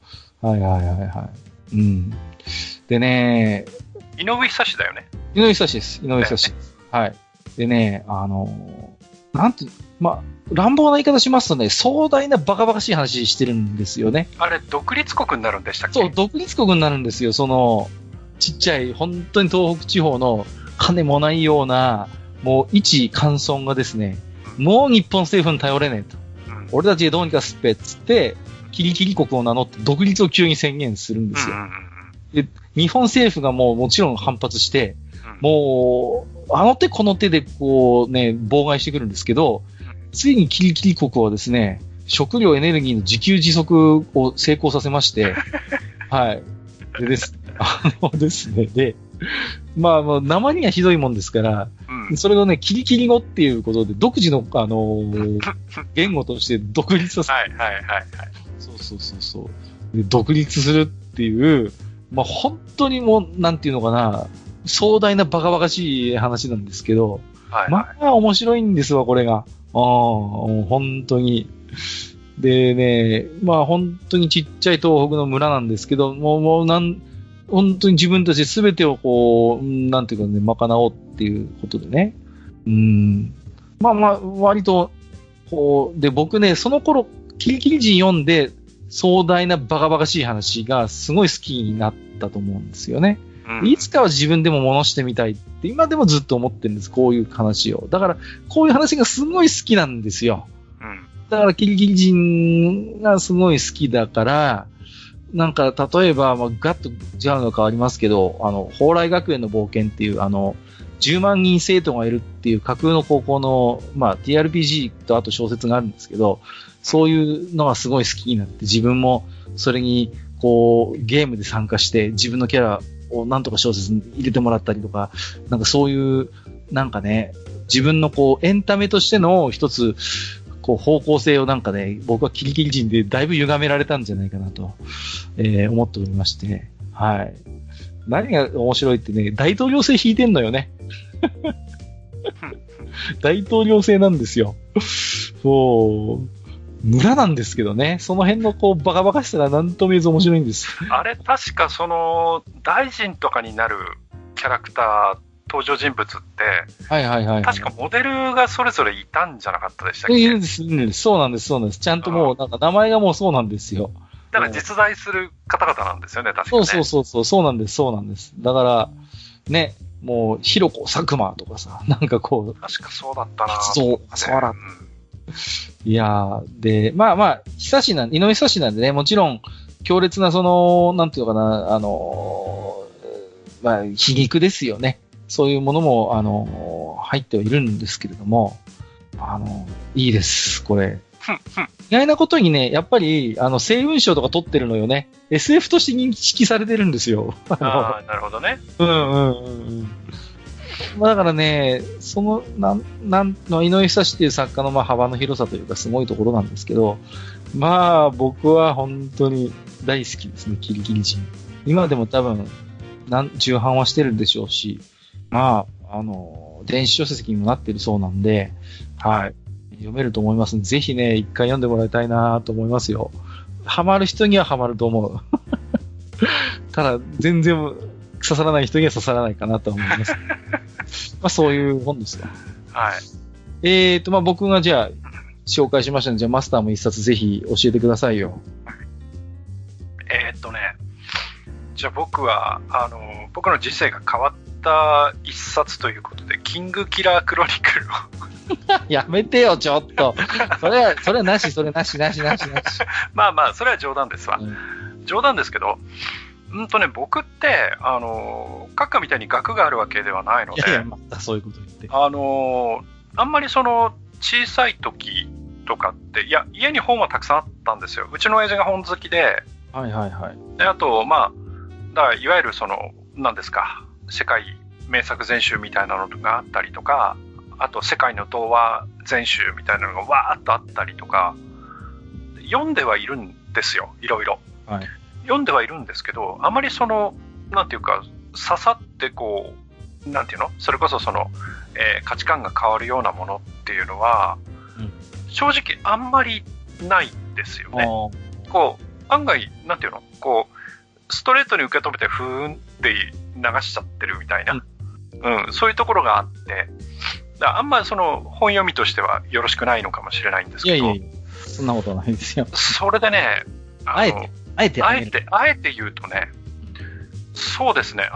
でね、 井上久志だよね。 井上久志です。井上久志です。はい。でね、乱暴な言い方しますとね、壮大なバカバカしい話してるんですよね。 あれ、独立国になるんでしたっけ？ そう、独立国になるんですよ。ちっちゃい、本当に東北地方の金もないような、もう一関村がですね、もう日本政府に頼れねえと。俺たちでどうにかすっぺっつって、キリキリ国を名乗って独立を急に宣言するんですよ。で、日本政府がもちろん反発して、もう、あの手この手で妨害してくるんですけど、ついにキリキリ国はですね、食料エネルギーの自給自足を成功させまして、はい。でです。 ですね。で、まあ、生にはひどいもんですから、それをね、キリキリ語っていうことで、独自の、言語として独立させはいはいはいはい。 そう。で独立するっていう、まあ、本当にもう、なんていうのかな、壮大なバカバカしい話なんですけど、はいはい、まあ、面白いんですわ、これが。本当に。でね、まあ、本当にちっちゃい東北の村なんですけど、本当に自分たちで全てをこう、なんていうかね、賄おうっていうことでね。まあ、割と、こう、で、僕ね、その頃、キリキリ人読んで、壮大なバカバカしい話がすごい好きになったと思うんですよね。いつかは自分でも物してみたいって今でもずっと思ってるんです。こういう話を。だから、こういう話がすごい好きなんですよ。だから、キリキリ人がすごい好きだから、なんか、例えば、ガッと違うの変わりますけど、蓬莱学園の冒険っていう、10万人生徒がいるっていう架空の高校の、TRPG とあと小説があるんですけど、そういうのがすごい好きになって、自分もそれに、こう、ゲームで参加して、自分のキャラをなんとか小説に入れてもらったりとか、なんかそういう、なんかね、自分のこう、エンタメとしての一つ、こう、方向性をなんかね、僕はキリキリ人でだいぶ歪められたんじゃないかなと、思っておりまして、はい。何が面白いってね、大統領制引いてんのよね。大統領制なんですよ。そう。村なんですけどね、その辺のこうバカバカしさが何とも言えず面白いんです。 あれ、確かその、大臣とかになるキャラクター、登場人物って、確かモデルがそれぞれいたんじゃなかったでしたっけ？ そうなんです。ちゃんともう、なんか名前がもうそうなんですよ。 だから実在する方々なんですよね、確かに、ね。 そうなんです。だから、ね、もう、ひろこ佐久間とかさ、なんかこう。 確かそうだったな。 そうだ。いやー、で、まあ、井上久志なんでね、もちろん、強烈なその、なんていうのかな、皮肉ですよね。そういうものも、入ってはいるんですけれども、いいです、これ。意外なことにね、やっぱり、星雲賞とか取ってるのよね。SF として認識されてるんですよ。 なるほどね。 だからね、井上久志っていう作家の幅の広さというかすごいところなんですけど、僕は本当に大好きですね、キリキリ人。今でも多分、重版はしてるんでしょうし、電子書籍にもなってるそうなんで、はい。読めると思いますので、ぜひね、一回読んでもらいたいなと思いますよ。ハマる人にはハマると思う。ただ、全然刺さらない人には刺さらないかなと思います。そういう本ですよ。 はい。 僕がじゃあ、紹介しましたので、じゃあマスターも一冊ぜひ教えてくださいよ。 じゃあ僕は、僕の人生が変わった一冊ということで、キングキラークロニクルを。 やめてよ、ちょっと。それはなし。 まあ、それは冗談ですわ。冗談ですけど、僕って、閣下みたいに学があるわけではないので、 いやまたそういうこと言って。 あんまりその、小さい時とかって、いや、家に本はたくさんあったんですよ。うちの親父が本好きで、で、あと、だからいわゆるその、何ですか、世界名作全集みたいなのがあったりとか、あと世界の童話全集みたいなのがわーっとあったりとか、読んではいるんですよ、いろいろ。 はい、 読んではいるんですけど、あまりその、なんていうか、刺さってこう、なんていうの？それこそその、価値観が変わるようなものっていうのは、正直あんまりないんですよね。こう、案外、なんていうの？こう、ストレートに受け止めてふーんって流しちゃってるみたいな、そういうところがあって、あんまりその本読みとしてはよろしくないのかもしれないんですけど、 いやそんなことないですよ。 それでね、あえて言うとね、そうですね、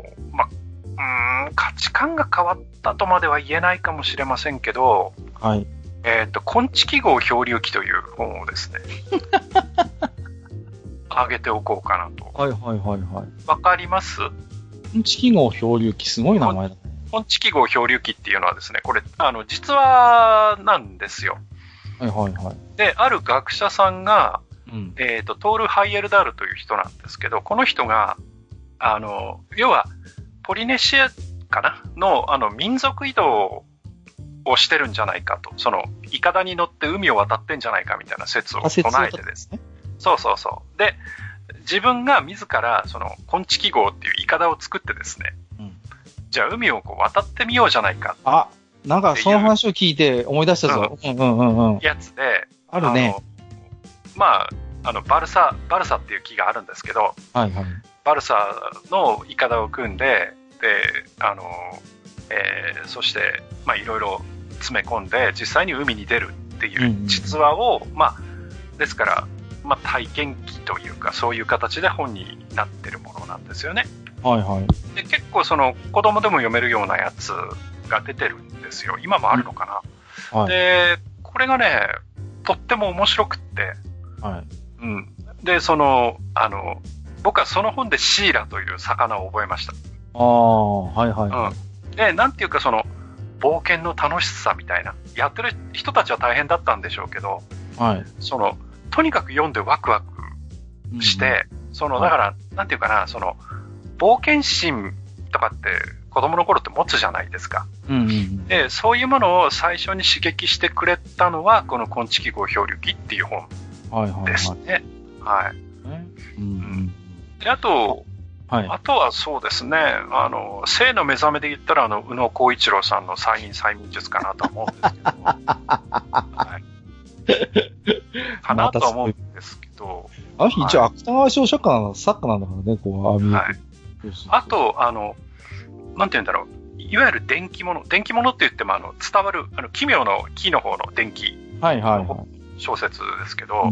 価値観が変わったとまでは言えないかもしれませんけど、 はい。 昆虫号漂流記という本をですね、あげておこうかなと。 はい。 わかります？ 昆虫号漂流記、すごい名前だね。 昆虫号漂流記っていうのはですね、これ、実話なんですよ。 はい。 で、ある学者さんが、トール・ハイエルダールという人なんですけど、この人が、 要は、ポリネシアかなの、民族移動をしてるんじゃないかと。イカダに乗って海を渡ってんじゃないかみたいな説を唱えてですね。そうそうそう。で、自分が自ら、昆虫号っていうイカダを作ってですね、じゃあ海を渡ってみようじゃないか。 あ、なんかその話を聞いて思い出したぞ。 やつで、 あるね。 バルサっていう木があるんですけど、 はいはい。 バルサのイカダを組んで、で、そして、いろいろ詰め込んで、実際に海に出るっていう実話を、ですから、体験記というか、そういう形で本になってるものなんですよね。 はいはい。 で、結構子供でも読めるようなやつが出てるんですよ。今もあるのかな。はい、で、これがね、とっても面白くって、 はい。 で、僕はその本でシーラという魚を覚えました。 はいはい。 で、なんていうか冒険の楽しさみたいな。やってる人たちは大変だったんでしょうけど、 はい。 とにかく読んでワクワクして、だから、なんていうかな、冒険心とかって子供の頃って持つじゃないですか。で、そういうものを最初に刺激してくれたのは、この昆虫号漂流記っていう本ですね。はい。で、あとはそうですね、性の目覚めで言ったら、宇野浩一郎さんの催眠催眠術かなと思うんですけど、はい、かなと思うんですけど、 一応芥川賞作家なんだからね、 はい。あと、なんて言うんだろう、いわゆる電気物って言っても、伝わる、奇妙の木の方の電気の小説ですけど、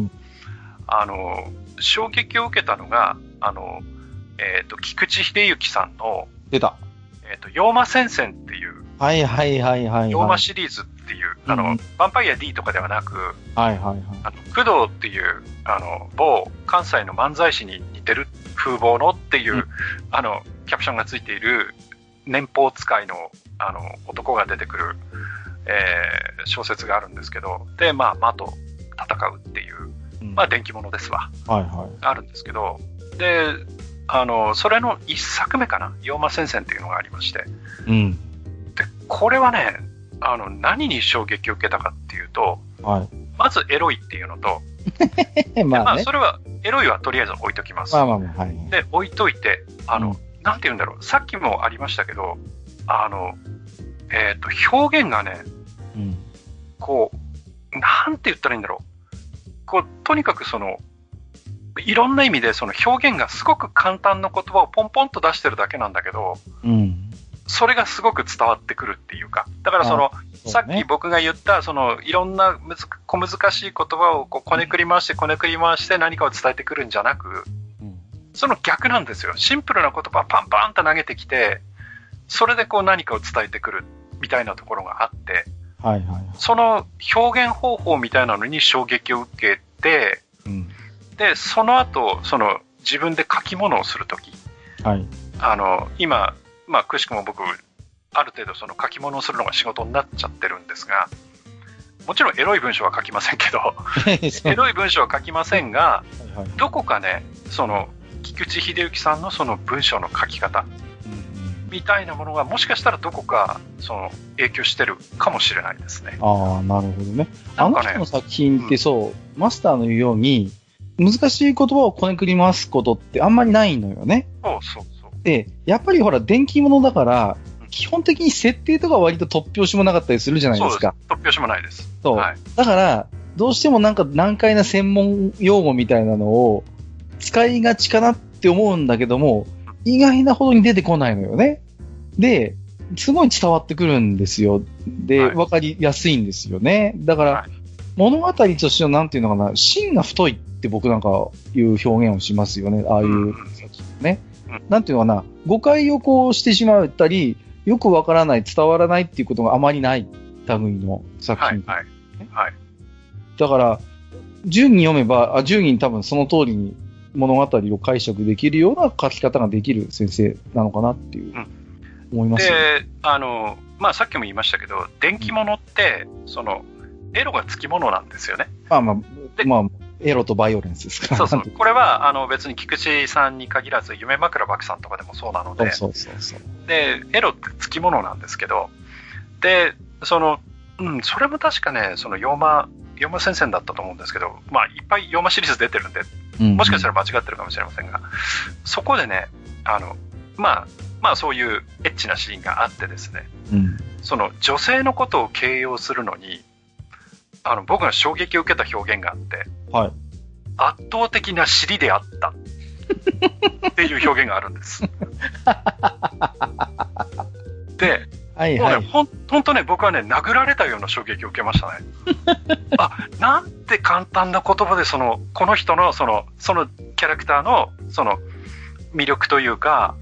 衝撃を受けたのが、菊池秀之さんの、 出た。 妖魔戦線っていう、妖魔シリーズっていう、ヴァンパイア D とかではなく、工藤っていう、某関西の漫才師に似てる風貌のっていう、キャプションがついている年俸使いの、男が出てくる、小説があるんですけど、で、魔と戦うっていう、電気物ですわ。あるんですけど、で、それの一作目かな、妖魔戦線っていうのがありまして、で、これはね、何に衝撃を受けたかっていうと、まずエロいっていうのと、それは、エロいはとりあえず置いときます。で、置いといて、なんて言うんだろう、さっきもありましたけど、表現がね、なんて言ったらいいんだろう、とにかくいろんな意味で表現がすごく簡単な言葉をポンポンと出してるだけなんだけど、それがすごく伝わってくるっていうか、だからさっき僕が言ったいろんな小難しい言葉をこねくり回して何かを伝えてくるんじゃなく、その逆なんですよ。シンプルな言葉をパンパンと投げてきて、それで何かを伝えてくるみたいなところがあって、その表現方法みたいなのに衝撃を受けて、で、その後、自分で書き物をするとき、今、くしくも僕、ある程度書き物をするのが仕事になっちゃってるんですが、もちろんエロい文章は書きませんけど、エロい文章は書きませんが、どこかね、菊池秀之さんの文章の書き方みたいなものがもしかしたらどこか影響してるかもしれないですね。 なるほどね。あの人の作品ってマスターの言うように、難しい言葉をこねくり回すことってあんまりないのよね。で、やっぱりほら、電気物だから、基本的に設定とかは割と突拍子もなかったりするじゃないですか。 突拍子もないです。 だから、どうしても難解な専門用語みたいなのを使いがちかなって思うんだけども、意外なほどに出てこないのよね。で、すごい伝わってくるんですよ。で、わかりやすいんですよね。だから、物語としてのなんていうのかな、芯が太いって僕なんかいう表現をしますよね。ああいう作品ね。なんていうのかな、誤解をしてしまったり、よくわからない、伝わらないっていうことがあまりない類の作品。だから、順に読めば、順に多分その通りに物語を解釈できるような書き方ができる先生なのかなっていう、思います、ね。 で、さっきも言いましたけど、電気物って、エロがつきものなんですよね。 エロとバイオレンスですか。 そうそう。これは、別に菊池さんに限らず、夢枕漠さんとかでもそうなので。 そう。 で、エロってつきものなんですけど、で、それも確かね、妖魔戦線だったと思うんですけど、まあ、いっぱい妖魔シリーズ出てるんで、もしかしたら間違ってるかもしれませんが、そこでね、まあ、そういうエッチなシーンがあってですね、女性のことを形容するのに、僕が衝撃を受けた表現があって、 はい。 圧倒的な尻であったっていう表現があるんです。で、本当ね、僕はね、殴られたような衝撃を受けましたね。なんて簡単な言葉でこの人のそのキャラクターの魅力というか、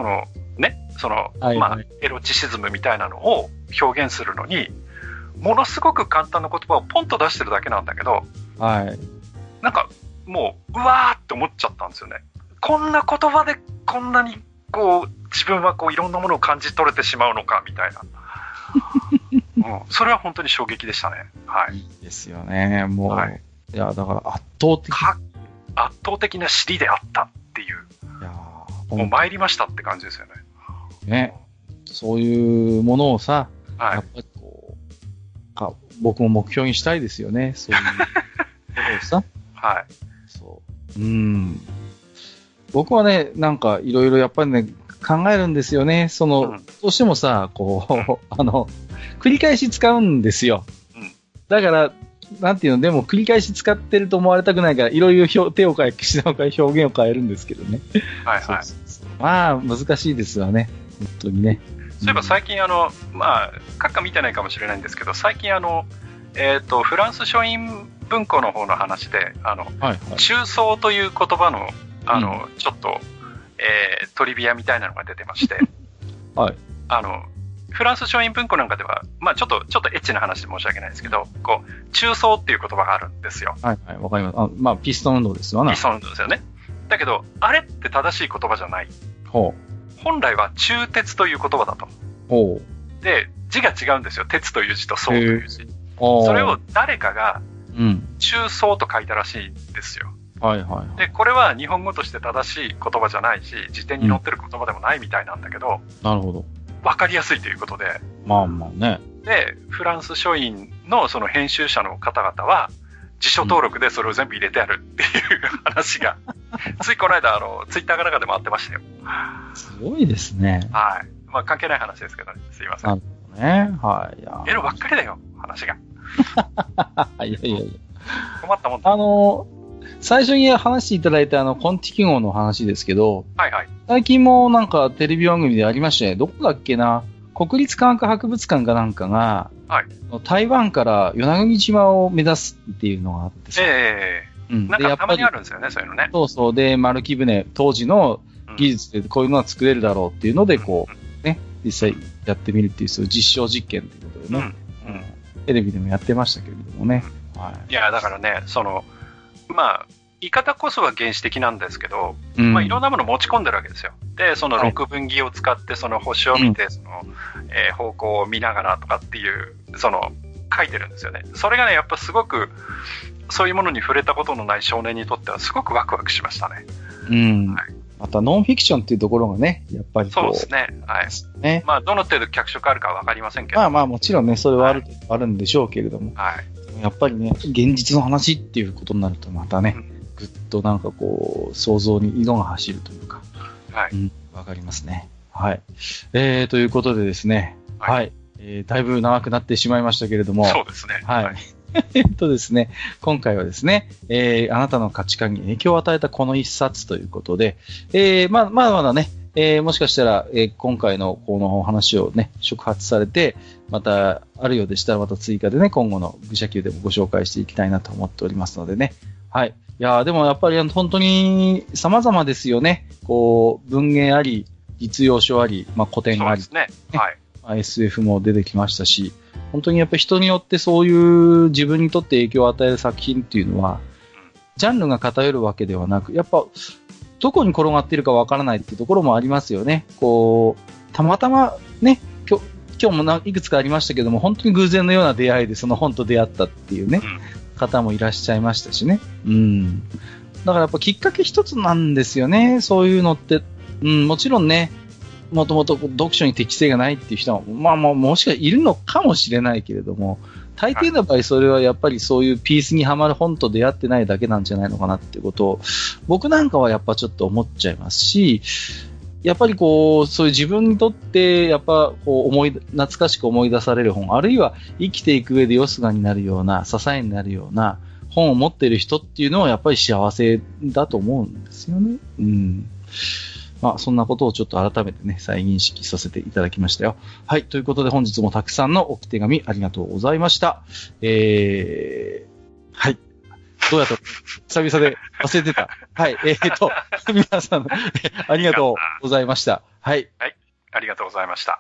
まあ、エロチシズムみたいなのを表現するのに、ものすごく簡単な言葉をポンと出してるだけなんだけど、 はい。 なんか、もう、うわーって思っちゃったんですよね。こんな言葉でこんなに、自分はいろんなものを感じ取れてしまうのか、みたいな。それは本当に衝撃でしたね。はい。 いいですよね。もう、はい、いや、だから圧倒的な尻であったっていう。いやもう参りましたって感じですよね。 ね。そういうものをさ、 はい、 やっぱり僕も目標にしたいですよね。そういうことをさ。 はい。 そう。僕はね、なんかいろいろやっぱりね、考えるんですよね。どうしてもさ、繰り返し使うんですよ。だから、なんていうの、でも繰り返し使ってると思われたくないから、いろいろ手を変え、口を変え、表現を変えるんですけどね。 はいはい。 まあ、難しいですよね。本当にね。 そういえば最近まあ、閣下見てないかもしれないんですけど、最近フランス書院文庫の方の話で、中層という言葉の、ちょっと、トリビアみたいなのが出てまして、 はい。 フランス書院文庫なんかでは、まあちょっとエッチな話で申し訳ないですけど、中層っていう言葉があるんですよ。 はいはい、わかります。まあピストン運動ですよね。 ピストン運動ですよね。だけど、あれって正しい言葉じゃない。本来は中鉄という言葉だと。で、字が違うんですよ。鉄という字と層という字。それを誰かが、中層と書いたらしいんですよ。 はいはい。 で、これは日本語として正しい言葉じゃないし、辞典に載ってる言葉でもないみたいなんだけど、 なるほど。 わかりやすいということで。 まあまあね。 で、フランス書院のその編集者の方々は、辞書登録でそれを全部入れてあるっていう話が、ついこの間、ツイッターかなんかでもあってましたよ。 すごいですね。 はい。まあ関係ない話ですけどね。すいません。 なるほどね。はい。 エロばっかりだよ、話が。 いや。 困ったもんだ。 最初に話していただいたコンティキ号の話ですけど、 はいはい。 最近もなんかテレビ番組でありましたね。どこだっけな、国立科学博物館かなんかが、 はい、 台湾から与那国島を目指すっていうのがあってさ。 なんかたまにあるんですよね、そういうのね。 そう。で、丸木舟、当時の技術でこういうのは作れるだろうっていうので、ね、実際やってみるっていう、そういう実証実験ということでね、テレビでもやってましたけれどもね。はい。 いや、だからね、まあ、言い方こそは原始的なんですけど、まあ、いろんなものを持ち込んでるわけですよ。で、その六分儀を使って、その星を見て、方向を見ながらとかっていう、書いてるんですよね。それがね、やっぱすごく、そういうものに触れたことのない少年にとっては、すごくワクワクしましたね。 はい。また、ノンフィクションっていうところがね、やっぱりそうですね。はい。ね。まあ、どの程度脚色あるかはわかりませんけど。 まあ、もちろんね、それはあるんでしょうけれども。 はい。 やっぱりね、現実の話っていうことになると、またね、ぐっとなんか想像に色が走るというか。 はい。 わかりますね。はい。ということでですね。はい。だいぶ長くなってしまいましたけれども。 そうですね。 はい。ですね、今回はですね、あなたの価値観に影響を与えたこの一冊ということで、まだね、もしかしたら、今回のこのお話をね、触発されて、またあるようでしたらまた追加でね、今後の愚者級でもご紹介していきたいなと思っておりますのでね。はい。いやでもやっぱり本当に様々ですよね。文芸あり、実用書あり、古典あり。 そうですね。はい。 SF も出てきましたし、本当にやっぱり人によってそういう自分にとって影響を与える作品っていうのは、ジャンルが偏るわけではなく、やっぱ、どこに転がっているかわからないっていうところもありますよね。たまたまね、 今日もいくつかありましたけども、本当に偶然のような出会いでその本と出会ったっていうね、方もいらっしゃいましたしね。だからやっぱきっかけ一つなんですよね、そういうのって。もちろんね、もともと読書に適性がないっていう人も、もしかしたらいるのかもしれないけれども、大抵の場合それはやっぱりそういうピースにはまる本と出会ってないだけなんじゃないのかなっていうことを、僕なんかはやっぱちょっと思っちゃいますし、やっぱりそういう自分にとって、やっぱ懐かしく思い出される本、あるいは生きていく上でよすがになるような、支えになるような本を持っている人っていうのはやっぱり幸せだと思うんですよね。そんなことをちょっと改めてね、再認識させていただきましたよ。はい。ということで本日もたくさんの置き手紙ありがとうございました。はい。どうやった久々で忘れてた。はい。皆さん、ありがとうございました。はい。 はい。ありがとうございました。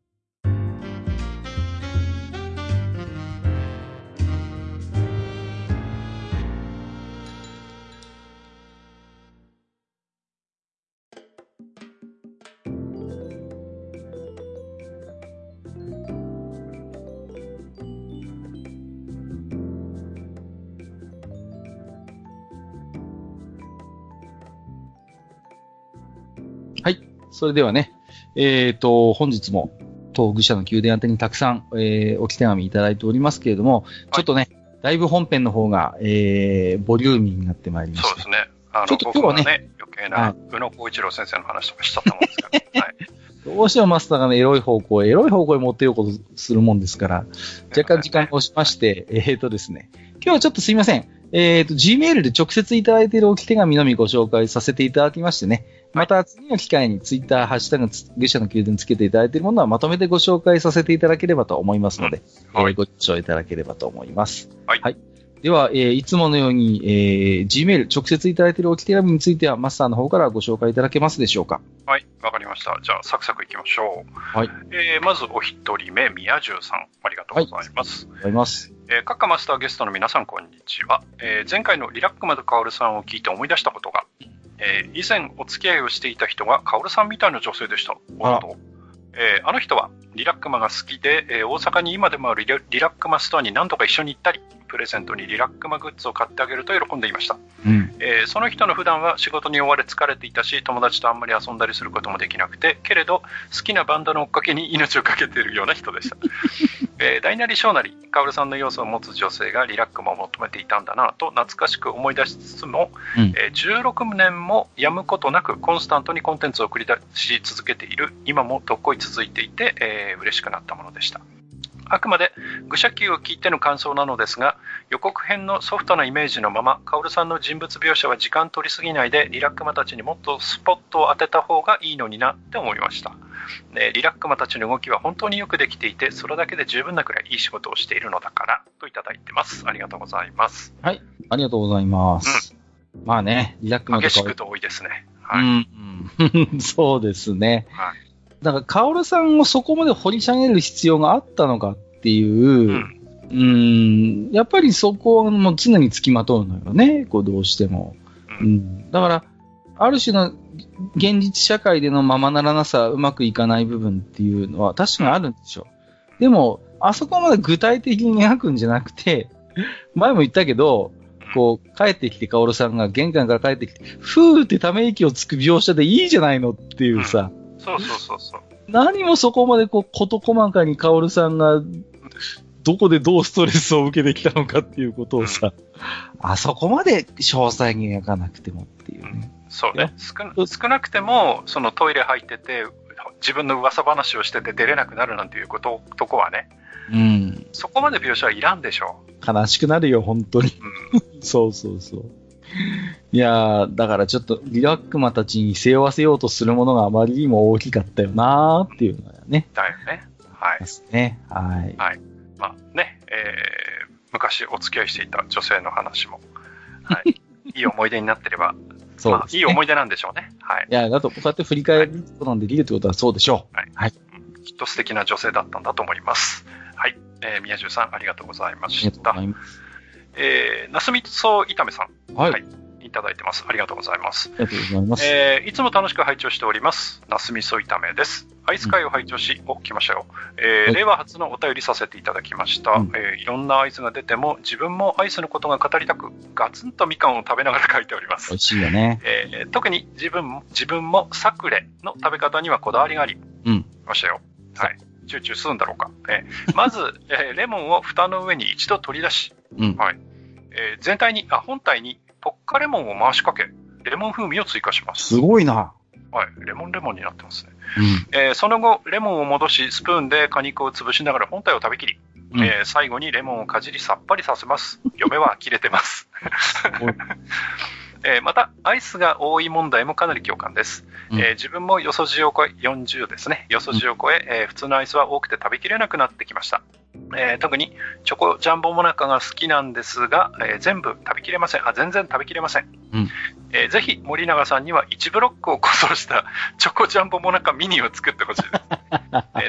はい。それではね、本日も、当愚者の宮殿宛てにたくさん、置き手紙いただいておりますけれども、ちょっとね、だいぶ本編の方が、ボリューミーになってまいりました。 そうですね。 ちょっと今日はね、 余計な、宇野光一郎先生の話とかしちゃったもんですから、はい。 どうしてもマスターがね、エロい方向へ持っていこうとするもんですから、若干時間が押しまして、ですね、今日はちょっとすいません。Gmail で直接いただいている置き手紙のみご紹介させていただきましてね、また次の機会にツイッター、ハッシュタグ、愚者の宮殿つけていただいているものはまとめてご紹介させていただければと思いますので、ご視聴いただければと思います。 はい。 では、いつものように、Gmail 直接いただいている置き手紙についてはマスターの方からご紹介いただけますでしょうか。 はい、わかりました。じゃあ、サクサクいきましょう。 はい。 まずお一人目、宮中さん。ありがとうございます。 ありがとうございます。 各マスターゲストの皆さん、こんにちは。前回のリラックマとカオルさんを聞いて思い出したことが、以前お付き合いをしていた人がカオルさんみたいな女性でした。あの人はリラックマが好きで、大阪に今でもあるリラックマストアに何度か一緒に行ったり、プレゼントにリラックマグッズを買ってあげると喜んでいました。その人の普段は仕事に追われ疲れていたし、友達とあんまり遊んだりすることもできなくて、けれど好きなバンドの追っかけに命をかけているような人でした。大なり小なりカオルさんの要素を持つ女性がリラックマを求めていたんだなと懐かしく思い出しつつも、16年もやむことなくコンスタントにコンテンツを繰り出し続けている今もどっこい続いていて、嬉しくなったものでした。あくまで愚者級を聞いての感想なのですが、予告編のソフトなイメージのままカオルさんの人物描写は時間取りすぎないでリラックマたちにもっとスポットを当てた方がいいのになって思いました。リラックマたちの動きは本当によくできていて、それだけで十分なくらいいい仕事をしているのだからといただいてます。ありがとうございます。 はい、ありがとうございます。まあね、リラックマとか激しく同意ですね。はい。 そうですね。 はい。 だからカオルさんをそこまで掘り下げる必要があったのかっていう、やっぱりそこはもう常につきまとうのよね、どうしても。だから、ある種の現実社会でのままならなさ、うまくいかない部分っていうのは確かにあるんでしょう。でも、あそこまで具体的に描くんじゃなくて、前も言ったけど、帰ってきて、カオルさんが玄関から帰ってきて、ふーってため息をつく描写でいいじゃないのっていうさ。 そうそうそうそう。 何もそこまで事細かにカオルさんがどこでどうストレスを受けてきたのかっていうことをさ、あそこまで詳細に描かなくてもっていうね。 そうね。少なくても、そのトイレ入ってて、自分の噂話をしてて出れなくなるなんていうとこはね、そこまで描写はいらんでしょう。悲しくなるよ、本当に。そうそうそう。いやー、だからちょっとリラックマたちに背負わせようとするものがあまりにも大きかったよなーっていうのだよね。 だよね。はい。 ですね。はい。 はい。まあね、昔お付き合いしていた女性の話も、はい。いい思い出になってれば、そうですね。いい思い出なんでしょうね。はい。 いや、だとこうやって振り返ることなんできるってことはそうでしょう。 はい。はい。きっと素敵な女性だったんだと思います。はい。宮中さん、ありがとうございました。 ありがとうございます。 なすみそういためさん。 はい。 いただいてます。ありがとうございます。 ありがとうございます。 いつも楽しく拝聴しております。ナス味噌炒めです。アイス会を拝聴し、来ましたよ。令和初のお便りさせていただきました。いろんなアイスが出ても、自分もアイスのことが語りたく、ガツンとみかんを食べながら書いております。 美味しいよね。 特に自分もサクレの食べ方にはこだわりがあり、来ましたよ。はい。チューチュー吸うんだろうか。まず、レモンを蓋の上に一度取り出し、はい。本体にポッカレモンを回しかけ、レモン風味を追加します。 すごいな。 はい。レモンになってますね。その後、レモンを戻し、スプーンで果肉を潰しながら本体を食べきり、最後にレモンをかじりさっぱりさせます。嫁は呆れてます。また、アイスが多い問題もかなり共感です。自分もよそじを超え、40ですね。よそじを超え、普通のアイスは多くて食べきれなくなってきました。特にチョコジャンボモナカが好きなんですが、全然食べきれません。ぜひ森永さんには1ブロックを固装したチョコジャンボモナカミニを作ってほしいです。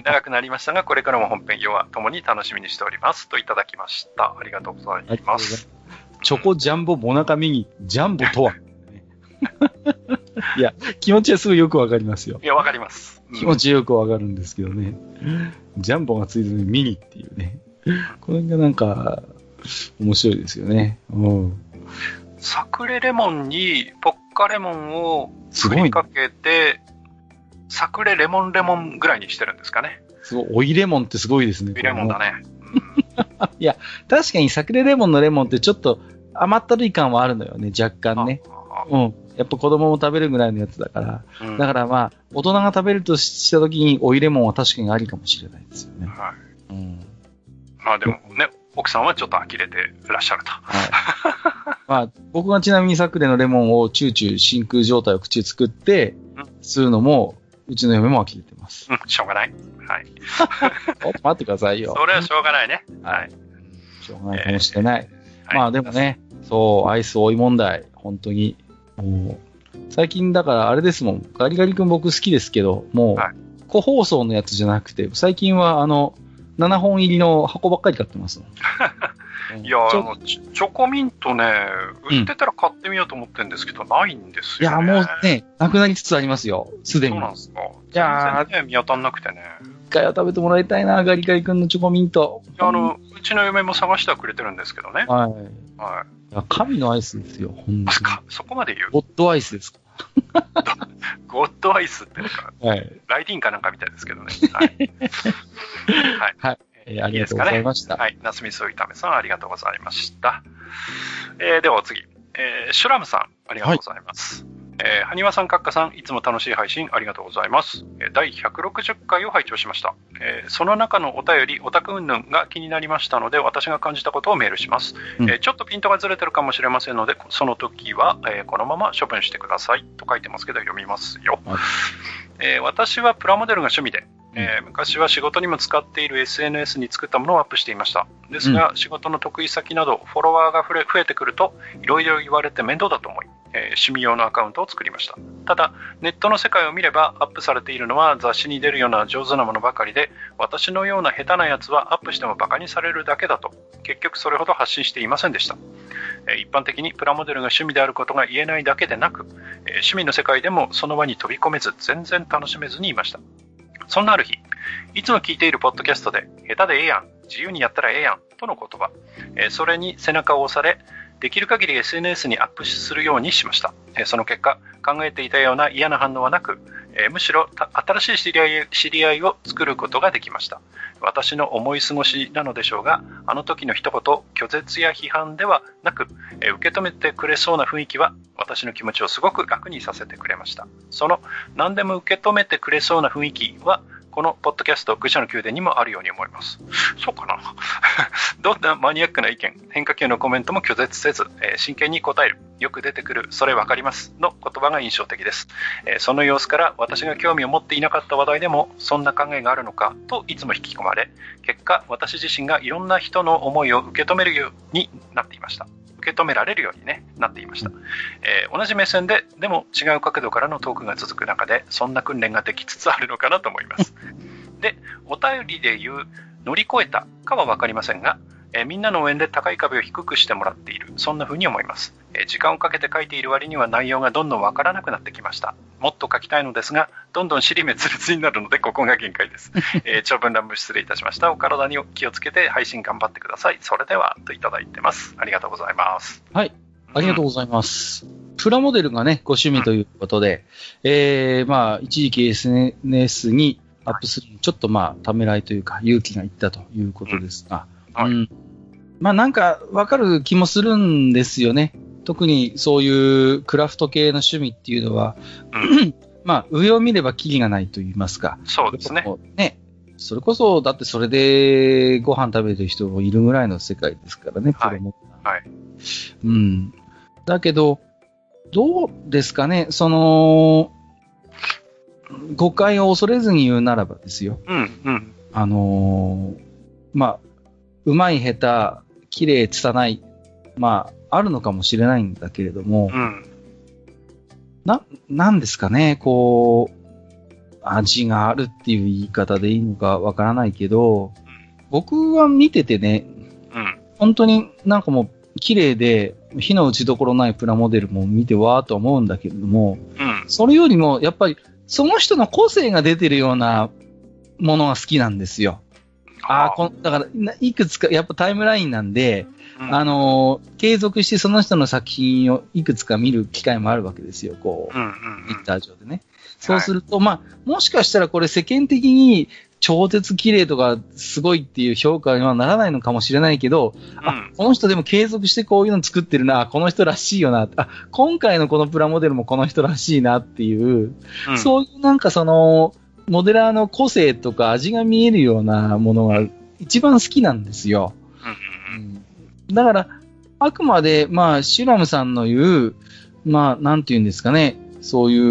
長くなりましたが、これからも本編要は共に楽しみにしておりますといただきました。ありがとうございます。 チョコジャンボモナカミニ、ジャンボとは。いや、気持ちはすごいよくわかりますよ。 いや、わかります。 気持ちよくわかるんですけどね。ジャンボがついてるのにミニっていうね。これがなんか、面白いですよね。 サクレレモンにポッカレモンを振りかけて、サクレレモンぐらいにしてるんですかね。 すごい、追いレモンってすごいですね。 追いレモンだね。 いや、確かにサクレレモンのレモンってちょっと甘ったるい感はあるのよね、若干ね。やっぱ子供も食べるぐらいのやつだから。だからまあ、大人が食べるとしたときに追いレモンは確かにありかもしれないですよね。はい。 まあでもね、奥さんはちょっと呆れていらっしゃると。はい。 まあ、僕がちなみにサクレのレモンをチューチュー真空状態を口作って、吸うのも、うちの嫁も呆れてます。 しょうがない。はい。 待ってくださいよ。 それはしょうがないね。はい。 しょうがないかもしれない。まあでもね、そう、アイス多い問題、本当に。もう最近だからあれですもん、ガリガリ君僕好きですけど、もう、個包装のやつじゃなくて、最近は7本入りの箱ばっかり買ってますもん。 いや、チョコミントね、売ってたら買ってみようと思ってるんですけど、ないんですよね。 いや、もうね、なくなりつつありますよ、すでに。 そうなんですか。いや全然見当たんなくてね。 一回は食べてもらいたいな、ガリガリ君のチョコミント。 うちの嫁も探してはくれてるんですけどね。はい。 はい。いや、神のアイスですよ、ほんとに。 そこまで言う。 ゴッドアイスですか。 ゴッドアイスってなんか、ライディーンかなんかみたいですけどね。はい。 はい。ありがとうございました。 はい。ナスミソイタメさん、ありがとうございました。ではお次。シュラムさん、ありがとうございます。はにわさん、かっかさん、いつも楽しい配信ありがとうございます。第160回を拝聴しました。その中のお便り、オタク云々が気になりましたので、私が感じたことをメールします。ちょっとピントがずれてるかもしれませんので、その時は、このまま処分してくださいと書いてますけど、読みますよ。私はプラモデルが趣味で、昔は仕事にも使っている SNS に作ったものをアップしていました。ですが、仕事の得意先などフォロワーが増えてくるといろいろ言われて面倒だと思い、趣味用のアカウントを作りました。ただネットの世界を見ればアップされているのは雑誌に出るような上手なものばかりで、私のような下手なやつはアップしてもバカにされるだけだと、結局それほど発信していませんでした。一般的にプラモデルが趣味であることが言えないだけでなく、趣味の世界でもその輪に飛び込めず全然楽しめずにいました。そんなある日、いつも聞いているポッドキャストで下手でええやん、自由にやったらええやんとの言葉、それに背中を押され、できる限り SNS にアップするようにしました。その結果、考えていたような嫌な反応はなく、むしろ新しい知り合いを作ることができました。私の思い過ごしなのでしょうが、あの時の一言、拒絶や批判ではなく、受け止めてくれそうな雰囲気は私の気持ちをすごく楽にさせてくれました。その何でも受け止めてくれそうな雰囲気はこのポッドキャスト愚者の宮殿にもあるように思います。そうかなどんなマニアックな意見、変化球のコメントも拒絶せず、真剣に答える、よく出てくる、それわかりますの言葉が印象的です。その様子から私が興味を持っていなかった話題でもそんな考えがあるのかといつも引き込まれ、結果私自身がいろんな人の思いを受け止めるようになっていました。受け止められるように、なっていました。同じ目線ででも違う角度からのトークが続く中で、そんな訓練ができつつあるのかなと思います。で、お便りで言う乗り越えたかは分かりませんが、 みんなの応援で高い壁を低くしてもらっている、そんな風に思います。時間をかけて書いている割には内容がどんどんわからなくなってきました。もっと書きたいのですが、どんどん尻滅裂になるのでここが限界です。長文乱文失礼いたしました。お体に気をつけて配信頑張ってください。それではといただいてます。ありがとうございます。 はい、ありがとうございます。プラモデルがね、ご趣味ということで、まあ、一時期 SNS にアップする、ちょっとまあ、ためらいというか、勇気がいったということですが、 はい、 まあなんか、わかる気もするんですよね。特にそういうクラフト系の趣味っていうのは、まあ、上を見ればキリがないと言いますか。 そうですね。 それこそ、だってそれでご飯食べてる人もいるぐらいの世界ですからね、 はい。はい。 だけど、どうですかね、誤解を恐れずに言うならばですよ。まあ、うまい下手、綺麗拙い、まあ、あるのかもしれないんだけれども、なんですかね、こう、味があるっていう言い方でいいのかわからないけど、僕は見ててね、本当になんかもう綺麗で火の打ちどころないプラモデルも見てわーと思うんだけれども、それよりもやっぱりその人の個性が出てるようなものが好きなんですよ。だからいくつかやっぱタイムラインなんで、継続してその人の作品をいくつか見る機会もあるわけですよ、こう、ツイッター上でね。そうすると、まあ、もしかしたらこれ世間的に超絶綺麗とかすごいっていう評価にはならないのかもしれないけど、この人でも継続してこういうの作ってるな、この人らしいよな、今回のこのプラモデルもこの人らしいなっていう、そういうなんかモデラーの個性とか味が見えるようなものが一番好きなんですよ。だから、あくまで、まあ、シュラムさんの言う、まあ、なんて言うんですかね、そういう、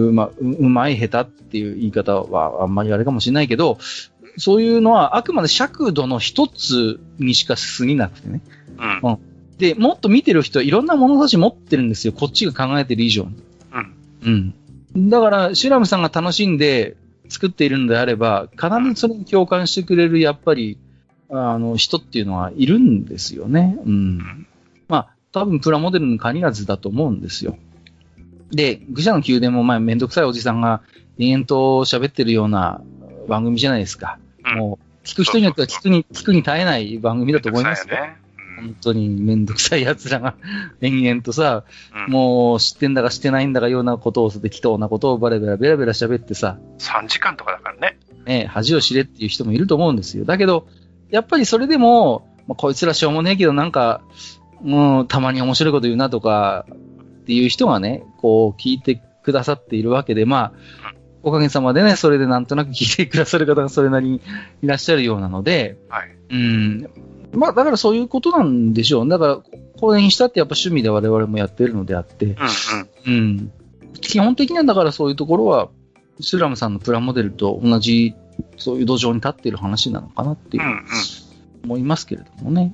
まあ、うまい下手っていう言い方はあんまりあれかもしれないけど、そういうのはあくまで尺度の一つにしか過ぎなくてね。で、もっと見てる人はいろんな物差し持ってるんですよ。こっちが考えてる以上に。だから、シュラムさんが楽しんで作っているのであれば、必ずそれに共感してくれる、やっぱり、人っていうのはいるんですよね。まあ、多分プラモデルに限らずだと思うんですよ。で、愚者の宮殿もまあめんどくさいおじさんが延々と喋ってるような番組じゃないですか。もう、聞く人によっては聞くに耐えない番組だと思いますよ。本当にめんどくさい奴らが延々とさ、もう知ってんだか知ってないんだかようなことを適当なことをベラベラ喋ってさ。 3時間とかだからね。 恥を知れっていう人もいると思うんですよ。だけど、やっぱりそれでも、こいつらしょうもねえけどなんか、たまに面白いこと言うなとか、っていう人がね、こう聞いてくださっているわけで、まあ、おかげさまでね、それでなんとなく聞いてくださる方がそれなりにいらっしゃるようなので、まあ、だからそういうことなんでしょう。だから、これにしたってやっぱ趣味で我々もやってるのであって、基本的にはだからそういうところは、スラムさんのプラモデルと同じ、そういう土壌に立っている話なのかなっていう、思いますけれどもね。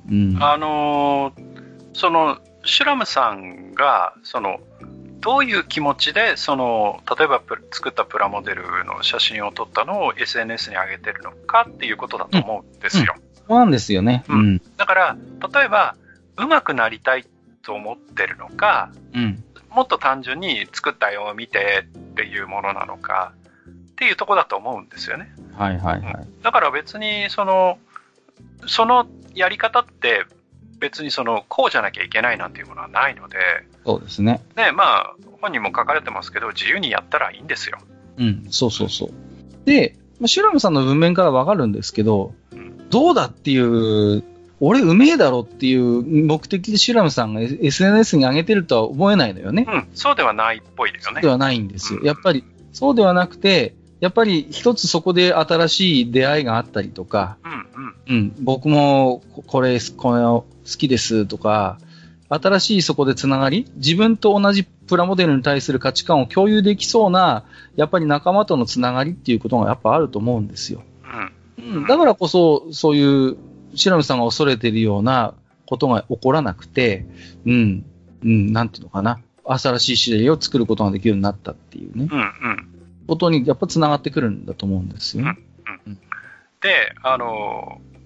シュラムさんが、どういう気持ちで、例えば作ったプラモデルの写真を撮ったのを SNS に上げてるのかっていうことだと思うんですよ。 そうなんですよね。 だから、例えば、上手くなりたいと思ってるのか、もっと単純に作った絵を見てっていうものなのか、っていうところだと思うんですよね。だから別に、そのやり方って、別にこうじゃなきゃいけないなんていうものはないので、 そうですね。 まあ、本人も書かれてますけど、自由にやったらいいんですよ。 そう。で、シュラムさんの文面からわかるんですけど、どうだっていう、俺うめえだろっていう目的でシュラムさんが SNS に上げてるとは思えないのよね。 そうではないっぽいですよね。 そうではないんですよ。やっぱり、そうではなくて、やっぱり一つそこで新しい出会いがあったりとか、僕もこれ好きですとか、新しいそこでつながり、自分と同じプラモデルに対する価値観を共有できそうな、やっぱり仲間とのつながりっていうことがやっぱあると思うんですよ。だからこそ、そういう、シュラムさんが恐れているようなことが起こらなくて、なんていうのかな、新しい知り合いを作ることができるようになったっていうね、ことにやっぱつながってくるんだと思うんですよね。 で、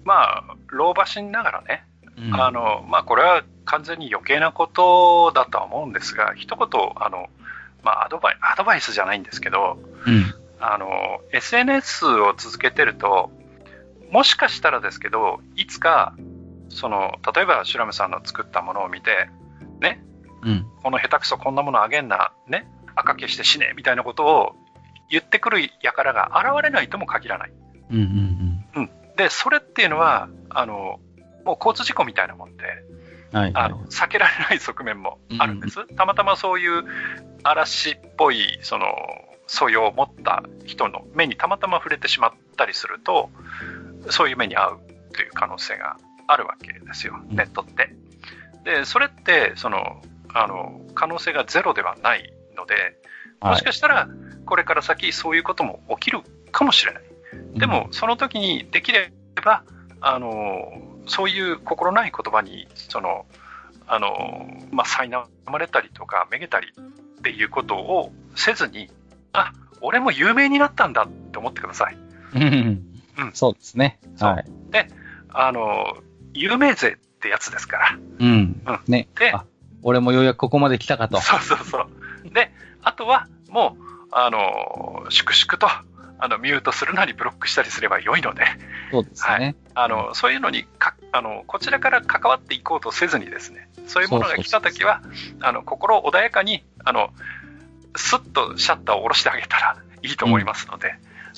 まあ、老婆心ながらね、まあ、これは完全に余計なことだとは思うんですが、一言、まあ、アドバイスじゃないんですけど、SNS を続けてると、もしかしたらですけど、いつか、例えば、シュラムさんの作ったものを見て、ね、この下手くそこんなものあげんな、ね、赤消して死ね、みたいなことを言ってくる輩が現れないとも限らない。で、それっていうのは、もう交通事故みたいなもんで、避けられない側面もあるんです。たまたまそういう嵐っぽい、素養を持った人の目にたまたま触れてしまったりすると、そういう目に遭うという可能性があるわけですよ、ネットって。で、それって、可能性がゼロではないので、もしかしたら、これから先そういうことも起きるかもしれない。でも、その時にできれば、そういう心ない言葉に、まあ、苛まれたりとか、めげたりっていうことをせずに、あ、俺も有名になったんだって思ってください。 そうですね。はい。 で、有名税ってやつですから。 ね。で、俺もようやくここまで来たかと。 そう。で、あとは、もう、粛々と、ミュートするなりブロックしたりすれば良いので、 そうですね。 そういうのにこちらから関わっていこうとせずにですね、そういうものが来たときは、心穏やかに、スッとシャッターを下ろしてあげたらいいと思いますので、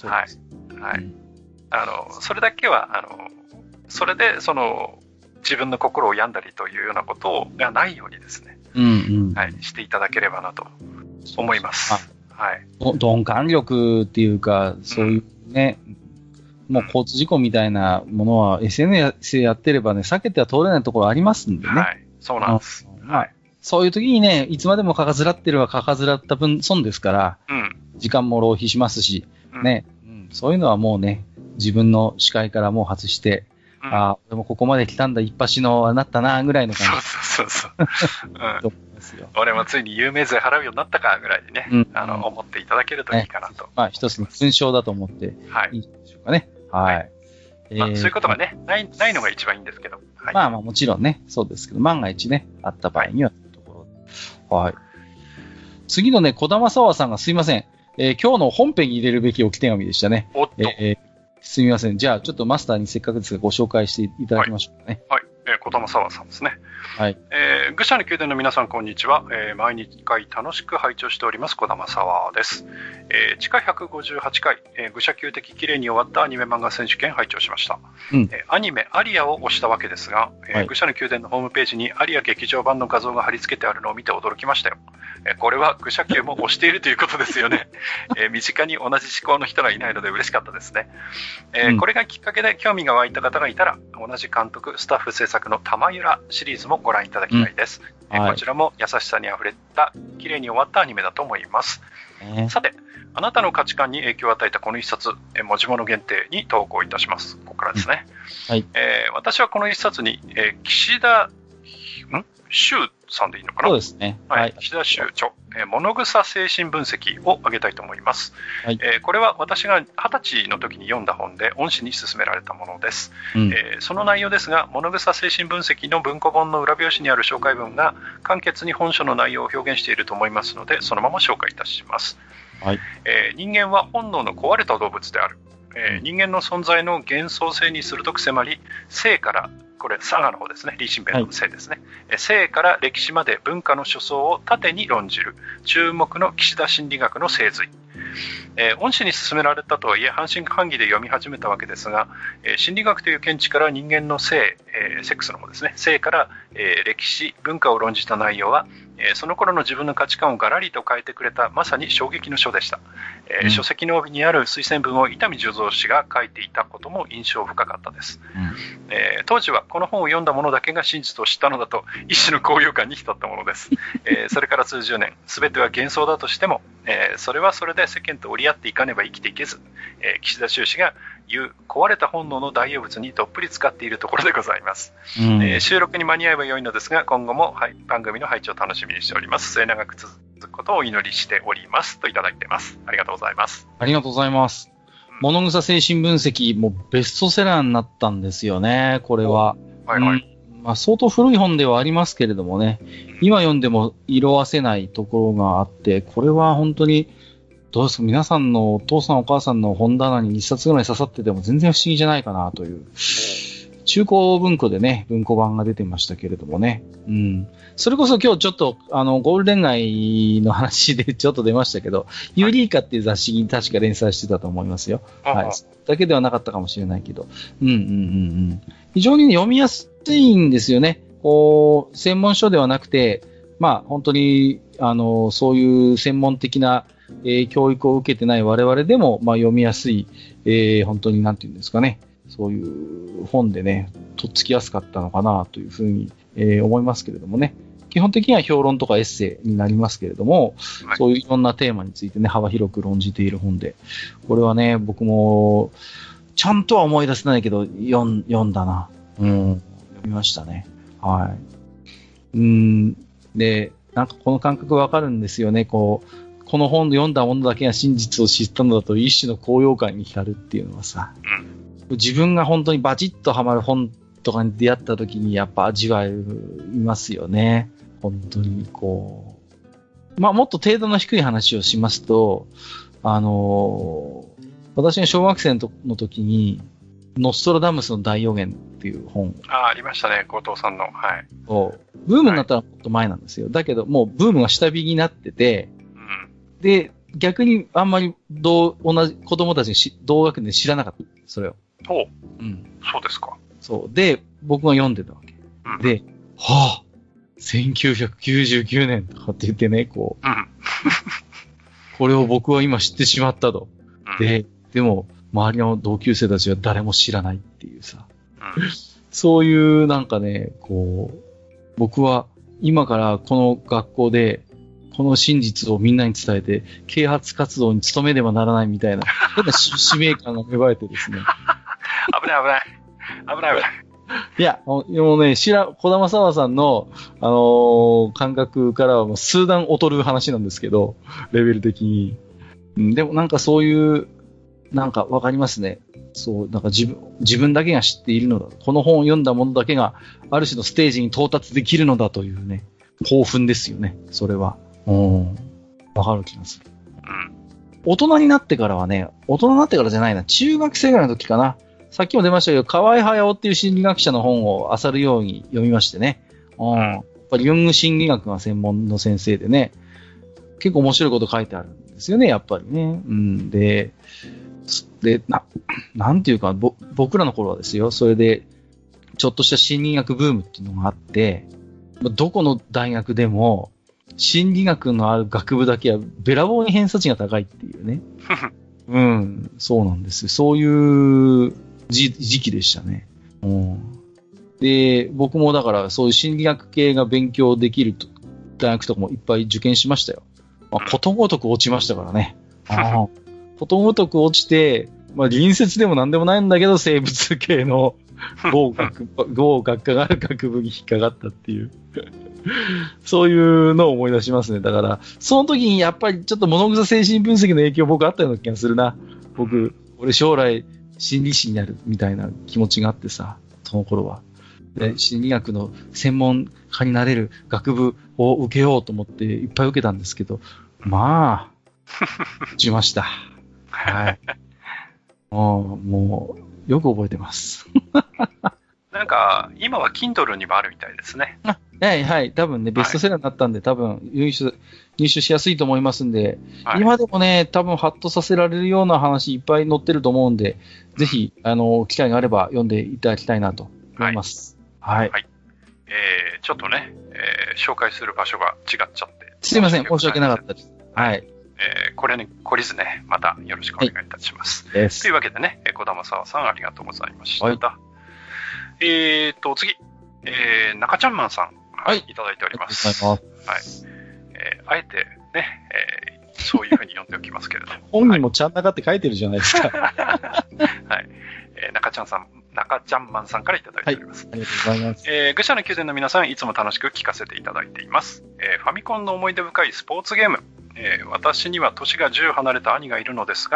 それだけは、それで、自分の心を病んだりというようなことがないようにですね、していただければなと思います。 鈍感力っていうか、そういうね、もう交通事故みたいなものは SNS やってればね、避けては通れないところありますんでね。 そうなんです。 そういう時にね、いつまでもかかずらってればかかずらった分損ですから、時間も浪費しますし、ね、そういうのはもうね、自分の視界からもう外して、ああ、俺もここまで来たんだ、一発のなったな、ぐらいの感じ。 そう。俺もついに有名税払うようになったか、ぐらいにね、思っていただけるといいかなと。 まあ、一つの勲章だと思っていいでしょうかね。 まあ、そういうことがね、ないのが一番いいんですけど。 まあもちろんね、そうですけど、万が一ね、あった場合には、次のね、小玉沢さんがすいません。今日の本編に入れるべき置き手紙でしたね。すみません。じゃあ、ちょっとマスターにせっかくですがご紹介していただきましょうかね。 小玉沢さんですね。愚者の宮殿の皆さん、こんにちは。毎日回楽しく拝聴しております、小玉沢です。地下158回、愚者級的綺麗に終わったアニメ漫画選手権拝聴しました。アニメアリアを推したわけですが、愚者の宮殿のホームページにアリア劇場版の画像が貼り付けてあるのを見て驚きましたよ。これは愚者級も推しているということですよね。身近に同じ思考の人がいないので嬉しかったですね。これがきっかけで興味が湧いた方がいたら、同じ監督、スタッフ制作の玉ゆらシリーズもご覧いただきたいです。こちらも優しさにあふれた綺麗に終わったアニメだと思います。さて、あなたの価値観に影響を与えたこの一冊、文字物限定に投稿いたします。ここからですね。私はこの一冊に、岸田修さんでいいのかな。 そうですね。 岸田修著、物草精神分析を挙げたいと思います。これは私が20歳の時に読んだ本で恩師に勧められたものです。その内容ですが、物草精神分析の文庫本の裏表紙にある紹介文が簡潔に本書の内容を表現していると思いますので、そのまま紹介いたします。人間は本能の壊れた動物である。人間の存在の幻想性に鋭く迫り、生から、これ佐賀の方ですね、李新弁の生ですね、生から歴史まで文化の諸相を縦に論じる注目の岸田心理学の精髄。恩師に勧められたとはいえ半信半疑で読み始めたわけですが、心理学という見地から人間の性、セックスの方ですね、性から、歴史文化を論じた内容は、その頃の自分の価値観をガラリと変えてくれたまさに衝撃の書でした。書籍の帯にある推薦文を伊丹十三氏が書いていたことも印象深かったです。当時はこの本を読んだ者だけが真実を知ったのだと一種の高揚感に浸ったものです。それから数十年、全ては幻想だとしても、それはそれで世間と折り合っていかねば生きていけず、岸田修氏が言う壊れた本能の大有物にどっぷり使っているところでございます。収録に間に合えば良いのですが、今後も、番組の配置を楽しみにしております。末永く続くことをお祈りしておりますといただいています。ありがとうございます。 ありがとうございます。 物草精神分析もベストセラーになったんですよね、これは。 はいはい。 まあ、相当古い本ではありますけれどもね、今読んでも色褪せないところがあって、これは本当に、どうですか、皆さんのお父さんお母さんの本棚に一冊ぐらい刺さってても全然不思議じゃないかなという。中古文庫でね、文庫版が出てましたけれどもね。うん。それこそ今日ちょっと、ゴールデン街の話でちょっと出ましたけど、ユーリーカっていう雑誌に確か連載してたと思いますよ。はい。だけではなかったかもしれないけど。非常に、ね、読みやすいんですよね。こう、専門書ではなくて、まあ、本当に、そういう専門的な、教育を受けてない我々でも、まあ、読みやすい、本当になんていうんですかね。そういう本でね、とっつきやすかったのかなというふうに、思いますけれどもね。基本的には評論とかエッセイになりますけれども、はい、そういういろんなテーマについてね、幅広く論じている本で、これはね、僕も、ちゃんとは思い出せないけど、読んだな。読みましたね。はい。で、なんかこの感覚わかるんですよね。この本で読んだものだけが真実を知ったのだと一種の高揚感に浸るっていうのはさ、自分が本当にバチッとハマる本とかに出会った時にやっぱ味わいますよね。本当にこう。まあもっと程度の低い話をしますと、私が小学生の時に、ノストラダムスの大予言っていう本。 ありましたね、後藤さんの。はい。 ブームになったらもっと前なんですよ。だけどもうブームが下火になってて、で、逆にあんまり同じ子供たちに同学年で知らなかった。それを。 そうですか。 そう。で、僕が読んでたわけ。で、はぁ、1999年とかって言ってね、こう。これを僕は今知ってしまったと。でも、周りの同級生たちは誰も知らないっていうさ。そういうなんかね、こう、僕は今からこの学校で、この真実をみんなに伝えて、啓発活動に努めねばならないみたいな、変な使命感が芽生えてですね。 危ない。 いや、もうね、小玉沢さんの、感覚からはもう数段劣る話なんですけど、レベル的に。でもなんかそういう、なんかわかりますね。そう、なんか自分だけが知っているのだ。この本を読んだ者だけが、ある種のステージに到達できるのだというね、興奮ですよね、それは。わかる気がする。大人になってからはね、大人になってからじゃないな、中学生ぐらいの時かな。さっきも出ましたけど、河合隼っていう心理学者の本を漁るように読みましてね。やっぱりユング心理学が専門の先生でね、結構面白いこと書いてあるんですよね、やっぱりね。で、なんていうか、僕らの頃はですよ、それで、ちょっとした心理学ブームっていうのがあって、どこの大学でも、心理学のある学部だけはべらぼうに偏差値が高いっていうね。そうなんです。そういう時期でしたね。で、僕もだからそういう心理学系が勉強できる大学とかもいっぱい受験しましたよ。ことごとく落ちましたからね。ことごとく落ちて、隣接でもなんでもないんだけど、生物系の某学科がある学部に引っかかったっていう。そういうのを思い出しますね。だから、その時にやっぱりちょっと物草精神分析の影響僕あったような気がするな。俺将来心理師になるみたいな気持ちがあってさ、その頃は。で、心理学の専門家になれる学部を受けようと思っていっぱい受けたんですけど、落ちました。はい。もう、よく覚えてます。 なんか、今は Kindle にもあるみたいですね。 はい。多分ね、ベストセラーになったんで、多分入手しやすいと思いますんで、今でもね、多分ハッとさせられるような話いっぱい載ってると思うんで、ぜひ、機会があれば読んでいただきたいなと思います。はい。 ちょっとね、紹介する場所が違っちゃって。 すいません、申し訳なかったです。はい。 これに懲りずね、またよろしくお願いいたします。というわけでね、小玉沢さんありがとうございました。次、中ちゃんマンさん、いただいております。あえてね、そういうふうに読んでおきますけれども。 本人もちゃん中って書いてるじゃないですか。 はい。中ちゃんマンさんからいただいております。 ありがとうございます。 愚者の宮殿の皆さん、いつも楽しく聞かせていただいています。ファミコンの思い出深いスポーツゲーム。私には年が10離れた兄がいるのですが、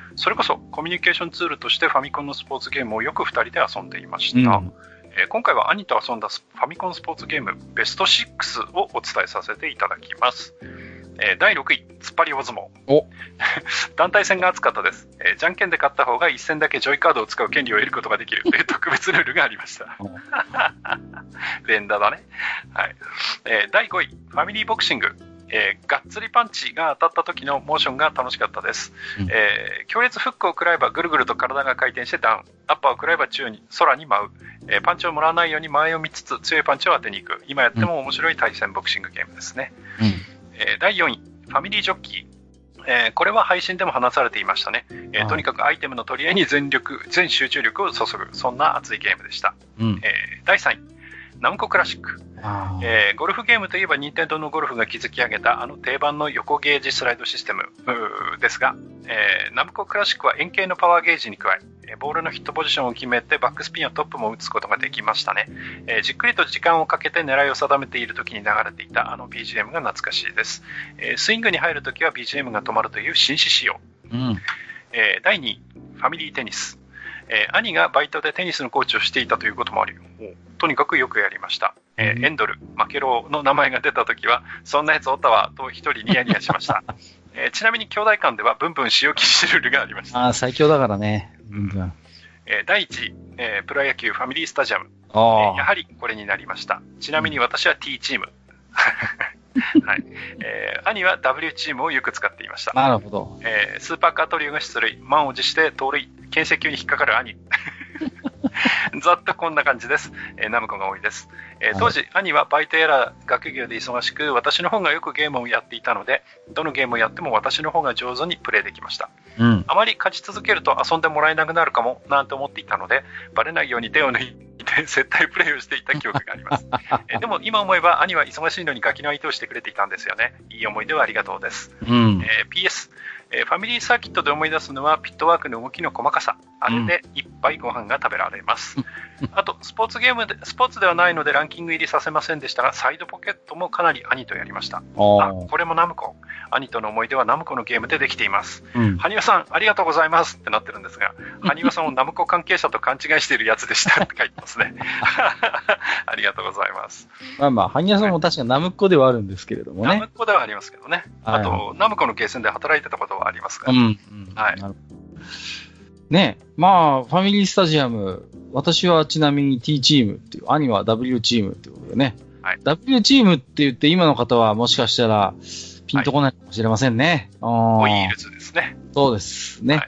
それこそコミュニケーションツールとしてファミコンのスポーツゲームをよく2人で遊んでいました。今回は兄と遊んだファミコンスポーツゲームベスト6をお伝えさせていただきます。第6位、突っ張り大相撲。団体戦が熱かったです。じゃんけんで勝った方が1戦だけジョイカードを使う権利を得ることができるという特別ルールがありました。連打だね。はい。第5位、ファミリーボクシング。がっつりパンチが当たった時のモーションが楽しかったです。強烈フックを食らえばぐるぐると体が回転してダウン、アッパーを食らえば空に舞う、パンチをもらわないように前を見つつ強いパンチを当てに行く、今やっても面白い対戦ボクシングゲームですね。第4位、ファミリージョッキー。これは配信でも話されていましたね。とにかくアイテムの取り合いに全集中力を注ぐ、そんな熱いゲームでした。第3位、ナムコクラシック。ゴルフゲームといえば任天堂のゴルフが築き上げた定番の横ゲージスライドシステムですが、ナムコクラシックは円形のパワーゲージに加え、ボールのヒットポジションを決めてバックスピンやトップも打つことができましたね。じっくりと時間をかけて狙いを定めている時に流れていたBGM が懐かしいです。スイングに入るときは BGM が止まるという紳士仕様。第2位、ファミリーテニス。兄がバイトでテニスのコーチをしていたということもあり、とにかくよくやりました。エンドル、マケローの名前が出たときは、そんなやつおったわと一人ニヤニヤしました。ちなみに兄弟間ではブンブン使用禁止ルールがありました。 最強だからね。ブンブン。 第1位、プロ野球ファミリースタジアム。やはりこれになりました。ちなみに私は T チーム。はい。兄は W チームをよく使っていました。 なるほど。 スーパーカートリオが出塁、満を持して盗塁、牽制球に引っかかる兄。ざっとこんな感じです。ナムコが多いです。当時、兄はバイトやら学業で忙しく、私の方がよくゲームをやっていたので、どのゲームをやっても私の方が上手にプレイできました。あまり勝ち続けると遊んでもらえなくなるかもなんて思っていたので、バレないように手を抜いて接待プレイをしていた記憶があります。でも今思えば兄は忙しいのにガキの相手をしてくれていたんですよね。いい思い出をありがとうです。PS、ファミリーサーキットで思い出すのはピットワークの動きの細かさ。あれでいっぱいご飯が食べられます。あと、スポーツではないのでランキング入りさせませんでしたが、サイドポケットもかなり兄とやりました。これもナムコ。兄との思い出はナムコのゲームでできています。羽生さん、ありがとうございますってなってるんですが、羽生さんをナムコ関係者と勘違いしているやつでしたって書いてますね。ありがとうございます。 羽生さんも確かナムコではあるんですけれどもね。 ナムコではありますけどね。あと、ナムコのゲーセンで働いてたことはありますが、はい。 ね、ファミリースタジアム、私はちなみに T チームっていう、兄は W チームっていうことでね。W チームって言って今の方はもしかしたらピンとこないかもしれませんね。 オイールズですね。 そうですね。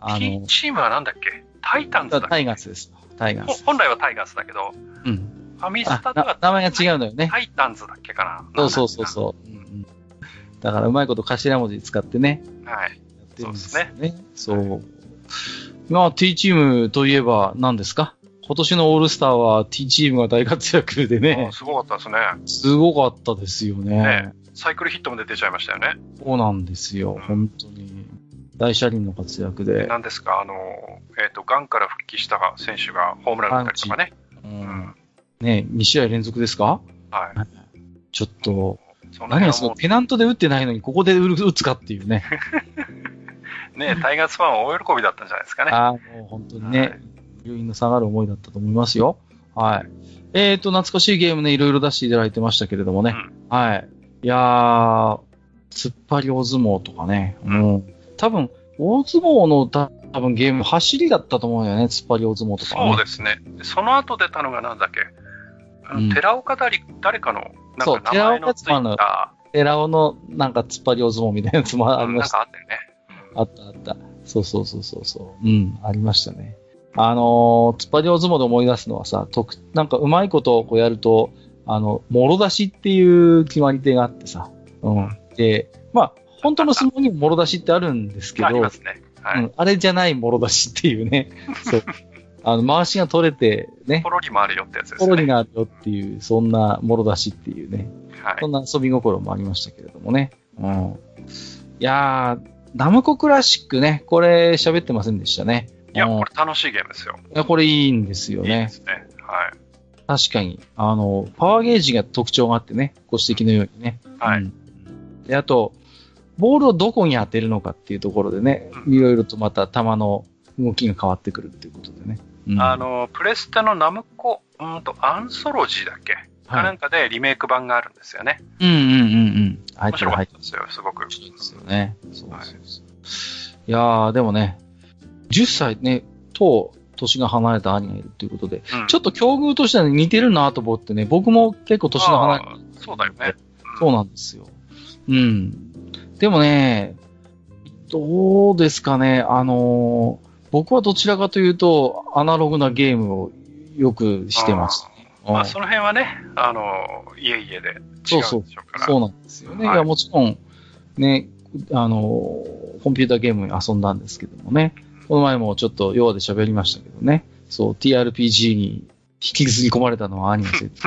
T チームはなんだっけ？タイタンズだっけ？ タイガースです。タイガース。 本来はタイガースだけど、ファミスタでは名前が違うのよね。 タイタンズだっけかな。 そう。だからうまいこと頭文字使ってね。 はい。そうですね。 そう。T チームといえば何ですか？今年のオールスターは T チームが大活躍でね。 すごかったですね。 すごかったですよね。 サイクルヒットも出てちゃいましたよね。 そうなんですよ。本当に。大車輪の活躍で。 何ですか、癌から復帰した選手がホームラン打ったりとかね。 ね、2試合連続ですか？ はい。 ちょっと、何がそのペナントで打ってないのにここで打つかっていうね。 ね、タイガースファンは大喜びだったんじゃないですかね。 もう本当にね、留飲の下がる思いだったと思いますよ。はい。懐かしいゲームね、いろいろ出していただいてましたけれどもね。はい。いやー、突っ張り大相撲とかね。多分、大相撲の多分ゲーム、走りだったと思うよね、突っ張り大相撲とか、 そうですね。その後出たのがなんだっけ、寺岡誰かの、なんか名前のついた。 寺尾のなんか突っ張り大相撲みたいなやつもありました。 なんかあったよね。 あった。そう。ありましたね。突っ張り大相撲で思い出すのはさ、なんかうまいことこうやると、もろ出しっていう決まり手があってさ。で、本当の相撲にももろ出しってあるんですけど、 ありますね。はい。 あれじゃないもろ出しっていうね。そう。回しが取れてね。 ポロリもあるよってやつですね。 ポロリがあるよっていう、そんなもろ出しっていうね。 はい。 そんな遊び心もありましたけれどもね。いやー、ナムコクラシックね、これ喋ってませんでしたね。 いや、これ楽しいゲームですよ。 いや、これいいんですよね。 いいですね。はい。 確かに、パワーゲージが特徴があってね、ご指摘のようにね。 はい。 で、あと、 ボールをどこに当てるのかっていうところでね、いろいろとまた球の動きが変わってくるっていうことでね。 プレステのナムコ、アンソロジーだっけ、かなんかでリメイク版があるんですよね。 面白かったですよ、すごく。 面白いですよね。そう。いやー、でもね、10歳ね、年が離れた兄がいるということで、ちょっと境遇としては似てるなと思ってね、僕も結構年が離れた。 そうだよね。 そうなんですよ。でもね、どうですかね、僕はどちらかというと、アナログなゲームをよくしてましたね。 その辺はね、家で違うんでしょうから。 そうなんですよね。いや、もちろん、ね、コンピューターゲームに遊んだんですけどもね、この前もちょっと弱で喋りましたけどね、そう、TRPG に引きずり込まれたのは兄のせいです。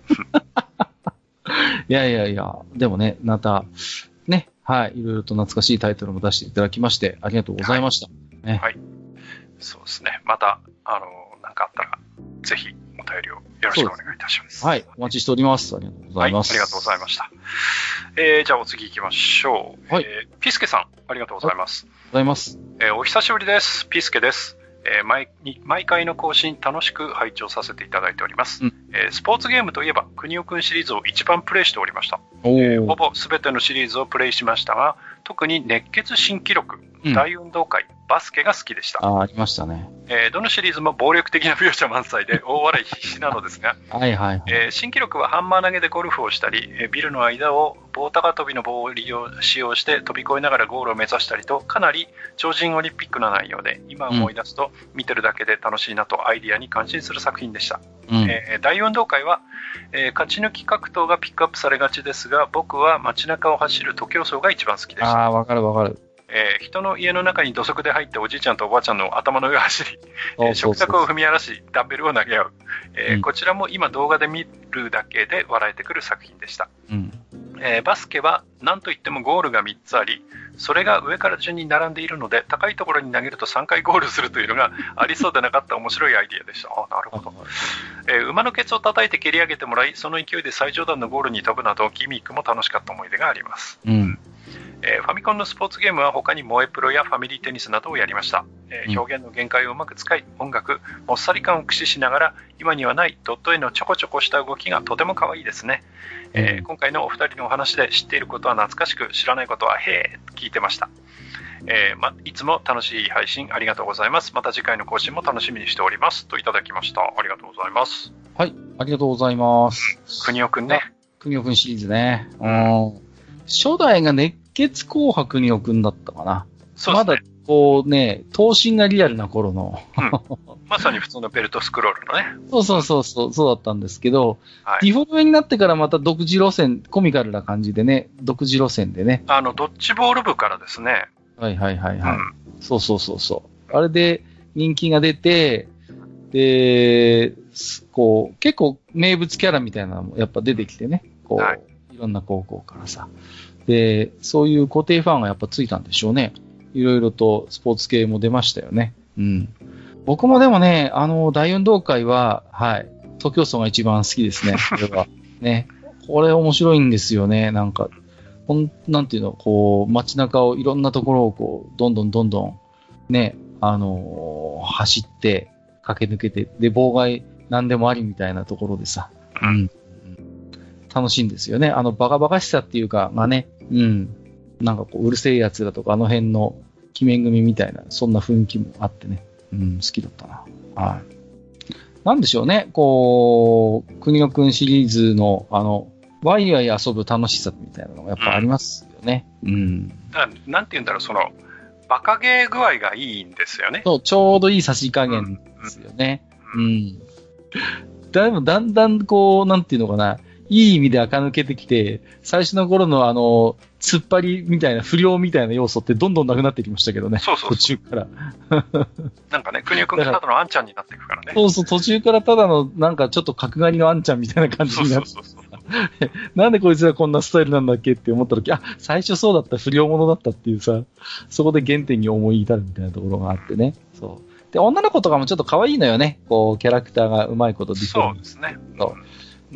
いや、でもね、また、ね、はい、いろいろと懐かしいタイトルも出していただきまして、ありがとうございました。 はい。そうですね。また、なんかあったら、ぜひ、お便りをよろしくお願いいたします。 はい、お待ちしております。ありがとうございます。 はい、ありがとうございました。じゃあ、お次行きましょう。はい。ピスケさん、ありがとうございます。 ありがとうございます。 お久しぶりです。ピスケです。毎回の更新楽しく拝聴させていただいております。スポーツゲームといえば、国尾くんシリーズを一番プレイしておりました。ほぼ全てのシリーズをプレイしましたが、特に熱血新記録、大運動会、バスケが好きでした。 ありましたね。 どのシリーズも暴力的な描写満載で大笑い必至なのですが、新記録はハンマー投げでゴルフをしたり、ビルの間を棒高跳びの棒を使用して飛び越えながらゴールを目指したりと、かなり超人オリンピックな内容で、今思い出すと見てるだけで楽しいなとアイディアに感心する作品でした。大運動会は、勝ち抜き格闘がピックアップされがちですが、僕は街中を走る徒競走が一番好きでした。 わかる。 人の家の中に土足で入っておじいちゃんとおばあちゃんの頭の上を走り、食卓を踏み荒らしダンベルを投げ合う、こちらも今動画で見るだけで笑えてくる作品でした。バスケは何といってもゴールが3つあり、それが上から順に並んでいるので、高いところに投げると3回ゴールするというのがありそうでなかった面白いアイディアでした。なるほど。馬のケツを叩いて蹴り上げてもらい、その勢いで最上段のゴールに飛ぶなどギミックも楽しかった思い出があります。ファミコンのスポーツゲームは他に萌えプロやファミリーテニスなどをやりました。表現の限界をうまく使い、音楽、もっさり感を駆使しながら、今にはないドット絵のちょこちょこした動きがとても可愛いですね。今回のお二人のお話で知っていることは懐かしく、知らないことはへー聞いてました。いつも楽しい配信ありがとうございます。また次回の更新も楽しみにしておりますといただきました。ありがとうございます。 はい、ありがとうございます。 国尾くんね。 国尾くんシリーズね。初代が熱血紅白国尾くんだったかな。そうですね。まだこうね、頭身がリアルな頃の、 まさに普通のベルトスクロールのね。 そうだったんですけど、ディフォルメになってからまた独自路線、コミカルな感じでね、独自路線でね。 ドッジボール部からですね。 はい。そう。あれで人気が出て、で、こう、結構名物キャラみたいなのもやっぱ出てきてね、こう、いろんな高校からさ。で、そういう固定ファンがやっぱついたんでしょうね。いろいろとスポーツ系も出ましたよね。僕もでもね、大運動会は、徒競走が一番好きですね。これは。ね。これ面白いんですよね。なんか、なんていうの、こう、街中をいろんなところをこう、どんどん、ね、走って、駆け抜けて、で、妨害なんでもありみたいなところでさ。楽しいんですよね。バカバカしさっていうか、がね、なんかこう、うるせえやつらとか、あの辺の、鬼面組みたいな、そんな雰囲気もあってね。好きだったな。なんでしょうね、こう、国尾くんシリーズの、ワイワイ遊ぶ楽しさみたいなのがやっぱありますよね。 なんて言うんだろう、その、バカゲー具合がいいんですよね。 そう、ちょうどいい差し加減ですよね。だんだんこう、なんていうのかな、いい意味で垢抜けてきて、最初の頃の突っ張りみたいな、不良みたいな要素ってどんどんなくなってきましたけどね。そう途中から。 なんかね、国尾くんがただのあんちゃんになっていくからね。 そう、途中からただの、なんかちょっと角刈りのあんちゃんみたいな感じになって。なんでこいつらこんなスタイルなんだっけって思った時、最初そうだった、不良者だったっていうさ、そこで原点に思い至るみたいなところがあってね。そう。で、女の子とかもちょっと可愛いのよね。こう、キャラクターがうまいことディフォルメ。 そうですね。 そう。ね。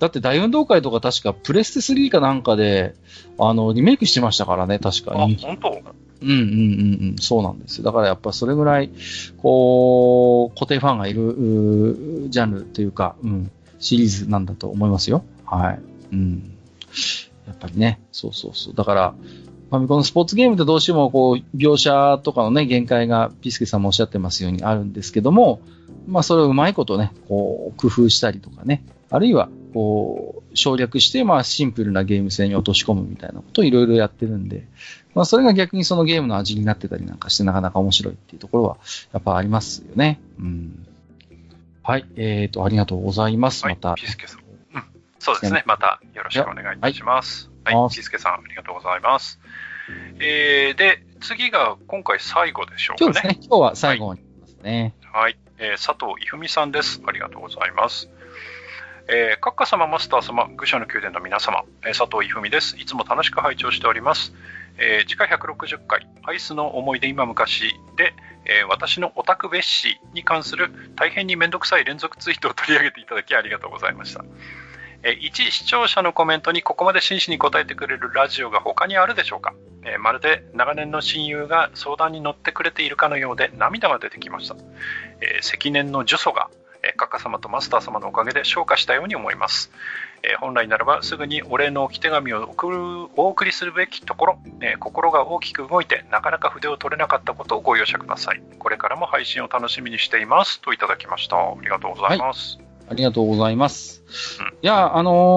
だって大運動会とか確かプレステ3かなんかで、リメイクしてましたからね、確かに。 本当？ そうなんですよ。だからやっぱそれぐらい、こう、固定ファンがいる、ジャンルというか、シリーズなんだと思いますよ。はい。やっぱりね、そう。だから、ファミコンのスポーツゲームってどうしてもこう、描写とかのね、限界が、ピスケさんもおっしゃってますようにあるんですけども、まあそれをうまいことね、こう、工夫したりとかね、あるいは、こう、省略して、まあシンプルなゲーム性に落とし込むみたいなことをいろいろやってるんで、まあそれが逆にそのゲームの味になってたりなんかしてなかなか面白いっていうところは、やっぱありますよね。はい、ありがとうございます。また。 ピスケさん。そうですね。またよろしくお願いいたします。はい、ピスケさん、ありがとうございます。で、次が今回最後でしょうかね。 そうですね。今日は最後になりますね。 はい。佐藤いふみさんです。ありがとうございます。閣下様、マスター様、愚者の宮殿の皆様、佐藤いふみです。いつも楽しく拝聴しております。次回160回、アイスの思い出今昔で、私のオタク別紙に関する大変にめんどくさい連続ツイートを取り上げていただきありがとうございました。一視聴者のコメントにここまで真摯に答えてくれるラジオが他にあるでしょうか。まるで長年の親友が相談に乗ってくれているかのようで涙が出てきました。積年の呪詛が閣下様とマスター様のおかげで消化したように思います。本来ならばすぐにお礼の置き手紙をお送りするべきところ、心が大きく動いてなかなか筆を取れなかったことをご容赦ください。これからも配信を楽しみにしていますといただきました。ありがとうございます。 ありがとうございます。いや、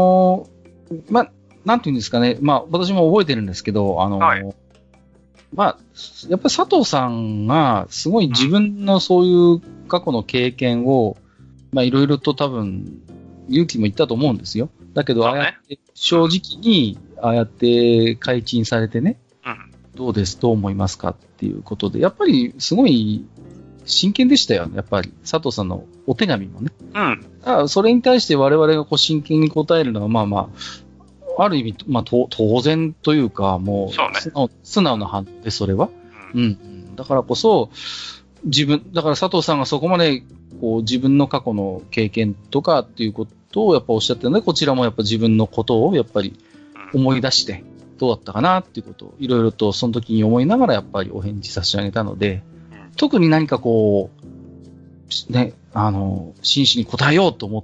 なんていうんですかね。まあ、私も覚えてるんですけど、まあ、やっぱり佐藤さんが、すごい自分のそういう過去の経験を、まあ、いろいろと多分、勇気も言ったと思うんですよ。だけど、ああやって正直に、ああやって解禁されてね、どう思いますかっていうことで、やっぱりすごい真剣でしたよね。やっぱり佐藤さんのお手紙もね。それに対して我々がこう真剣に答えるのは、まあまあ、ある意味、まあ当然というか、もう、素直な反応で、それは。だからこそ、だから佐藤さんがそこまで、こう自分の過去の経験とかっていうことをやっぱおっしゃってるので、こちらもやっぱ自分のことをやっぱり思い出して、どうだったかなっていうことをいろいろとその時に思いながらやっぱりお返事差し上げたので、特に何かこう、ね、真摯に答えようと思って、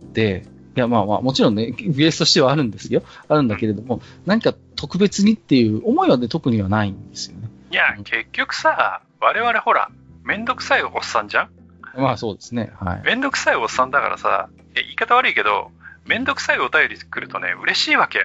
いや、まあまあ、もちろんね、ベースとしてはあるんですよ。あるんだけれども、何か特別にっていう思いはね、特にはないんですよね。 いや、結局さ、我々ほら、めんどくさいおっさんじゃん？ まあそうですね。はい。 めんどくさいおっさんだからさ、言い方悪いけど、めんどくさいお便り来るとね、嬉しいわけ。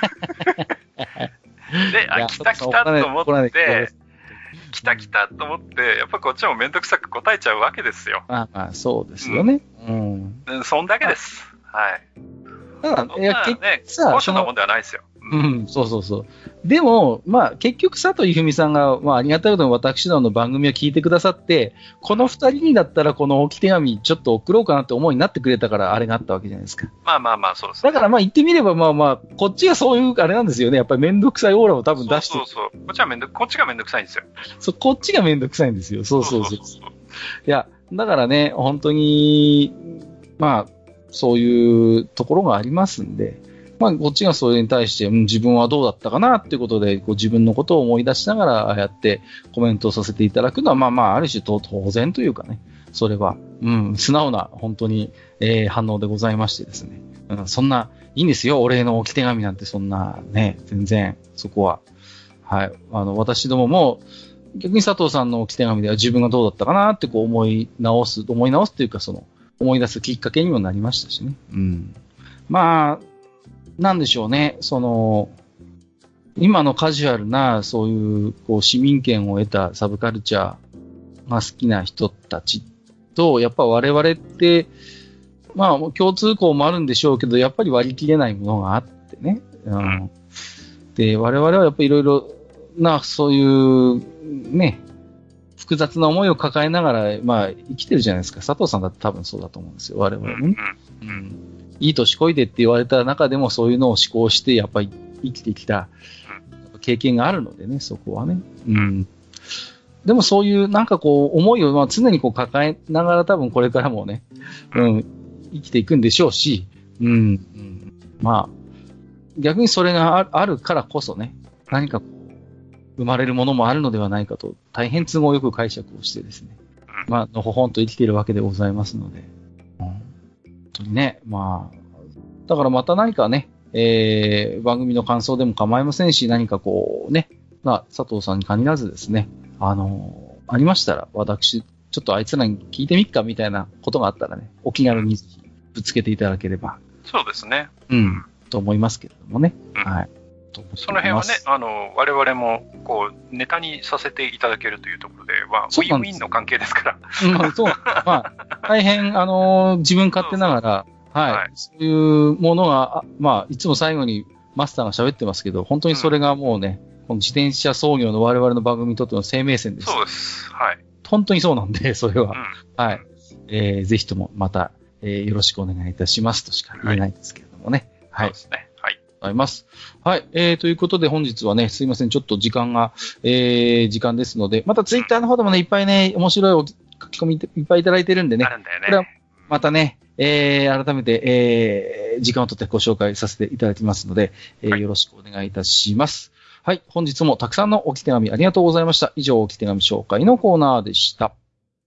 で、来たと思って、来たと思って、やっぱこっちもめんどくさく答えちゃうわけですよ。 まあ、そうですよね。 そんだけです。はい。 だから、 結局さ、高所なもんではないですよ。 そう。でも、まあ、結局、佐藤いふみさんが、まあ、ありがたいことに私どもの番組を聞いてくださって、この二人にだったら、この置き手紙ちょっと送ろうかなって思いになってくれたから、あれがあったわけじゃないですか。 まあ、そうです、 ね。だから、まあ、言ってみれば、まあまあ、こっちがそういう、あれなんですよね。やっぱりめんどくさいオーラを多分出して。 そう。こっちがめんどくさいんですよ。 こっちがめんどくさいんですよ。そう。いや、だからね、本当に、まあ、そういうところがありますんで、まあ、こっちがそれに対して、自分はどうだったかなっていうことで、こう自分のことを思い出しながら、ああやってコメントをさせていただくのは、まあまあ、ある種当然というかね、それは、素直な、本当に、反応でございましてですね。そんな、いいんですよ、お礼の置き手紙なんて、そんな、ね、全然、そこは。はい。私どもも、逆に佐藤さんの置き手紙では自分がどうだったかなってこう思い直すというか、思い出すきっかけにもなりましたしね。まあ、なんでしょうね、今のカジュアルな、そういう、こう、市民権を得たサブカルチャーが好きな人たちと、やっぱ我々って、まあ、共通項もあるんでしょうけど、やっぱり割り切れないものがあってね。で、我々はやっぱりいろいろな、そういう、ね、複雑な思いを抱えながら、まあ、生きてるじゃないですか。佐藤さんだって多分そうだと思うんですよ、我々ね。いい年こいでって言われた中でもそういうのを思考して、やっぱり生きてきた経験があるのでね、そこはね。でもそういうなんかこう、思いをまあ常にこう抱えながら多分これからもね、生きていくんでしょうし、 まあ、逆にそれがあるからこそね、何か生まれるものもあるのではないかと、大変都合よく解釈をしてですね、まあ、のほほんと生きているわけでございますので、本当にね、まあ、だからまた何かね、番組の感想でも構いませんし、何かこうね、まあ、佐藤さんに限らずですね、ありましたら、私、ちょっとあいつらに聞いてみっかみたいなことがあったらね、お気軽にぶつけていただければ。 そうですね。 うん。と思いますけれどもね。 うん、 はい。 その辺はね、我々も、こう、ネタにさせていただけるというところで、まあ、ウィンウィンの関係ですから。 そう。まあ、大変、自分勝手ながら、はい。そういうものが、まあ、いつも最後にマスターが喋ってますけど、本当にそれがもうね、この自転車操業の我々の番組にとっての生命線です。 そうです。はい。 本当にそうなんで、それは。はい。ぜひともまた、よろしくお願いいたしますとしか言えないですけれどもね。はい。 そうですね。はい。 ございます。はい。ということで本日はね、すいません。ちょっと時間が、時間ですので、またツイッターの方でもね、いっぱいね、面白い書き込みいっぱいいただいてるんでね。 あるんだよね。 これはまたね、改めて、時間をとってご紹介させていただきますので、よろしくお願いいたします。はい。本日もたくさんの置き手紙ありがとうございました。以上、置き手紙紹介のコーナーでした。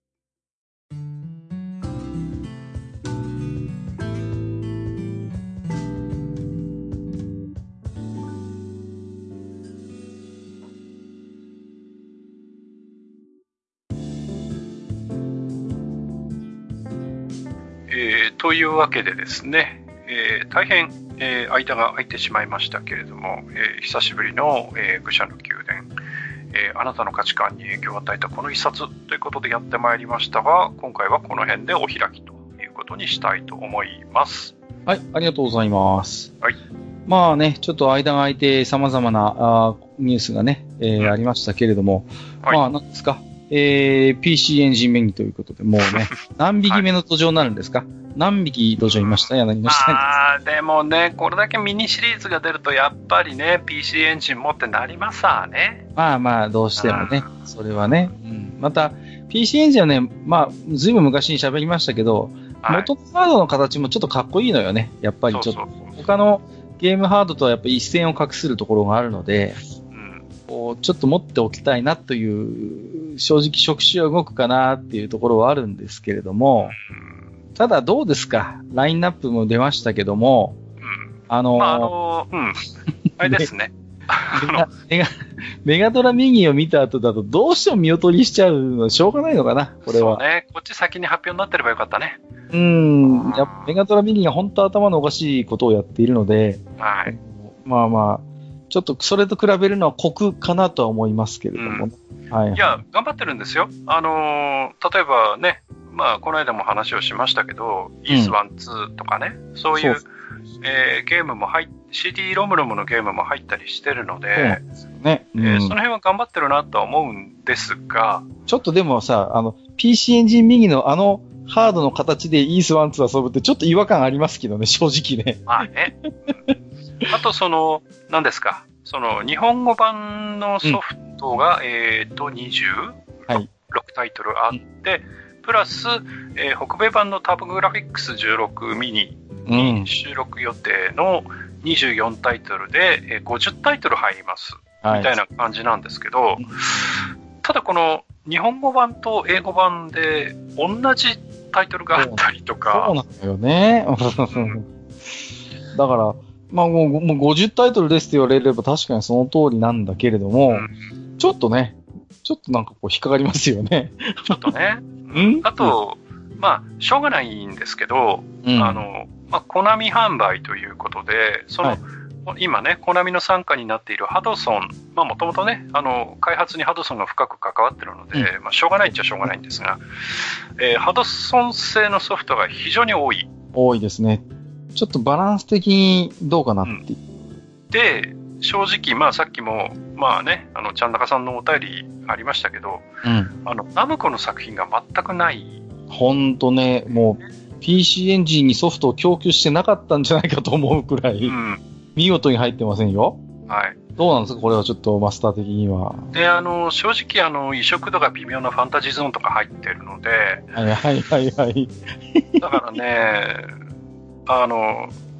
というわけでですね、大変、間が空いてしまいましたけれども、久しぶりの、愚者の宮殿、あなたの価値観に影響を与えたこの一冊ということでやってまいりましたが、今回はこの辺でお開きということにしたいと思います。 はい、ありがとうございます。 はい。 まあね、ちょっと間が空いて様々なニュースがね、ありましたけれども、はい、まあ何ですか、PC エンジンメニューということで、もうね、何匹目の土壌になるんですか、はい、何匹土壌いました柳の下に。 でもね、これだけミニシリーズが出ると、やっぱりね、PC エンジンもってなりますわね。 まあまあ、どうしてもね、それはね。うん、また、PC エンジンはね、まあ、ずいぶん昔に喋りましたけど、はい、元のハードの形もちょっとかっこいいのよね。やっぱりちょっと。他のゲームハードとはやっぱり一線を画するところがあるので、こうちょっと持っておきたいなという、正直触手は動くかなっていうところはあるんですけれども、ただどうですか、ラインナップも出ましたけども、 あれですね。 メガドラミニを見た後だとどうしても見劣りしちゃうのはしょうがないのかな、これは。 そうね。こっち先に発表になってればよかったね。 やっぱメガドラミニが本当頭のおかしいことをやっているので、 はい。 まあまあ、ちょっとそれと比べるのは酷かなとは思いますけれども。 はい。いや、頑張ってるんですよ。例えばね、まあ、この間も話をしましたけど、イース1、2とかね、そういう、ゲームもCD ロムロムのゲームも入ったりしてるので、 ねその辺は頑張ってるなとは思うんですが、 ちょっとでもさ、PC エンジン右のハードの形でイース1、2遊ぶってちょっと違和感ありますけどね、正直ね。 まあね。あと何ですか、日本語版のソフトが、26タイトルあって、プラス、北米版のタブグラフィックス16ミニに収録予定の24タイトルで、50タイトル入ります。みたいな感じなんですけど、ただこの日本語版と英語版で同じタイトルがあったりとか。 そうなんだよね。だから、まあもう50タイトルですって言われれば確かにその通りなんだけれども、ちょっとなんかこう引っかかりますよね。 ちょっとね。あと、まあ、しょうがないんですけど、まあ、コナミ販売ということで、今ね、コナミの傘下になっているハドソン、まあ、もともとね、開発にハドソンが深く関わっているので、まあ、しょうがないっちゃしょうがないんですが、ハドソン製のソフトが非常に多い。 多いですね。ちょっとバランス的にどうかなっていう。 で、正直、まあさっきも、まあね、ちゃんなかさんのお便りありましたけど、ナムコの作品が全くない。 ほんとね、もう、PC エンジンにソフトを供給してなかったんじゃないかと思うくらい、見事に入ってませんよ。 はい。 どうなんですかこれはちょっとマスター的には。 で、正直、移植度が微妙なファンタジーゾーンとか入ってるので、 はい。 だからね、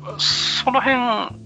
その辺、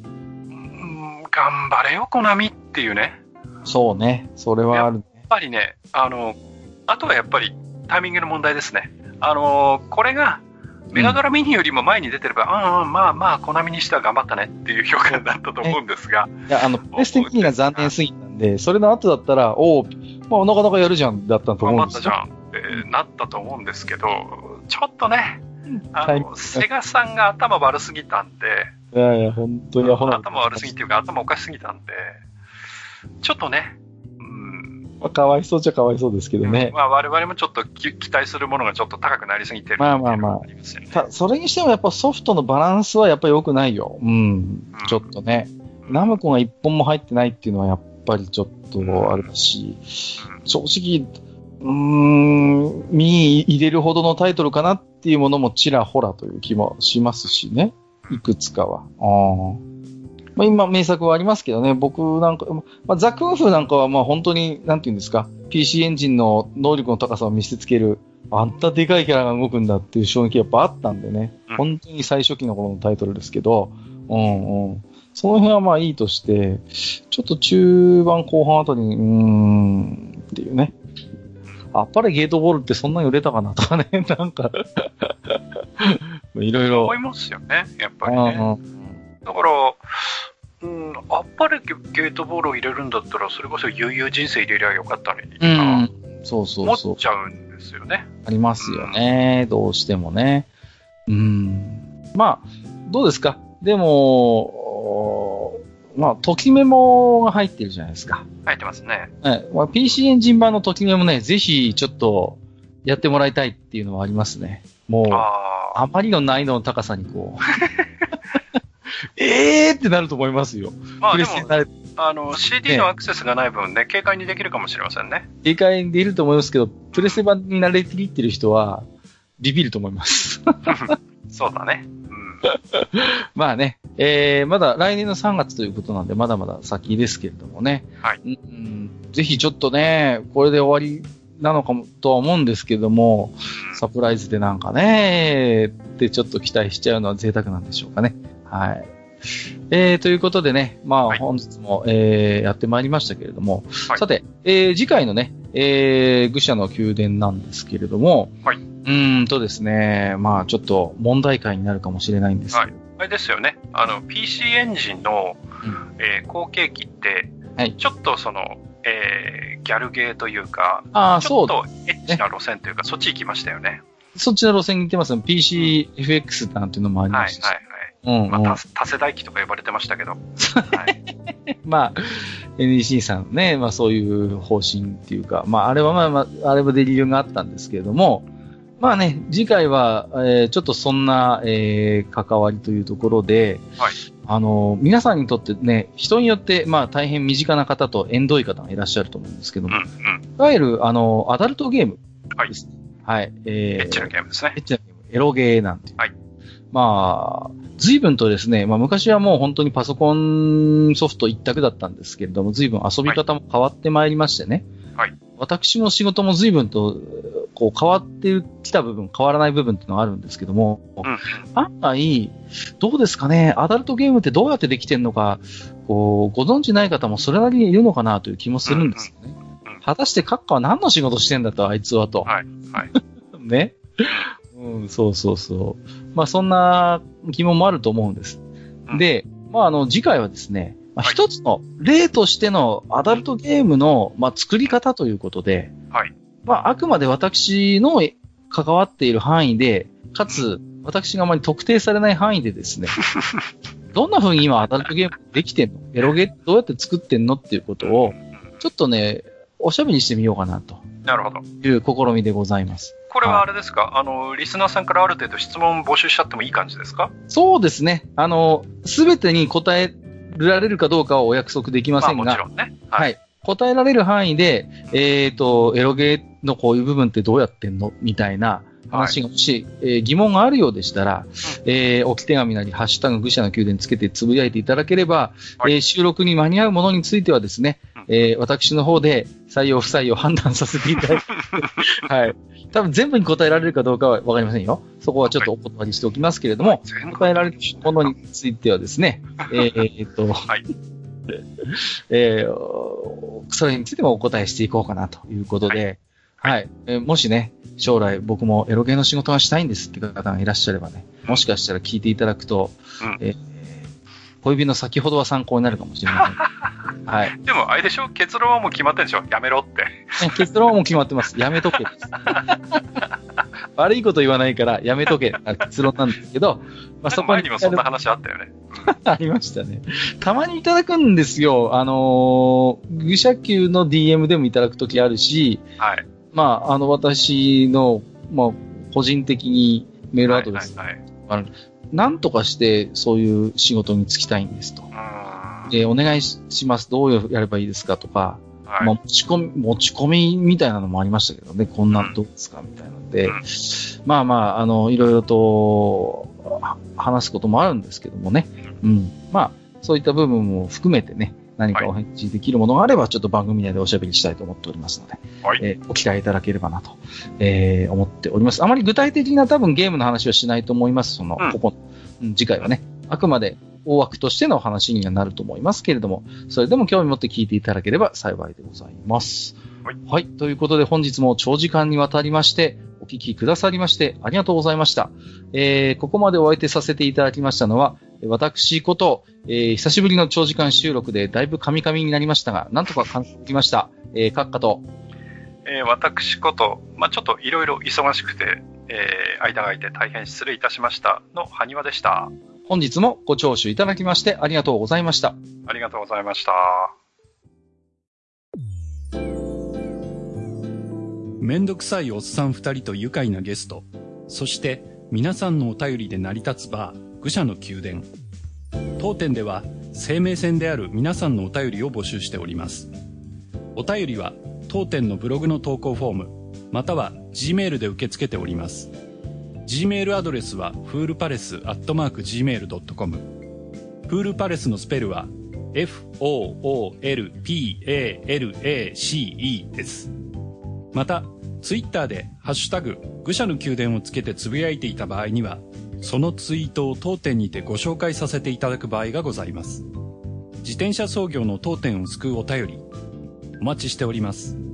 頑張れよ、コナミっていうね。 そうね。それはあるね。 やっぱりね、あとはやっぱりタイミングの問題ですね。これが、メガドラミニよりも前に出てれば、まあ、コナミにしては頑張ったねっていう評価になったと思うんですが。 いや、プレステミニが残念すぎたんで、それの後だったら、まあ、なかなかやるじゃん、だったと思うんですよ。 頑張ったじゃんってなったと思うんですけど、ちょっとね、セガさんが頭悪すぎたんで、 いや、本当に頭悪すぎっていうか、頭おかしすぎたんで、ちょっとね、 まあ、かわいそうじゃかわいそうですけどね。 まあ、我々もちょっと期待するものがちょっと高くなりすぎてる。 まあ。それにしてもやっぱソフトのバランスはやっぱり良くないよ。ちょっとね。ナムコが一本も入ってないっていうのはやっぱりちょっとあるし、正直、見に入れるほどのタイトルかなっていうものもちらほらという気もしますしね。いくつかは。まあ、今、名作はありますけどね、僕なんか、まあ、ザ・クンフーなんかはまあ本当に、なんていうんですか、PC エンジンの能力の高さを見せつける、あんたでかいキャラが動くんだっていう衝撃やっぱあったんでね、本当に最初期の頃のタイトルですけど、その辺はまあいいとして、ちょっと中盤後半あたりに、っていうね。あっぱれゲートボールってそんなに売れたかなとかね、なんか、いろいろ。 思いますよね、やっぱりね。だから、あっぱれゲートボールを入れるんだったら、それこそ悠々人生入れりゃよかったのに、 そう。 思っちゃうんですよね。 ありますよね、どうしてもね。まあ、どうですか。でも、まあ、ときメモが入ってるじゃないですか。 入ってますね。 まあ、PC エンジン版のときメモね、ぜひちょっとやってもらいたいっていうのはありますね。もう、あまりの難易度の高さにこう。ってなると思いますよ。 まあでも、CD のアクセスがない分ね、軽快にできるかもしれませんね。 軽快にできると思いますけど、プレステ版に慣れていってる人は、ビビると思います。 そうだね。 まあね、まだ来年の3月ということなんで、まだまだ先ですけれどもね。 はい。 ぜひちょっとね、これで終わりなのかもとは思うんですけども、サプライズでなんかね、ってちょっと期待しちゃうのは贅沢なんでしょうかね。はい。ということでね、まあ、本日も、やってまいりましたけれども、さて、次回のね、愚者の宮殿なんですけれども、ですね、まあ、ちょっと問題解になるかもしれないんですけど。 あれですよね、PC エンジンの、後継機って、ちょっとその、ギャルゲーというか、ちょっとエッチな路線というか、そっち行きましたよね。 そっちの路線に行ってますよ。PCFX なんていうのもありますし。 まあ、多世代機とか呼ばれてましたけど。 まあ、NEC さんね、まあそういう方針っていうか、まああれはあれはで理由があったんですけれども、まあね、次回は、ちょっとそんな、関わりというところで、皆さんにとってね、人によって、まあ大変身近な方と縁遠い方がいらっしゃると思うんですけども、いわゆる、アダルトゲームですね。はい。 エッチなゲームですね。 エッチなゲーム。エロゲーなんていう。まあ、随分とですね、まあ昔はもう本当にパソコンソフト一択だったんですけれども、随分遊び方も変わってまいりましてね。私の仕事も随分と、こう変わってきた部分、変わらない部分っていうのがあるんですけども、案外、どうですかね、アダルトゲームってどうやってできてんのか、こう、ご存知ない方もそれなりにいるのかなという気もするんですよね。果たして閣下は何の仕事してんだと、あいつはと。ね。そう。まあ、そんな疑問もあると思うんです。で、まあ、次回はですね、一つの例としてのアダルトゲームの、まあ、作り方ということで、まあ、あくまで私の関わっている範囲で、かつ、私があまり特定されない範囲でですね、どんな風に今アダルトゲームできてんの？エロゲーどうやって作ってんのっていうことを、ちょっとね、おしゃべりしてみようかなと。 なるほど。 いう試みでございます。 これはあれですか、リスナーさんからある程度質問募集しちゃってもいい感じですか？ そうですね。すべてに答えられるかどうかはお約束できませんが、 もちろんね。 はい。答えられる範囲で、エロゲーのこういう部分ってどうやってんのみたいな話がもし、疑問があるようでしたら、置き手紙なり、ハッシュタグ愚者の宮殿つけてつぶやいていただければ、収録に間に合うものについてはですね、 私の方で採用不採用判断させていただいて、はい。多分全部に答えられるかどうかはわかりませんよ。そこはちょっとお断りしておきますけれども、答えられるものについてはですね、はい。それについてもお答えしていこうかなということで、はい。もしね、将来僕もエロゲーの仕事がしたいんですって方がいらっしゃればね、もしかしたら聞いていただくと、小指の先ほどは参考になるかもしれません。はい。 でも、あれでしょ？結論はもう決まってるでしょ？やめろって。 結論はもう決まってます。やめとけです。悪いこと言わないからやめとけ。結論なんですけど、 まあ、そこに。前にもそんな話あったよね。 ありましたね。たまにいただくんですよ。愚者級の DM でもいただくときあるし、はい。まあ、私の、まあ、個人的にメールアドレス、なんとかしてそういう仕事に就きたいんですと。お願いします。どうやればいいですかとか、はい、まあ、持ち込みみたいなのもありましたけどね、こんなんどうですかみたいなので、まあまあ、いろいろと話すこともあるんですけどもね、まあ、そういった部分も含めてね、何かお返事できるものがあれば、ちょっと番組内でおしゃべりしたいと思っておりますので、はい、お機会いただければなと、思っております。あまり具体的な多分ゲームの話はしないと思います。ここ、次回はね、あくまで大枠としての話にはなると思いますけれども、それでも興味持って聞いていただければ幸いでございます。はい。はい。ということで本日も長時間にわたりまして、お聞きくださりましてありがとうございました。ここまでお相手させていただきましたのは、私こと、久しぶりの長時間収録でだいぶカミカミになりましたが、なんとか完成できました。閣下と、 私こと、まあ、ちょっといろいろ忙しくて、間が空いて大変失礼いたしましたの埴輪でした。 本日もご聴取いただきましてありがとうございました。 ありがとうございました。 めんどくさいおっさん2人と愉快なゲスト、そして皆さんのお便りで成り立つバー、愚者の宮殿。当店では生命線である皆さんのお便りを募集しております。お便りは当店のブログの投稿フォーム、または Gmail で受け付けております。Gmail アドレスは foolpalace@gmail.com。 フールパレスのスペルは FOOLPALACE です。また、ツイッターでハッシュタグ愚者の宮殿をつけてつぶやいていた場合には、そのツイートを当店にてご紹介させていただく場合がございます。自転車操業の当店を救うお便り、お待ちしております。